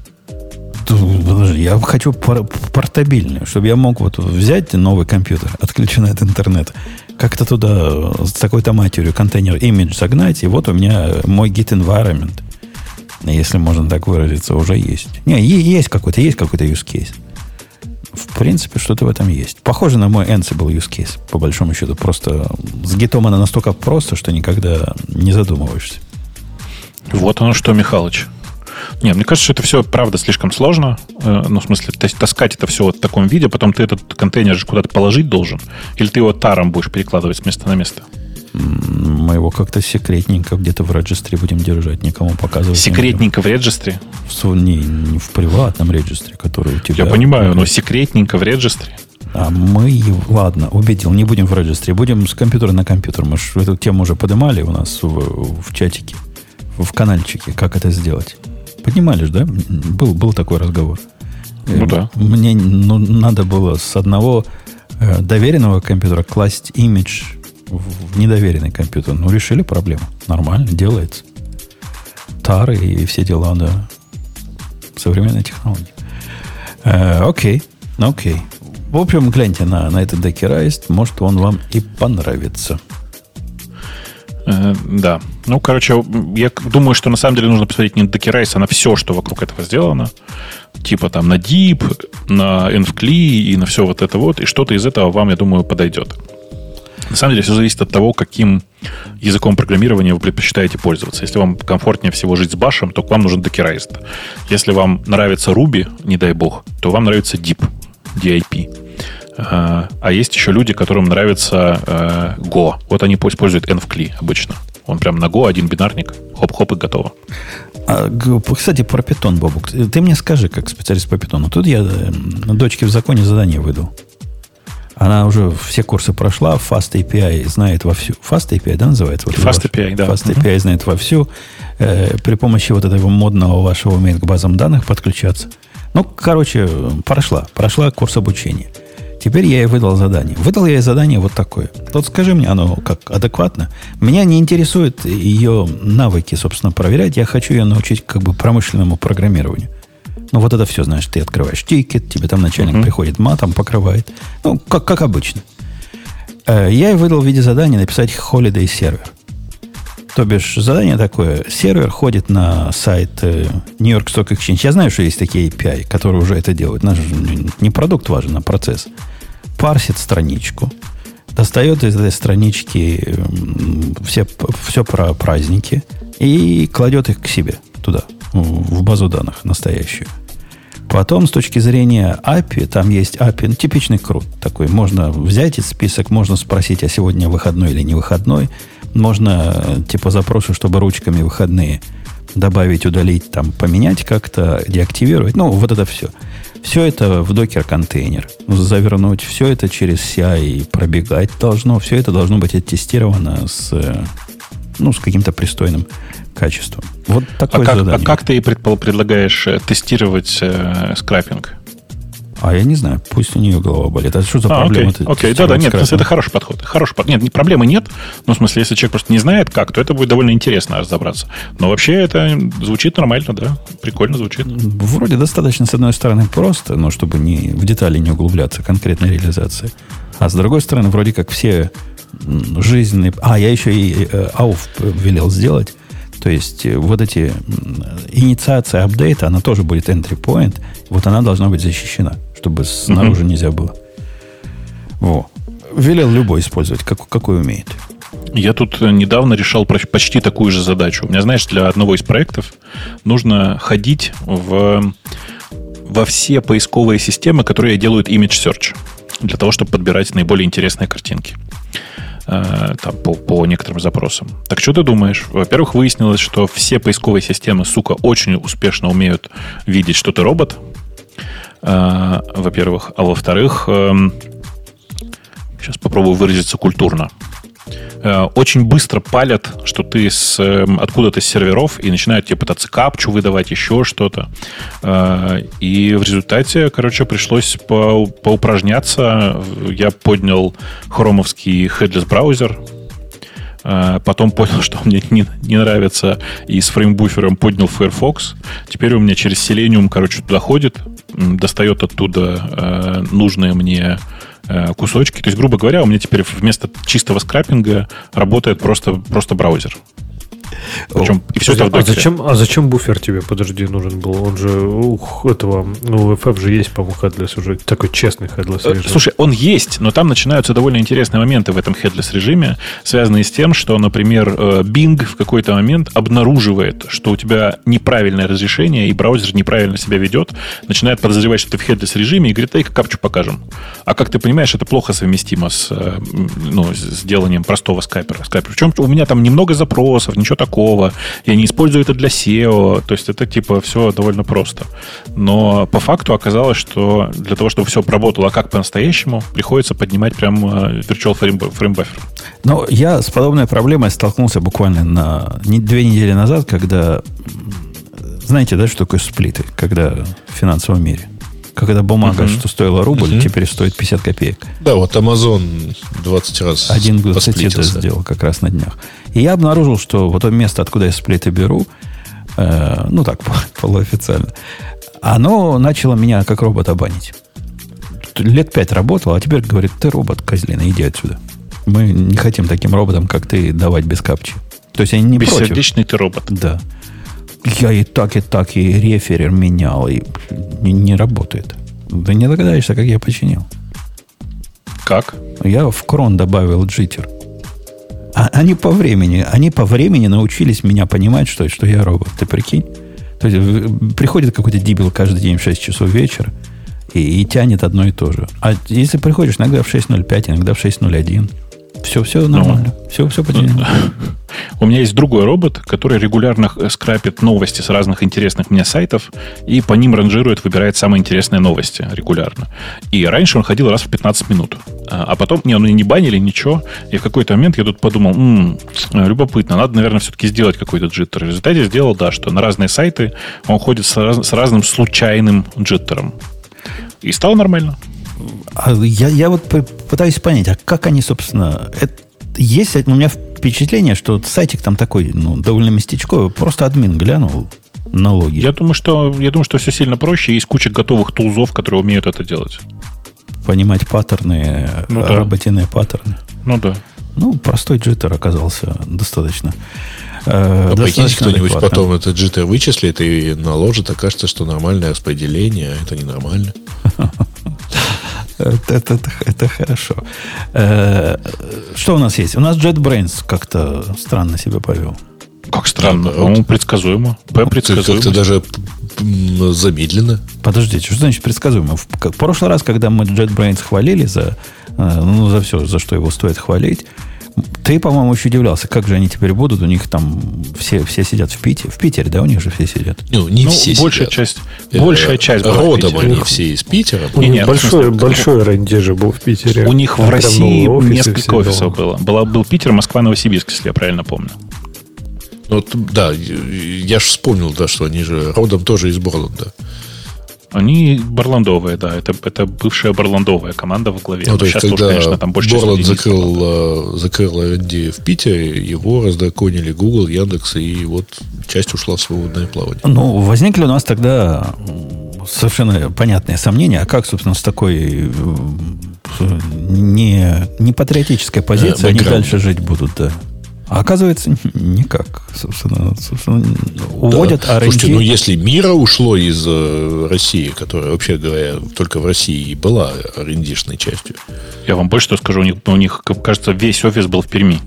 A: Подожди, я хочу портабильную, чтобы я мог вот взять новый компьютер, отключенный от интернета, как-то туда с такой-то матерью контейнер image загнать, и вот у меня мой git environment, если можно так выразиться, уже есть. Не, есть какой-то use case. В принципе, что-то в этом есть. Похоже на мой Ansible use case, по большому счету. Просто с гитом она настолько просто, что никогда не задумываешься.
C: Вот оно что, Михалыч. Не, мне кажется, что это все, правда, слишком сложно. Ну, в смысле, таскать это все вот в таком виде, потом ты этот контейнер же куда-то положить должен. Или ты его таром будешь перекладывать с места на место?
A: Мы его как-то секретненько где-то в регистре будем держать, никому показывать.
C: Секретненько в регистре?
A: Не в приватном регистре, который у тебя...
C: Я понимаю, но секретненько в регистре.
A: А мы... Ладно, убедил, не будем в регистре, будем с компьютера на компьютер. Мы же эту тему уже поднимали у нас в чатике, в канальчике, как это сделать. Поднимали же, да? Был такой разговор.
C: Ну да.
A: Мне надо было с одного доверенного компьютера класть имидж в недоверенный компьютер. Ну, решили проблему. Нормально, делается. Тары и все дела, да. Современная технология. Окей. В общем, гляньте на этот Dockerized. Может, он вам и понравится.
C: Да. Ну, короче, я думаю, что на самом деле нужно посмотреть не на Dockerized, а на все, что вокруг этого сделано. Типа там на Deep, на EnvCli и на все вот это вот. И что-то из этого вам, я думаю, подойдет. На самом деле все зависит от того, каким языком программирования вы предпочитаете пользоваться. Если вам комфортнее всего жить с башем, то к вам нужен Dockerized. Если вам нравится Ruby, не дай бог, то вам нравится Deep, DIP. А есть еще люди, которым нравится Go. Вот они используют EnvCli обычно. Он прям на Go, один бинарник, хоп-хоп и готово.
A: Кстати, про Python, Бобук. Ты мне скажи, как специалист по Python. Тут я дочке в законе задание выдал. Она уже все курсы прошла, Fast API знает вовсю. Fast API, да, называется? Вот
C: Fast API, да.
A: Fast API знает вовсю. При помощи вот этого модного вашего умеет к базам данных подключаться. Ну, короче, прошла курс обучения. Теперь я ей выдал задание. Выдал я ей задание вот такое. Вот скажи мне, оно как адекватно. Меня не интересует ее навыки, собственно, проверять. Я хочу ее научить как бы промышленному программированию. Ну, вот это все, знаешь, ты открываешь тикет, тебе там начальник приходит, матом покрывает. Ну, как обычно. Я ей выдал в виде задания написать holiday сервер. То бишь, задание такое. Сервер ходит на сайт New York Stock Exchange. Я знаю, что есть такие API, которые уже это делают. Наш не продукт важен, а процесс. Парсит страничку. Достает из этой странички все про праздники и кладет их к себе туда, в базу данных настоящую. Потом, с точки зрения API, там есть API, типичный крут такой. Можно взять этот список, можно спросить, а сегодня выходной или не выходной. Можно, типа, запросы, чтобы ручками выходные добавить, удалить, там, поменять как-то, деактивировать. Ну, вот это все. Все это в докер-контейнер завернуть. Все это через CI пробегать должно. Все это должно быть оттестировано с каким-то пристойным качеством. Вот такое задание.
C: А как ты предлагаешь тестировать скрапинг?
A: А я не знаю, пусть у нее голова болит. А что за проблема?
C: Окей, да, нет, это хороший подход. Нет, проблемы нет. Ну, в смысле, если человек просто не знает как, то это будет довольно интересно разобраться. Но вообще это звучит нормально, да? Прикольно звучит.
A: Вроде достаточно, с одной стороны, просто, но чтобы в детали не углубляться, конкретной реализации. А с другой стороны, вроде как все жизненные... я еще и ауф велел сделать. То есть вот эти инициация апдейта, она тоже будет entry point. Вот она должна быть защищена, чтобы снаружи нельзя было. Велел любой использовать, какой умеет.
C: Я тут недавно решал почти такую же задачу. У меня, знаешь, для одного из проектов нужно ходить во все поисковые системы, которые делают image search, для того, чтобы подбирать наиболее интересные картинки. Там, по некоторым запросам. Так что ты думаешь? Во-первых, выяснилось, что все поисковые системы, очень успешно умеют видеть, что ты робот. Во-первых. А во-вторых, сейчас попробую выразиться культурно. Очень быстро палят, что ты откуда-то с серверов, и начинают тебе пытаться капчу выдавать, еще что-то. И в результате, пришлось поупражняться. Я поднял хромовский headless браузер. Потом понял, что мне не нравится, и с фреймбуфером поднял Firefox. Теперь у меня через Selenium, туда ходит, достает оттуда нужные мне кусочки. То есть, грубо говоря, у меня теперь вместо чистого скрапинга работает просто браузер. Причем и все это в докере.
E: А зачем буфер тебе, подожди, нужен был? Он же у FF же есть, по-моему, headless уже. Такой честный headless режим.
C: Слушай, он есть, но там начинаются довольно интересные моменты в этом headless режиме, связанные с тем, что, например, Bing в какой-то момент обнаруживает, что у тебя неправильное разрешение, и браузер неправильно себя ведет, начинает подозревать, что ты в headless режиме, и говорит, дай-ка капчу покажем. А как ты понимаешь, это плохо совместимо с деланием простого скайпера. Причем у меня там немного запросов, ничего такого. Я не использую это для SEO. То есть это все довольно просто. Но по факту оказалось, что для того, чтобы все работало как по-настоящему, приходится поднимать прям Virtual Frame Buffer.
A: Но я с подобной проблемой столкнулся буквально 2 недели назад, когда... Знаете, да, что такое сплиты, когда в финансовом мире? Когда бумага, что стоила рубль, теперь стоит 50 копеек.
B: Да, вот Amazon 20 раз
A: 1 к 20 сделал как раз на днях. И я обнаружил, что вот то место, откуда я сплиты беру, полуофициально, оно начало меня как робота банить. Лет 5 работал, а теперь говорит, ты робот, козлина, иди отсюда. Мы не хотим таким роботам, как ты, давать без капчи. То есть они не против.
C: Бессердечный ты робот.
A: Да. Я и так, и реферер менял, и не работает. Ты не догадаешься, как я починил.
C: Как? Я
A: в крон добавил джиттер. Они по времени научились меня понимать, что я робот. Ты прикинь? То есть приходит какой-то дебил каждый день в 6 часов вечера и тянет одно и то же. А если приходишь иногда в 6.05, иногда в 6.01, Все нормально. Все потеряно.
C: У меня есть другой робот, который регулярно скрапит новости с разных интересных мне сайтов и по ним ранжирует, выбирает самые интересные новости регулярно. И раньше он ходил раз в 15 минут. А потом, не банили, ничего. И в какой-то момент я тут подумал, любопытно, надо, наверное, все-таки сделать какой-то джиттер. В результате сделал, что на разные сайты он ходит с разным случайным джиттером. И стало нормально.
A: Я вот пытаюсь понять, а как они, собственно... Есть у меня впечатление, что сайтик там такой, довольно местечковый. Просто админ глянул на логи.
C: Я думаю, что все сильно проще. Есть куча готовых тулзов, которые умеют это делать.
A: Понимать паттерны, работенные паттерны.
C: Да.
A: Простой джиттер оказался достаточно.
B: Прикиньте, кто-нибудь потом этот джиттер вычислит и наложит, окажется, что нормальное распределение, а это ненормально.
A: Это хорошо. Что у нас есть? У нас JetBrains как-то странно себя повел.
C: Как странно? По-моему, предсказуемо. Предсказуемо.
B: Как-то даже замедленно.
A: Подождите, что значит предсказуемо? В прошлый раз, когда мы JetBrains хвалили за все, за что его стоит хвалить, ты, по-моему, еще удивлялся, как же они теперь будут. У них там все сидят в Питере. В Питере, да, у них же все сидят.
B: Не все
C: большая
B: сидят.
C: Большая часть была
B: родом они все из Питера.
E: У них большой R&D же был в Питере.
C: У них в России несколько офисов было. Был Питер, Москва, Новосибирск, если я правильно помню.
B: Да, я же вспомнил, что они же родом тоже из Борланда.
C: Они барландовые, да. Это бывшая барландовая команда в главе.
B: То есть,
C: сейчас
B: когда
C: тоже, конечно, там больше
B: Борланд закрыл R&D в Питере, его раздраконили Google, Яндекс, и вот часть ушла в свободное плавание.
A: Возникли у нас тогда совершенно понятные сомнения. А как, собственно, с такой не патриотической позицией они дальше жить будут, да? А оказывается, никак. Собственно уводят R&D.
B: Слушайте, если Мира ушло из России, которая, вообще говоря, только в России и была R&D-шной частью.
C: Я вам больше что скажу. У них, кажется, весь офис был в Перми.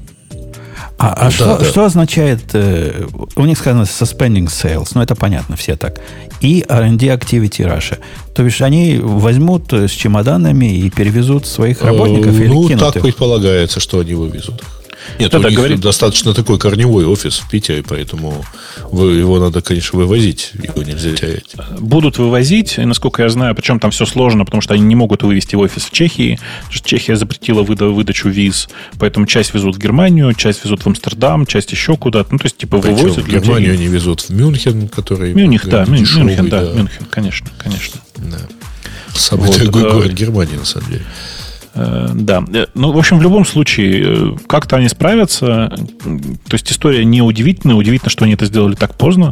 A: Что означает... У них сказано suspending sales. Это понятно, все так. И R&D Activity Russia. То бишь, они возьмут с чемоданами и перевезут своих работников или кинут
B: так
A: их?
B: предполагается, что они вывезут их. Нет, у них достаточно такой корневой офис в Питере, поэтому его надо, конечно, вывозить. Его нельзя терять.
C: Будут вывозить, и, насколько я знаю, причем там все сложно, потому что они не могут вывести в офис в Чехии, потому что Чехия запретила выдачу виз, поэтому часть везут в Германию, часть везут в Амстердам, часть еще куда-то. То есть, вывозят
B: в Германию они везут в Мюнхен, который...
C: Мюнхен, конечно.
B: Да. Самый дорогой город Германии, на самом деле.
C: Да. В общем, в любом случае, как-то они справятся. То есть история не удивительная. Удивительно, что они это сделали так поздно.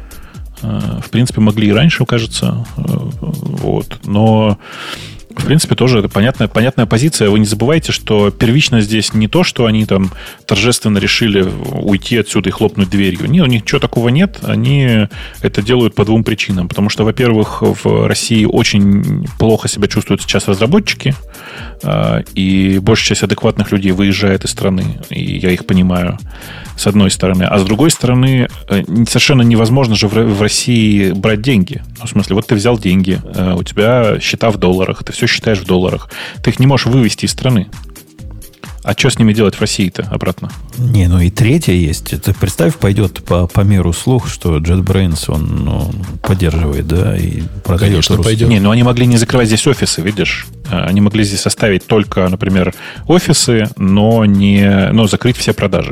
C: В принципе, могли и раньше, кажется. Но, в принципе, тоже это понятная позиция. Вы не забывайте, что первично здесь не то, что они там торжественно решили уйти отсюда и хлопнуть дверью. Нет, у них ничего такого нет. Они это делают по двум причинам. Потому что, во-первых, в России очень плохо себя чувствуют сейчас разработчики. И большая часть адекватных людей выезжает из страны. И я их понимаю, с одной стороны. А с другой стороны, совершенно невозможно же в России брать деньги. В смысле, вот ты взял деньги, у тебя счета в долларах, ты все считаешь в долларах. Ты их не можешь вывести из страны. А что с ними делать в России-то обратно?
A: И третье есть. Ты представь, пойдет по миру слух, что JetBrains он поддерживает, да, и продает.
B: Конечно, пойдет.
C: Они могли не закрывать здесь офисы, видишь? Они могли здесь оставить только, например, офисы, но закрыть все продажи.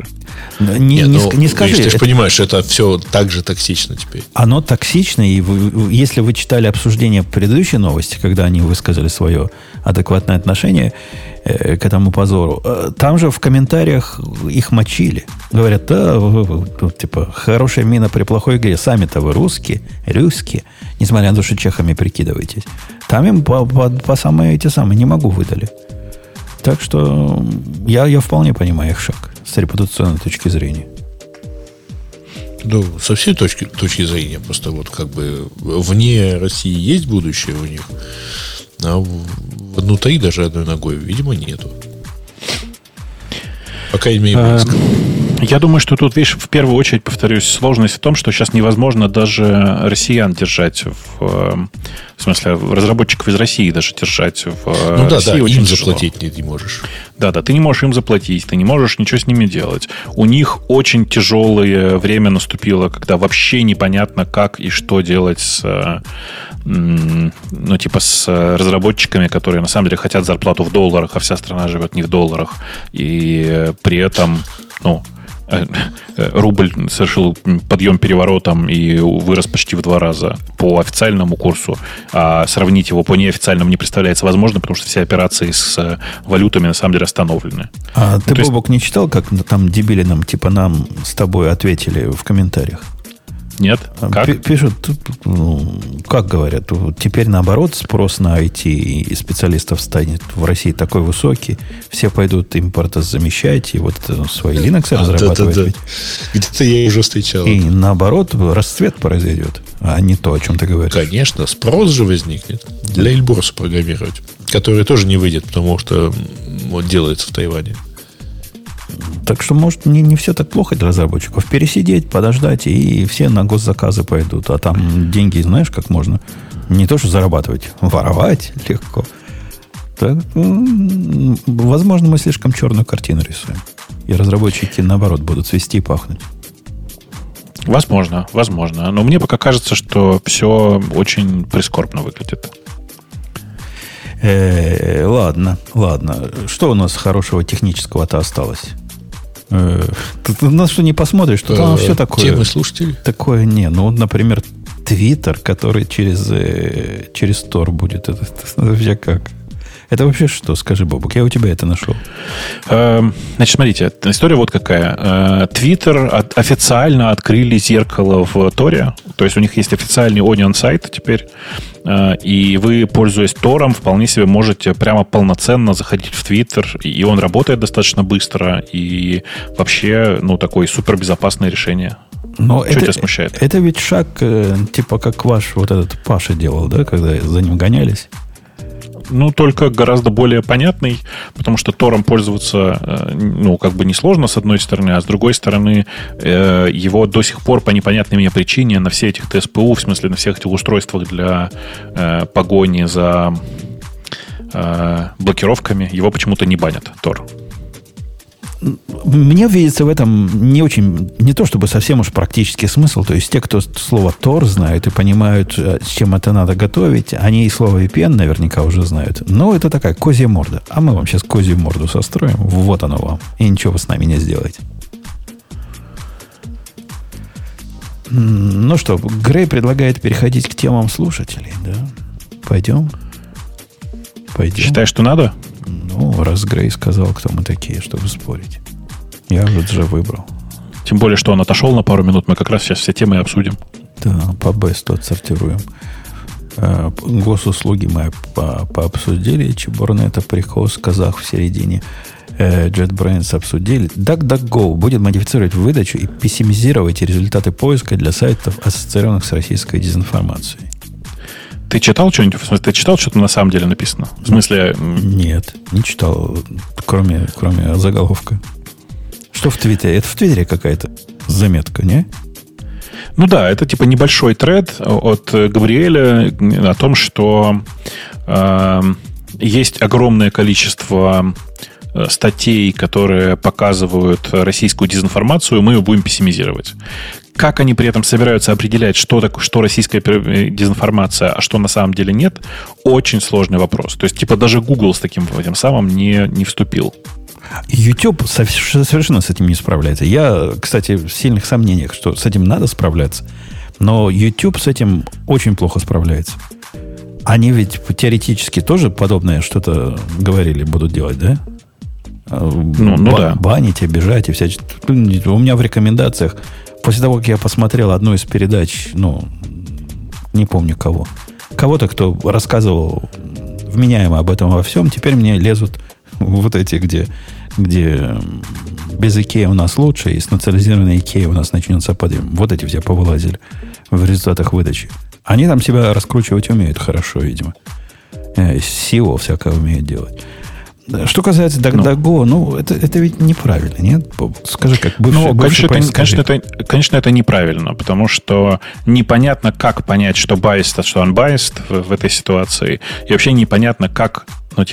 A: Не скажи.
B: Ты же понимаешь, это все так же токсично теперь.
A: Оно токсично, и если вы читали обсуждение предыдущей новости, когда они высказали свое адекватное отношение к этому позору, там же в комментариях их мочили. Говорят, хорошая мина при плохой игре. Сами-то вы русские, несмотря на то, что чехами прикидываетесь. Там им по самые эти самые не могу выдали. Так что я вполне понимаю их шаг с репутационной точки зрения.
B: Со всей точки зрения. Просто вне России есть будущее у них, а внутри даже одной ногой, видимо, нету. По крайней мере, близко.
C: Я думаю, что тут, видишь, в первую очередь, повторюсь, сложность в том, что сейчас невозможно даже россиян держать в смысле, разработчиков из России даже держать в России очень
B: им
C: тяжело.
B: заплатить не можешь.
C: Да, ты не можешь им заплатить, ты не можешь ничего с ними делать. У них очень тяжелое время наступило, когда вообще непонятно, как и что делать с с разработчиками, которые на самом деле хотят зарплату в долларах, а вся страна живет не в долларах. И при этом, рубль совершил подъем переворотом и вырос почти в 2 раза по официальному курсу, а сравнить его по неофициальному не представляется возможным, потому что все операции с валютами на самом деле остановлены.
A: А ты, Бобок, не читал, как там дебили нам с тобой ответили в комментариях?
C: Нет? Как?
A: Пишут, как говорят, теперь наоборот спрос на IT и специалистов станет в России такой высокий, все пойдут импортозамещать и свои Linux разрабатывать.
B: Да. Где-то я уже встречал.
A: И наоборот расцвет произойдет, а не то, о чем ты говоришь.
B: Конечно, спрос же возникнет для Эльбруса программировать, который тоже не выйдет, потому что делается в Тайване.
A: Так что, может, не все так плохо для разработчиков. Пересидеть, подождать, и все на госзаказы пойдут. А там деньги, знаешь, как можно не то что зарабатывать, воровать легко. Так, возможно, мы слишком черную картину рисуем. И разработчики, наоборот, будут цвести и пахнуть.
C: Возможно. Но мне пока кажется, что все очень прискорбно выглядит.
A: Ладно. Что у нас хорошего технического-то осталось? Ты на что не посмотришь, что там все такое.
B: Темы слушателей?
A: Такое например, Twitter, который через Tor будет. Это вообще как? Это вообще что? Скажи, Бобук, я у тебя это нашел.
C: Значит, смотрите, история вот какая. Twitter официально открыли зеркало в Торе. То есть у них есть официальный Onion сайт теперь. И вы, пользуясь Тором, вполне себе можете прямо полноценно заходить в Twitter. И он работает достаточно быстро. И вообще, такое супербезопасное решение.
A: Но
C: что тебя смущает?
A: Это ведь шаг, типа как ваш вот этот Паша делал, да, когда за ним гонялись?
C: Только гораздо более понятный, потому что Тором пользоваться, несложно, с одной стороны, а с другой стороны, его до сих пор по непонятной мне причине на все этих ТСПУ, в смысле на всех этих устройствах для погони за блокировками, его почему-то не банят, Тор.
A: Мне видится в этом не то чтобы совсем уж практический смысл. То есть те, кто слово Tor знают и понимают, с чем это надо готовить, они и слово VPN наверняка уже знают. Но это такая козья морда. А мы вам сейчас козью морду состроим. Вот оно вам. И ничего вы с нами не сделаете. Ну что, Грей предлагает переходить к темам слушателей, да? Пойдем?
C: Считаешь, что надо?
A: Раз Грей сказал, кто мы такие, чтобы спорить. Я уже выбрал.
C: Тем более, что он отошел на пару минут. Мы как раз сейчас все темы обсудим.
A: Да, по бесту отсортируем. Госуслуги мы пообсудили. Чебурнета, прикос, казах в середине. JetBrains обсудили. DuckDuckGo будет модифицировать выдачу и пессимизировать результаты поиска для сайтов, ассоциированных с российской дезинформацией.
C: Ты читал что-нибудь? В смысле, ты читал, что-то на самом деле написано? В смысле...
A: Нет, не читал, кроме заголовка. Что в Твиттере? Это в Твиттере какая-то заметка, не?
C: Да, это типа небольшой тред от Габриэля о том, что есть огромное количество статей, которые показывают российскую дезинформацию, мы ее будем пессимизировать. Как они при этом собираются определять, что российская дезинформация, а что на самом деле нет, очень сложный вопрос. То есть, даже Google с таким этим самым не вступил.
A: YouTube совершенно с этим не справляется. Я, кстати, в сильных сомнениях, что с этим надо справляться. Но YouTube с этим очень плохо справляется. Они ведь теоретически тоже подобное что-то говорили, будут делать, да?
C: Да.
A: Банить, обижать и всячески. У меня в рекомендациях, после того, как я посмотрел одну из передач, не помню кого, кого-то, кто рассказывал вменяемо об этом во всем, теперь мне лезут вот эти, где без Икеи у нас лучше, и с национализированной Икеей у нас начнется подъем. Вот эти все повылазили в результатах выдачи. Они там себя раскручивать умеют хорошо, видимо. SEO всякое умеют делать. Что касается DuckDuckGo, это ведь неправильно, нет? Скажи, как бывший
C: конечно, это неправильно, потому что непонятно, как понять, что biased, а что unbiased в этой ситуации. И вообще непонятно, как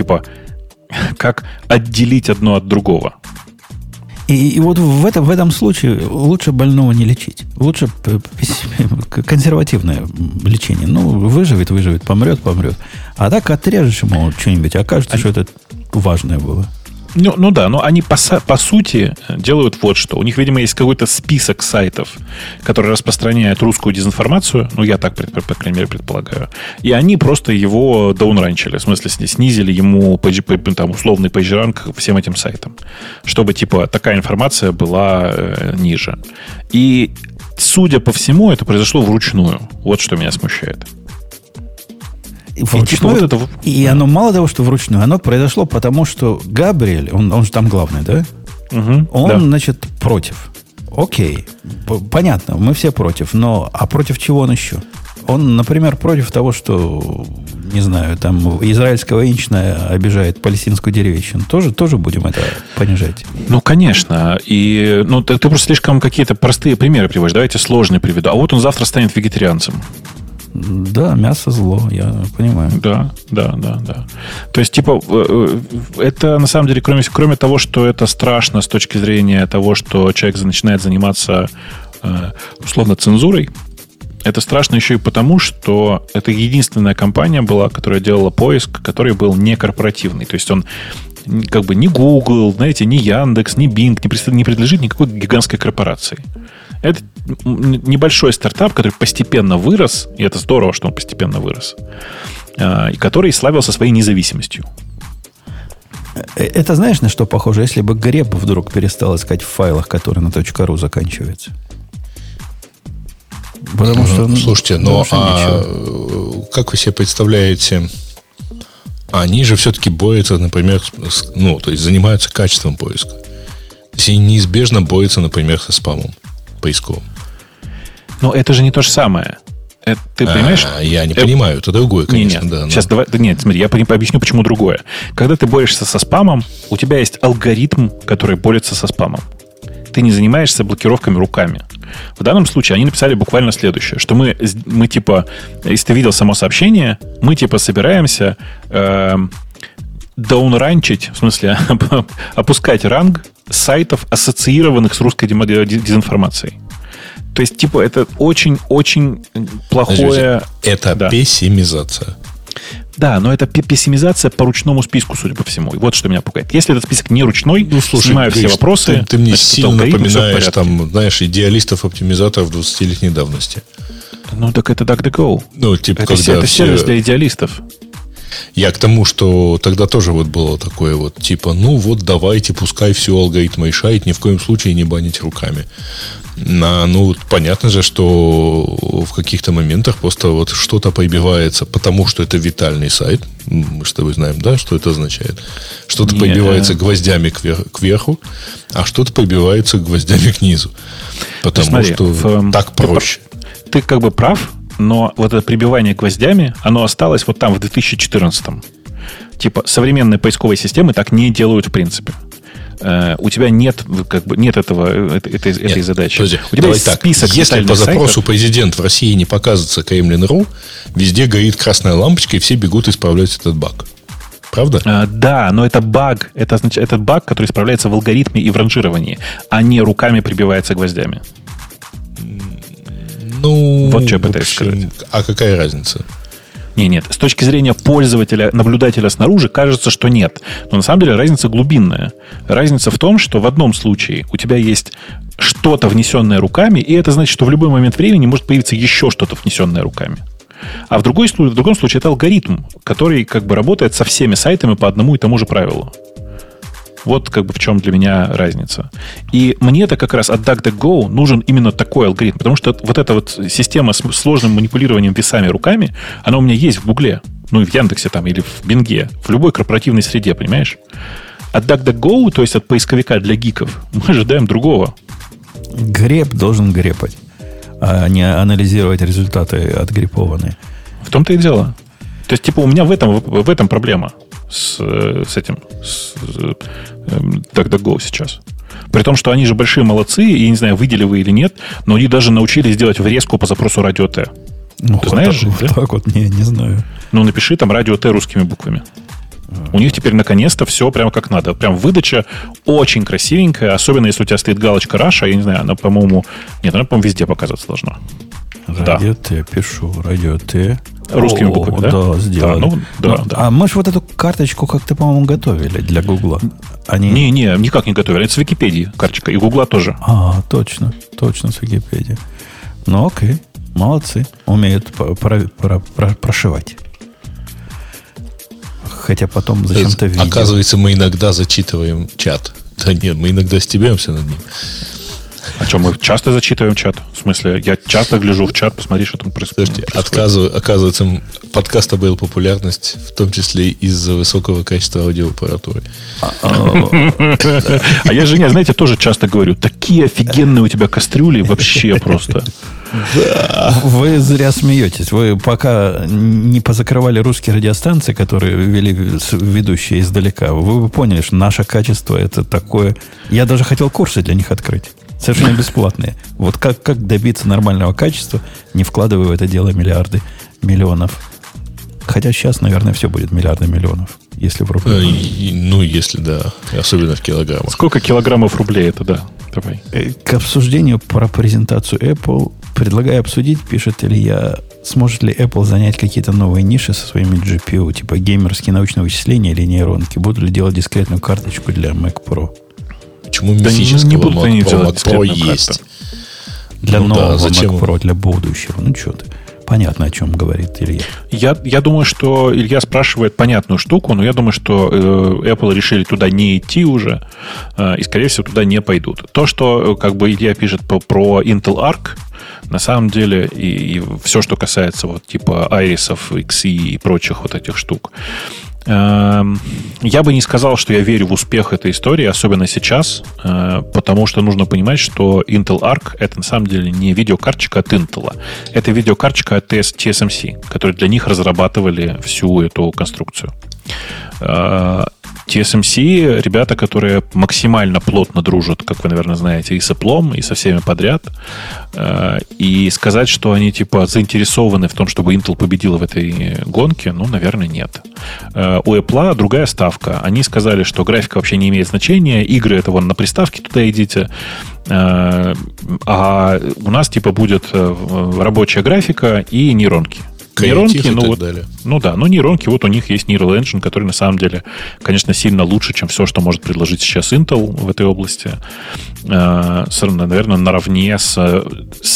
C: отделить одно от другого.
A: И вот в этом случае лучше больного не лечить. Лучше консервативное лечение. Выживет, помрет. А так отрежешь ему что-нибудь, окажется, что это важное было.
C: Да, но они по сути делают вот что. У них, видимо, есть какой-то список сайтов, которые распространяют русскую дезинформацию. Я так, по крайней мере, предполагаю. И они просто его даунранчили. В смысле, снизили ему условный PageRank всем этим сайтам. Чтобы, такая информация была ниже. И, судя по всему, это произошло вручную. Вот что меня смущает.
A: Вручную, и оно мало того, что вручную, оно произошло потому, что Габриэль, он же там главный, да? Он, против. Окей, понятно, мы все против, а против чего он еще? Он, например, против того, что, не знаю, там израильская воинщина обижает палестинскую деревенщину. Тоже будем это понижать?
C: Конечно. И, ты просто слишком какие-то простые примеры приводишь. Давайте сложные приведу. А вот он завтра станет вегетарианцем.
A: Да, мясо зло, я понимаю.
C: Да. То есть, это на самом деле, кроме того, что это страшно с точки зрения того, что человек начинает заниматься условно цензурой, это страшно еще и потому, что это единственная компания была, которая делала поиск, который был не корпоративный. То есть он ни Google, ни Яндекс, ни Bing не принадлежит никакой гигантской корпорации. Это небольшой стартап, который постепенно вырос, и это здорово, что он постепенно вырос, и который славился своей независимостью.
A: Это знаешь, на что похоже? Если бы Греб вдруг перестал искать в файлах, которые на .ru заканчиваются.
B: Потому что, слушайте, как вы себе представляете, они же все-таки борются, например, то есть занимаются качеством поиска. То есть они неизбежно борются, например, со спамом поисковым.
C: Но это же не то же самое. Ты понимаешь?
B: Я не понимаю, это другое, конечно.
C: Сейчас смотри, я объясню, почему другое. Когда ты борешься со спамом, у тебя есть алгоритм, который борется со спамом. Ты не занимаешься блокировками руками. В данном случае они написали буквально следующее, что мы если ты видел само сообщение, мы собираемся даунранчить, в смысле опускать ранг сайтов, ассоциированных с русской дезинформацией. То есть, это очень-очень плохое...
B: Это пессимизация.
C: Да, но это пессимизация по ручному списку, судя по всему. И вот что меня пугает. Если этот список не ручной, снимаю все вопросы...
B: Ты мне сильно напоминаешь, идеалистов-оптимизаторов 20-летней давности.
C: Так это DuckDuckGo. Это сервис для идеалистов.
B: Я к тому, что тогда тоже было такое давайте, пускай все алгоритмы решает, ни в коем случае не банить руками. Понятно же, что в каких-то моментах просто что-то прибивается, потому что это витальный сайт. Мы с тобой знаем, да, что это означает. Что-то прибивается гвоздями кверху, а что-то прибивается гвоздями к низу. Потому что так проще.
C: Ты прав, но вот это прибивание гвоздями, оно осталось там в 2014-м. Современные поисковые системы так не делают в принципе. У тебя нет этой задачи.
B: Подожди,
C: у тебя есть список.
B: Если по запросу президент в России не показывается Kremlin.ru, везде горит красная лампочка, и все бегут исправлять этот баг. Правда?
C: Да, но это баг. Это означает, это баг, который исправляется в алгоритме и в ранжировании, а не руками прибивается гвоздями. Вот что я пытаюсь сказать.
B: А какая разница?
C: Нет. С точки зрения пользователя, наблюдателя снаружи, кажется, что нет. Но на самом деле разница глубинная. Разница в том, что в одном случае у тебя есть что-то, внесенное руками, и это значит, что в любой момент времени может появиться еще что-то, внесенное руками. А в другом случае это алгоритм, который работает со всеми сайтами по одному и тому же правилу. Вот в чем для меня разница. И мне-то как раз от DuckDuckGo нужен именно такой алгоритм, потому что вот эта система с сложным манипулированием весами руками, она у меня есть в Гугле, в Яндексе или в Бинге, в любой корпоративной среде, понимаешь? От DuckDuckGo, то есть от поисковика для гиков, мы ожидаем другого.
A: Греб должен грепать, а не анализировать результаты отгрепованные.
C: В том-то и дело. То есть, у меня в этом проблема с этим, с DuckDuckGo сейчас. При том, что они же большие молодцы, и, не знаю, видели вы или нет, но они даже научились делать врезку по запросу радио Т.
A: Ну,
C: ты знаешь же, да?
A: Так вот, не знаю.
C: Ну, напиши там радио Т русскими буквами. У них теперь наконец-то все прямо как надо. Прям выдача очень красивенькая, особенно если у тебя стоит галочка Russia, я не знаю, она, по-моему... Нет, она, по-моему, везде показываться должна.
A: Радио Т, пишу, радио Т.
C: Русскими буквами, да?
A: Да, сделали.
C: Да.
A: А мы же вот эту карточку как-то, по-моему, готовили для Гугла.
C: Не, никак не готовили. Это с Википедии карточка, и Гугла тоже.
A: Точно, с Википедии. Ну, окей, молодцы. Умеют прошивать. Хотя потом зачем-то видео.
B: Оказывается, мы иногда зачитываем чат. Да нет, мы иногда стебемся над ним.
C: А что, мы часто зачитываем чат? В смысле, я часто гляжу в чат, посмотри, что там происходит.
B: Оказывается, подкаст обрел популярность, в том числе из-за высокого качества аудиоаппаратуры.
C: А я жене, знаете, тоже часто говорю, такие офигенные у тебя кастрюли, вообще просто.
A: Вы зря смеетесь. Вы пока не позакрывали русские радиостанции, которые вели ведущие издалека, вы поняли, что наше качество это такое... Я даже хотел курсы для них открыть. Совершенно бесплатные. Вот как добиться нормального качества, не вкладывая в это дело миллиарды миллионов. Хотя сейчас, наверное, все будет миллиарды миллионов. Если в рублях.
B: Ну, если да. Особенно в килограммах.
C: Сколько килограммов рублей это, да? Давай.
A: К обсуждению про презентацию Apple предлагаю обсудить, пишет Илья, сможет ли Apple занять какие-то новые ниши со своими GPU, типа геймерские научные вычисления или нейронки. Будут ли делать дискретную карточку для Mac Pro?
B: Почему мифического?
C: Не будут они делать
B: Mac Pro есть.
A: Для нового Mac Pro, для будущего. Ну, что ты. Понятно, о чем говорит Илья.
C: Я думаю, что Илья спрашивает понятную штуку, но я думаю, что Apple решили туда не идти уже, и, скорее всего, туда не пойдут. То, что как бы Илья пишет про Intel Arc, на самом деле, и все, что касается вот типа Iris, XE и прочих вот этих штук, я бы не сказал, что я верю в успех этой истории, особенно сейчас, потому что нужно понимать, что Intel Arc это на самом деле не видеокарточка от Intel, это видеокарточка от TSMC, которые для них разрабатывали всю эту конструкцию. TSMC, ребята, которые максимально плотно дружат, как вы, наверное, знаете, и с Apple, и со всеми подряд. И сказать, что они типа заинтересованы в том, чтобы Intel победила в этой гонке, ну, наверное, нет. У Apple другая ставка. Они сказали, что графика вообще не имеет значения, игры это вон на приставке, туда идите. А у нас типа будет рабочая графика и нейронки. Нейронки, нейронки, вот у них есть Neural Engine, который на самом деле, конечно, сильно лучше, чем все, что может предложить сейчас Intel в этой области. Наверное, наравне с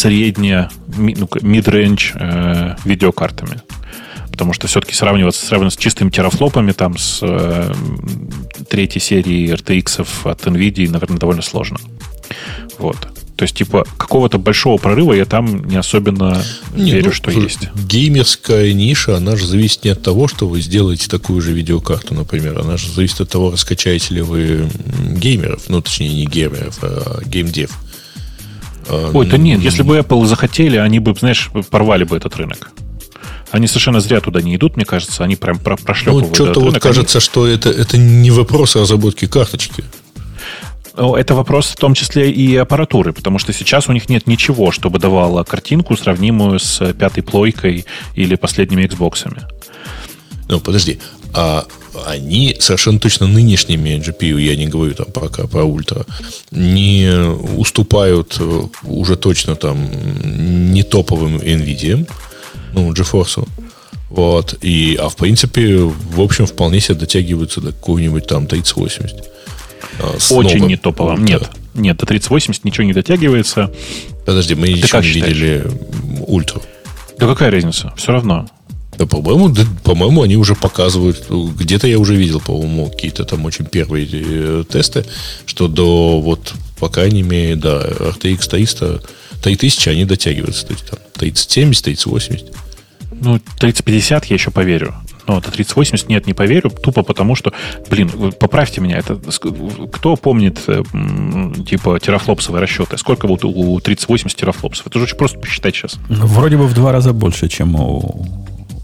C: mid-range видеокартами. Потому что все-таки сравнивать с чистыми терафлопами там, с третьей серии RTX от NVIDIA, наверное, довольно сложно. Вот. То есть, типа, какого-то большого прорыва я там не особенно верю, что есть.
B: Геймерская ниша, она же зависит не от того, что вы сделаете такую же видеокарту, например. Она же зависит от того, раскачаете ли вы геймеров. Ну, точнее, не геймеров, а геймдев.
C: Да нет, если бы Apple захотели, они бы, знаешь, порвали бы этот рынок. Они совершенно зря туда не идут, мне кажется. Они прям прошлепывают.
B: Ну, что-то вот кажется, что это не вопрос разработки карточки.
C: Это вопрос в том числе и аппаратуры, потому что сейчас у них нет ничего, чтобы давало картинку, сравнимую с пятой плойкой или последними Xbox'ами.
B: Ну, подожди. А они совершенно точно нынешними GPU, я не говорю там пока про ультра, не уступают уже точно там не топовым NVIDIA, ну, GeForce. Вот. А в принципе, в общем, вполне себе дотягиваются до какого-нибудь там 3080.
C: Очень не топовым. Нет, до 3080 ничего не дотягивается.
B: Подожди, мы еще не видели ультру.
C: Да какая разница? Все равно.
B: Да, по-моему, они уже показывают. Где-то я уже видел, по-моему, какие-то там очень первые тесты, что до вот, по крайней мере, да, RTX 300, 3000 они дотягиваются. То есть там 3070, 3080.
C: Ну, 3050 я еще поверю. Но до 3080 нет, не поверю, тупо потому что, поправьте меня, это кто помнит типа терафлопсовые расчеты? Сколько вот у 3080 терафлопсов? Это же очень просто посчитать сейчас.
A: Вроде бы в 2 раза больше, чем у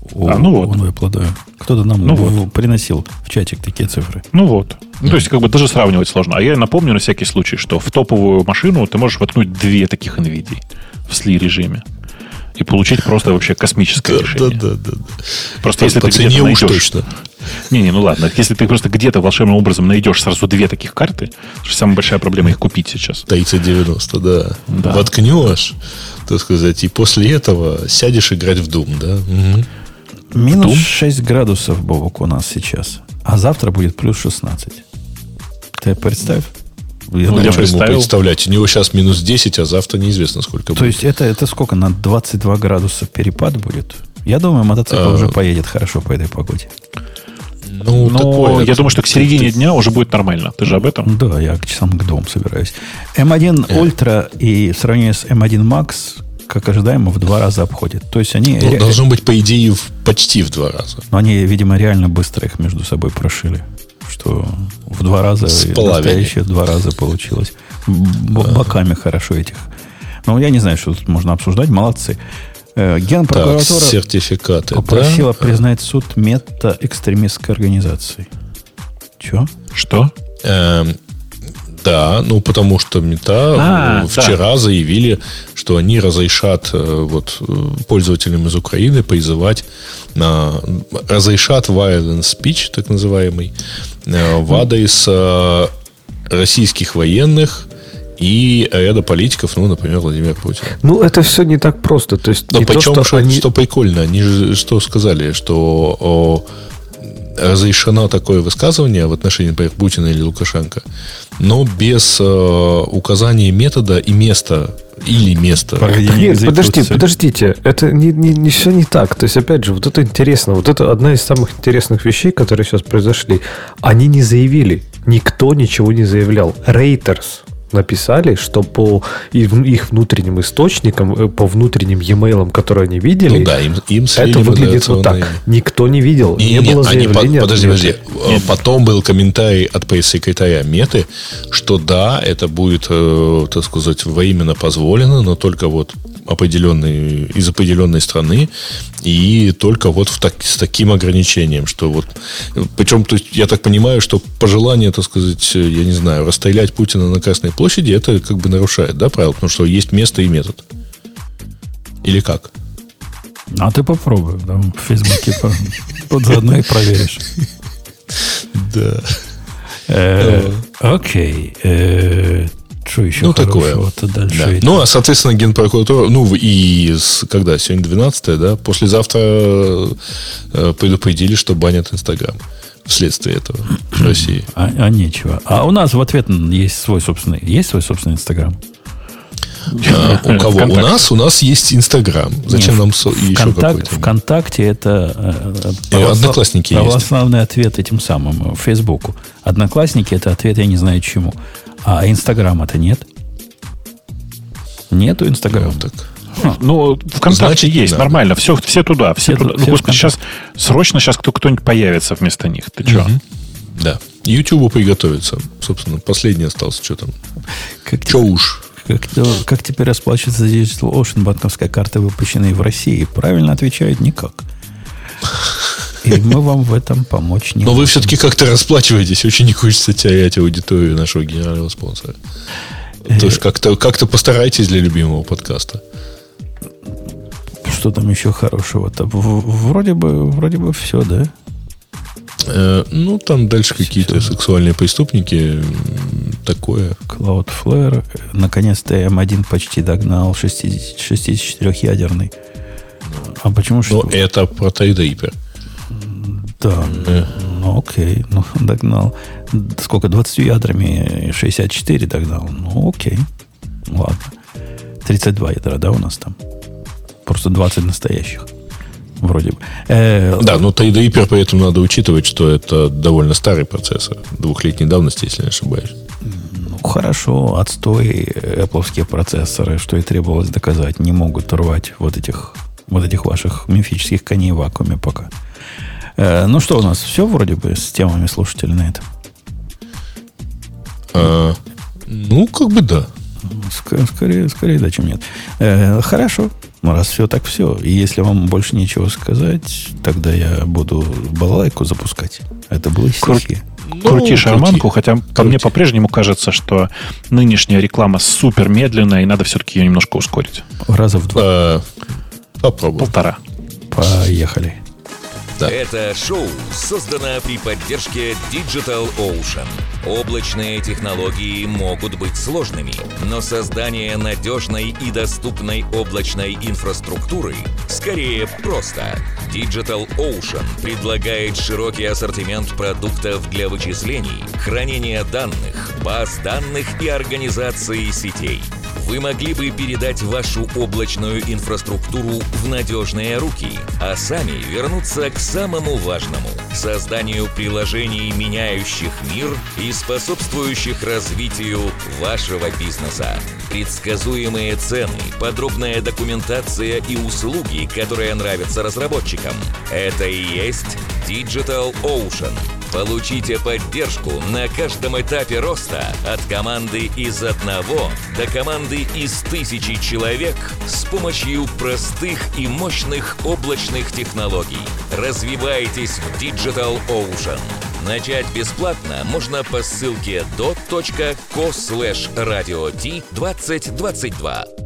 A: Он Apple, Кто-то нам приносил в чатик такие цифры.
C: То есть, даже сравнивать сложно. А я напомню на всякий случай, что в топовую машину ты можешь воткнуть 2 таких NVIDIA в SLI-режиме. И получить просто вообще космическое решение. Да. Просто если
B: по
C: ты где-то найдешь...
B: точно.
C: Ладно. Если ты просто где-то волшебным образом найдешь сразу 2 таких карты, это самая большая проблема их купить сейчас.
B: 3090, да. Воткнешь, так сказать, и после этого сядешь играть в Doom, да? Угу.
A: Минус 6 градусов, Бобок, у нас сейчас. А завтра будет плюс 16. Ты представь.
B: Я представлять. У него сейчас минус 10, а завтра неизвестно сколько будет.
A: То есть это сколько? На 22 градуса перепад будет? Я думаю, мотоцикл уже поедет хорошо по этой погоде.
C: Я думаю, что к середине дня уже будет нормально. Ты же об этом?
A: Да, я к часам к 2 собираюсь. M1 Ultra и в сравнении с M1 Max, как ожидаемо, в 2 раза обходят. То есть они...
B: должно быть, по идее, почти в 2 раза.
A: Но они, видимо, реально быстро их между собой прошили. Что в 2 раза, настоящее в 2 раза получилось. Боками хорошо этих. Я не знаю, что тут можно обсуждать. Молодцы. Генпрокуратура
B: сертификаты,
A: попросила признать суд мета-экстремистской организацией. Чё?
C: Что?
B: Да, потому что Мета вчера заявили, что они разрешат пользователям из Украины призывать разрешат violent speech, так называемый, в адрес российских военных и ряда политиков, например, Владимир Путин.
E: Это все не так просто. То есть
B: причем, что прикольно, они же что сказали, что разрешено такое высказывание в отношении, например, Путина или Лукашенко, но без указания метода и места или места.
E: Нет, подождите. Это не все не так. То есть, опять же, это интересно. Это одна из самых интересных вещей, которые сейчас произошли. Они не заявили. Никто ничего не заявлял. Reuters написали, что по их внутренним источникам, по внутренним e-mail, которые они видели,
B: им
E: это выглядит вот так. Никто не видел, не было заявления.
B: Подожди. Потом был комментарий от пресс-секретаря Меты, что да, это будет, так сказать, временно позволено, но только из определенной страны и только с таким ограничением, что причем, то есть, я так понимаю, что пожелание, так сказать, я не знаю, расстрелять Путина на Красной площади, это нарушает, правила, потому что есть место и метод. Или как?
A: А ты попробуй, в Фейсбуке заодно и проверишь.
B: Да.
A: Окей. Что еще
B: такое.
A: Дальше
B: а соответственно, Генпрокуратура, и когда? Сегодня 12-е, да? Послезавтра предупредили, что банят Инстаграм вследствие этого в России.
A: А нечего. А у нас в ответ есть свой собственный Инстаграм.
B: У кого? У нас есть Инстаграм. Зачем нам еще какой-то?
A: ВКонтакте это
B: Одноклассники есть.
A: Православный ответ этим самым Фейсбуку. Одноклассники это ответ я не знаю чему. А Инстаграма-то нет. Нету Инстаграма.
C: ВКонтакте есть, нормально. Все туда. Сейчас срочно кто-нибудь появится вместо них. Ты что?
B: Да. Ютубу приготовиться. Собственно, последний остался. Что там?
A: Как теперь расплачиваться за Digital Ocean? Банковская карта, выпущенная в России. Правильно отвечают никак. И мы вам в этом помочь не можем.
B: Но вы все-таки как-то расплачиваетесь. Очень не хочется терять аудиторию нашего генерального спонсора. То есть как-то постарайтесь для любимого подкаста.
A: Что там еще хорошего-то? Вроде бы все, да?
B: Там дальше какие-то сексуальные преступники. Такое.
A: Cloudflare. Наконец-то M1 почти догнал 64-ядерный. А почему что?
B: Это про Threadripper.
A: Да. Окей. Догнал. Сколько? 20 ядрами 64 догнал. Окей. Ладно. 32 ядра, да, у нас там? Просто 20 настоящих. Вроде бы.
B: Да, но Threadripper при этом надо учитывать, что это довольно старый процессор. 2-летней давности, если не ошибаюсь.
A: Хорошо. Отстой Apple'овские процессоры, что и требовалось доказать, не могут рвать вот этих ваших мифических коней в вакууме пока. Что у нас? Все вроде бы с темами слушателей на этом?
B: Да.
A: Скорее да, чем нет. Хорошо. раз все так все. И если вам больше нечего сказать, тогда я буду балалайку запускать. Это было стихи.
C: Крути шарманку, хотя по мне по-прежнему кажется, что нынешняя реклама супер медленная, и надо все-таки ее немножко ускорить.
A: Раза в 2.
B: Попробуй.
C: 1,5.
A: Поехали.
B: Да.
D: Это шоу создано при поддержке Digital Ocean. Облачные технологии могут быть сложными, но создание надежной и доступной облачной инфраструктуры скорее просто. Digital Ocean предлагает широкий ассортимент продуктов для вычислений, хранения данных, баз данных и организации сетей. Вы могли бы передать вашу облачную инфраструктуру в надежные руки, а сами вернуться к самому важному – созданию приложений, меняющих мир и способствующих развитию вашего бизнеса. Предсказуемые цены, подробная документация и услуги, которые нравятся разработчикам – это и есть Digital Ocean. Получите поддержку на каждом этапе роста от команды из 1 до команды из 1000 человек с помощью простых и мощных облачных технологий. Развивайтесь в Digital Ocean. Начать бесплатно можно по ссылке dot.co/radio-t2022.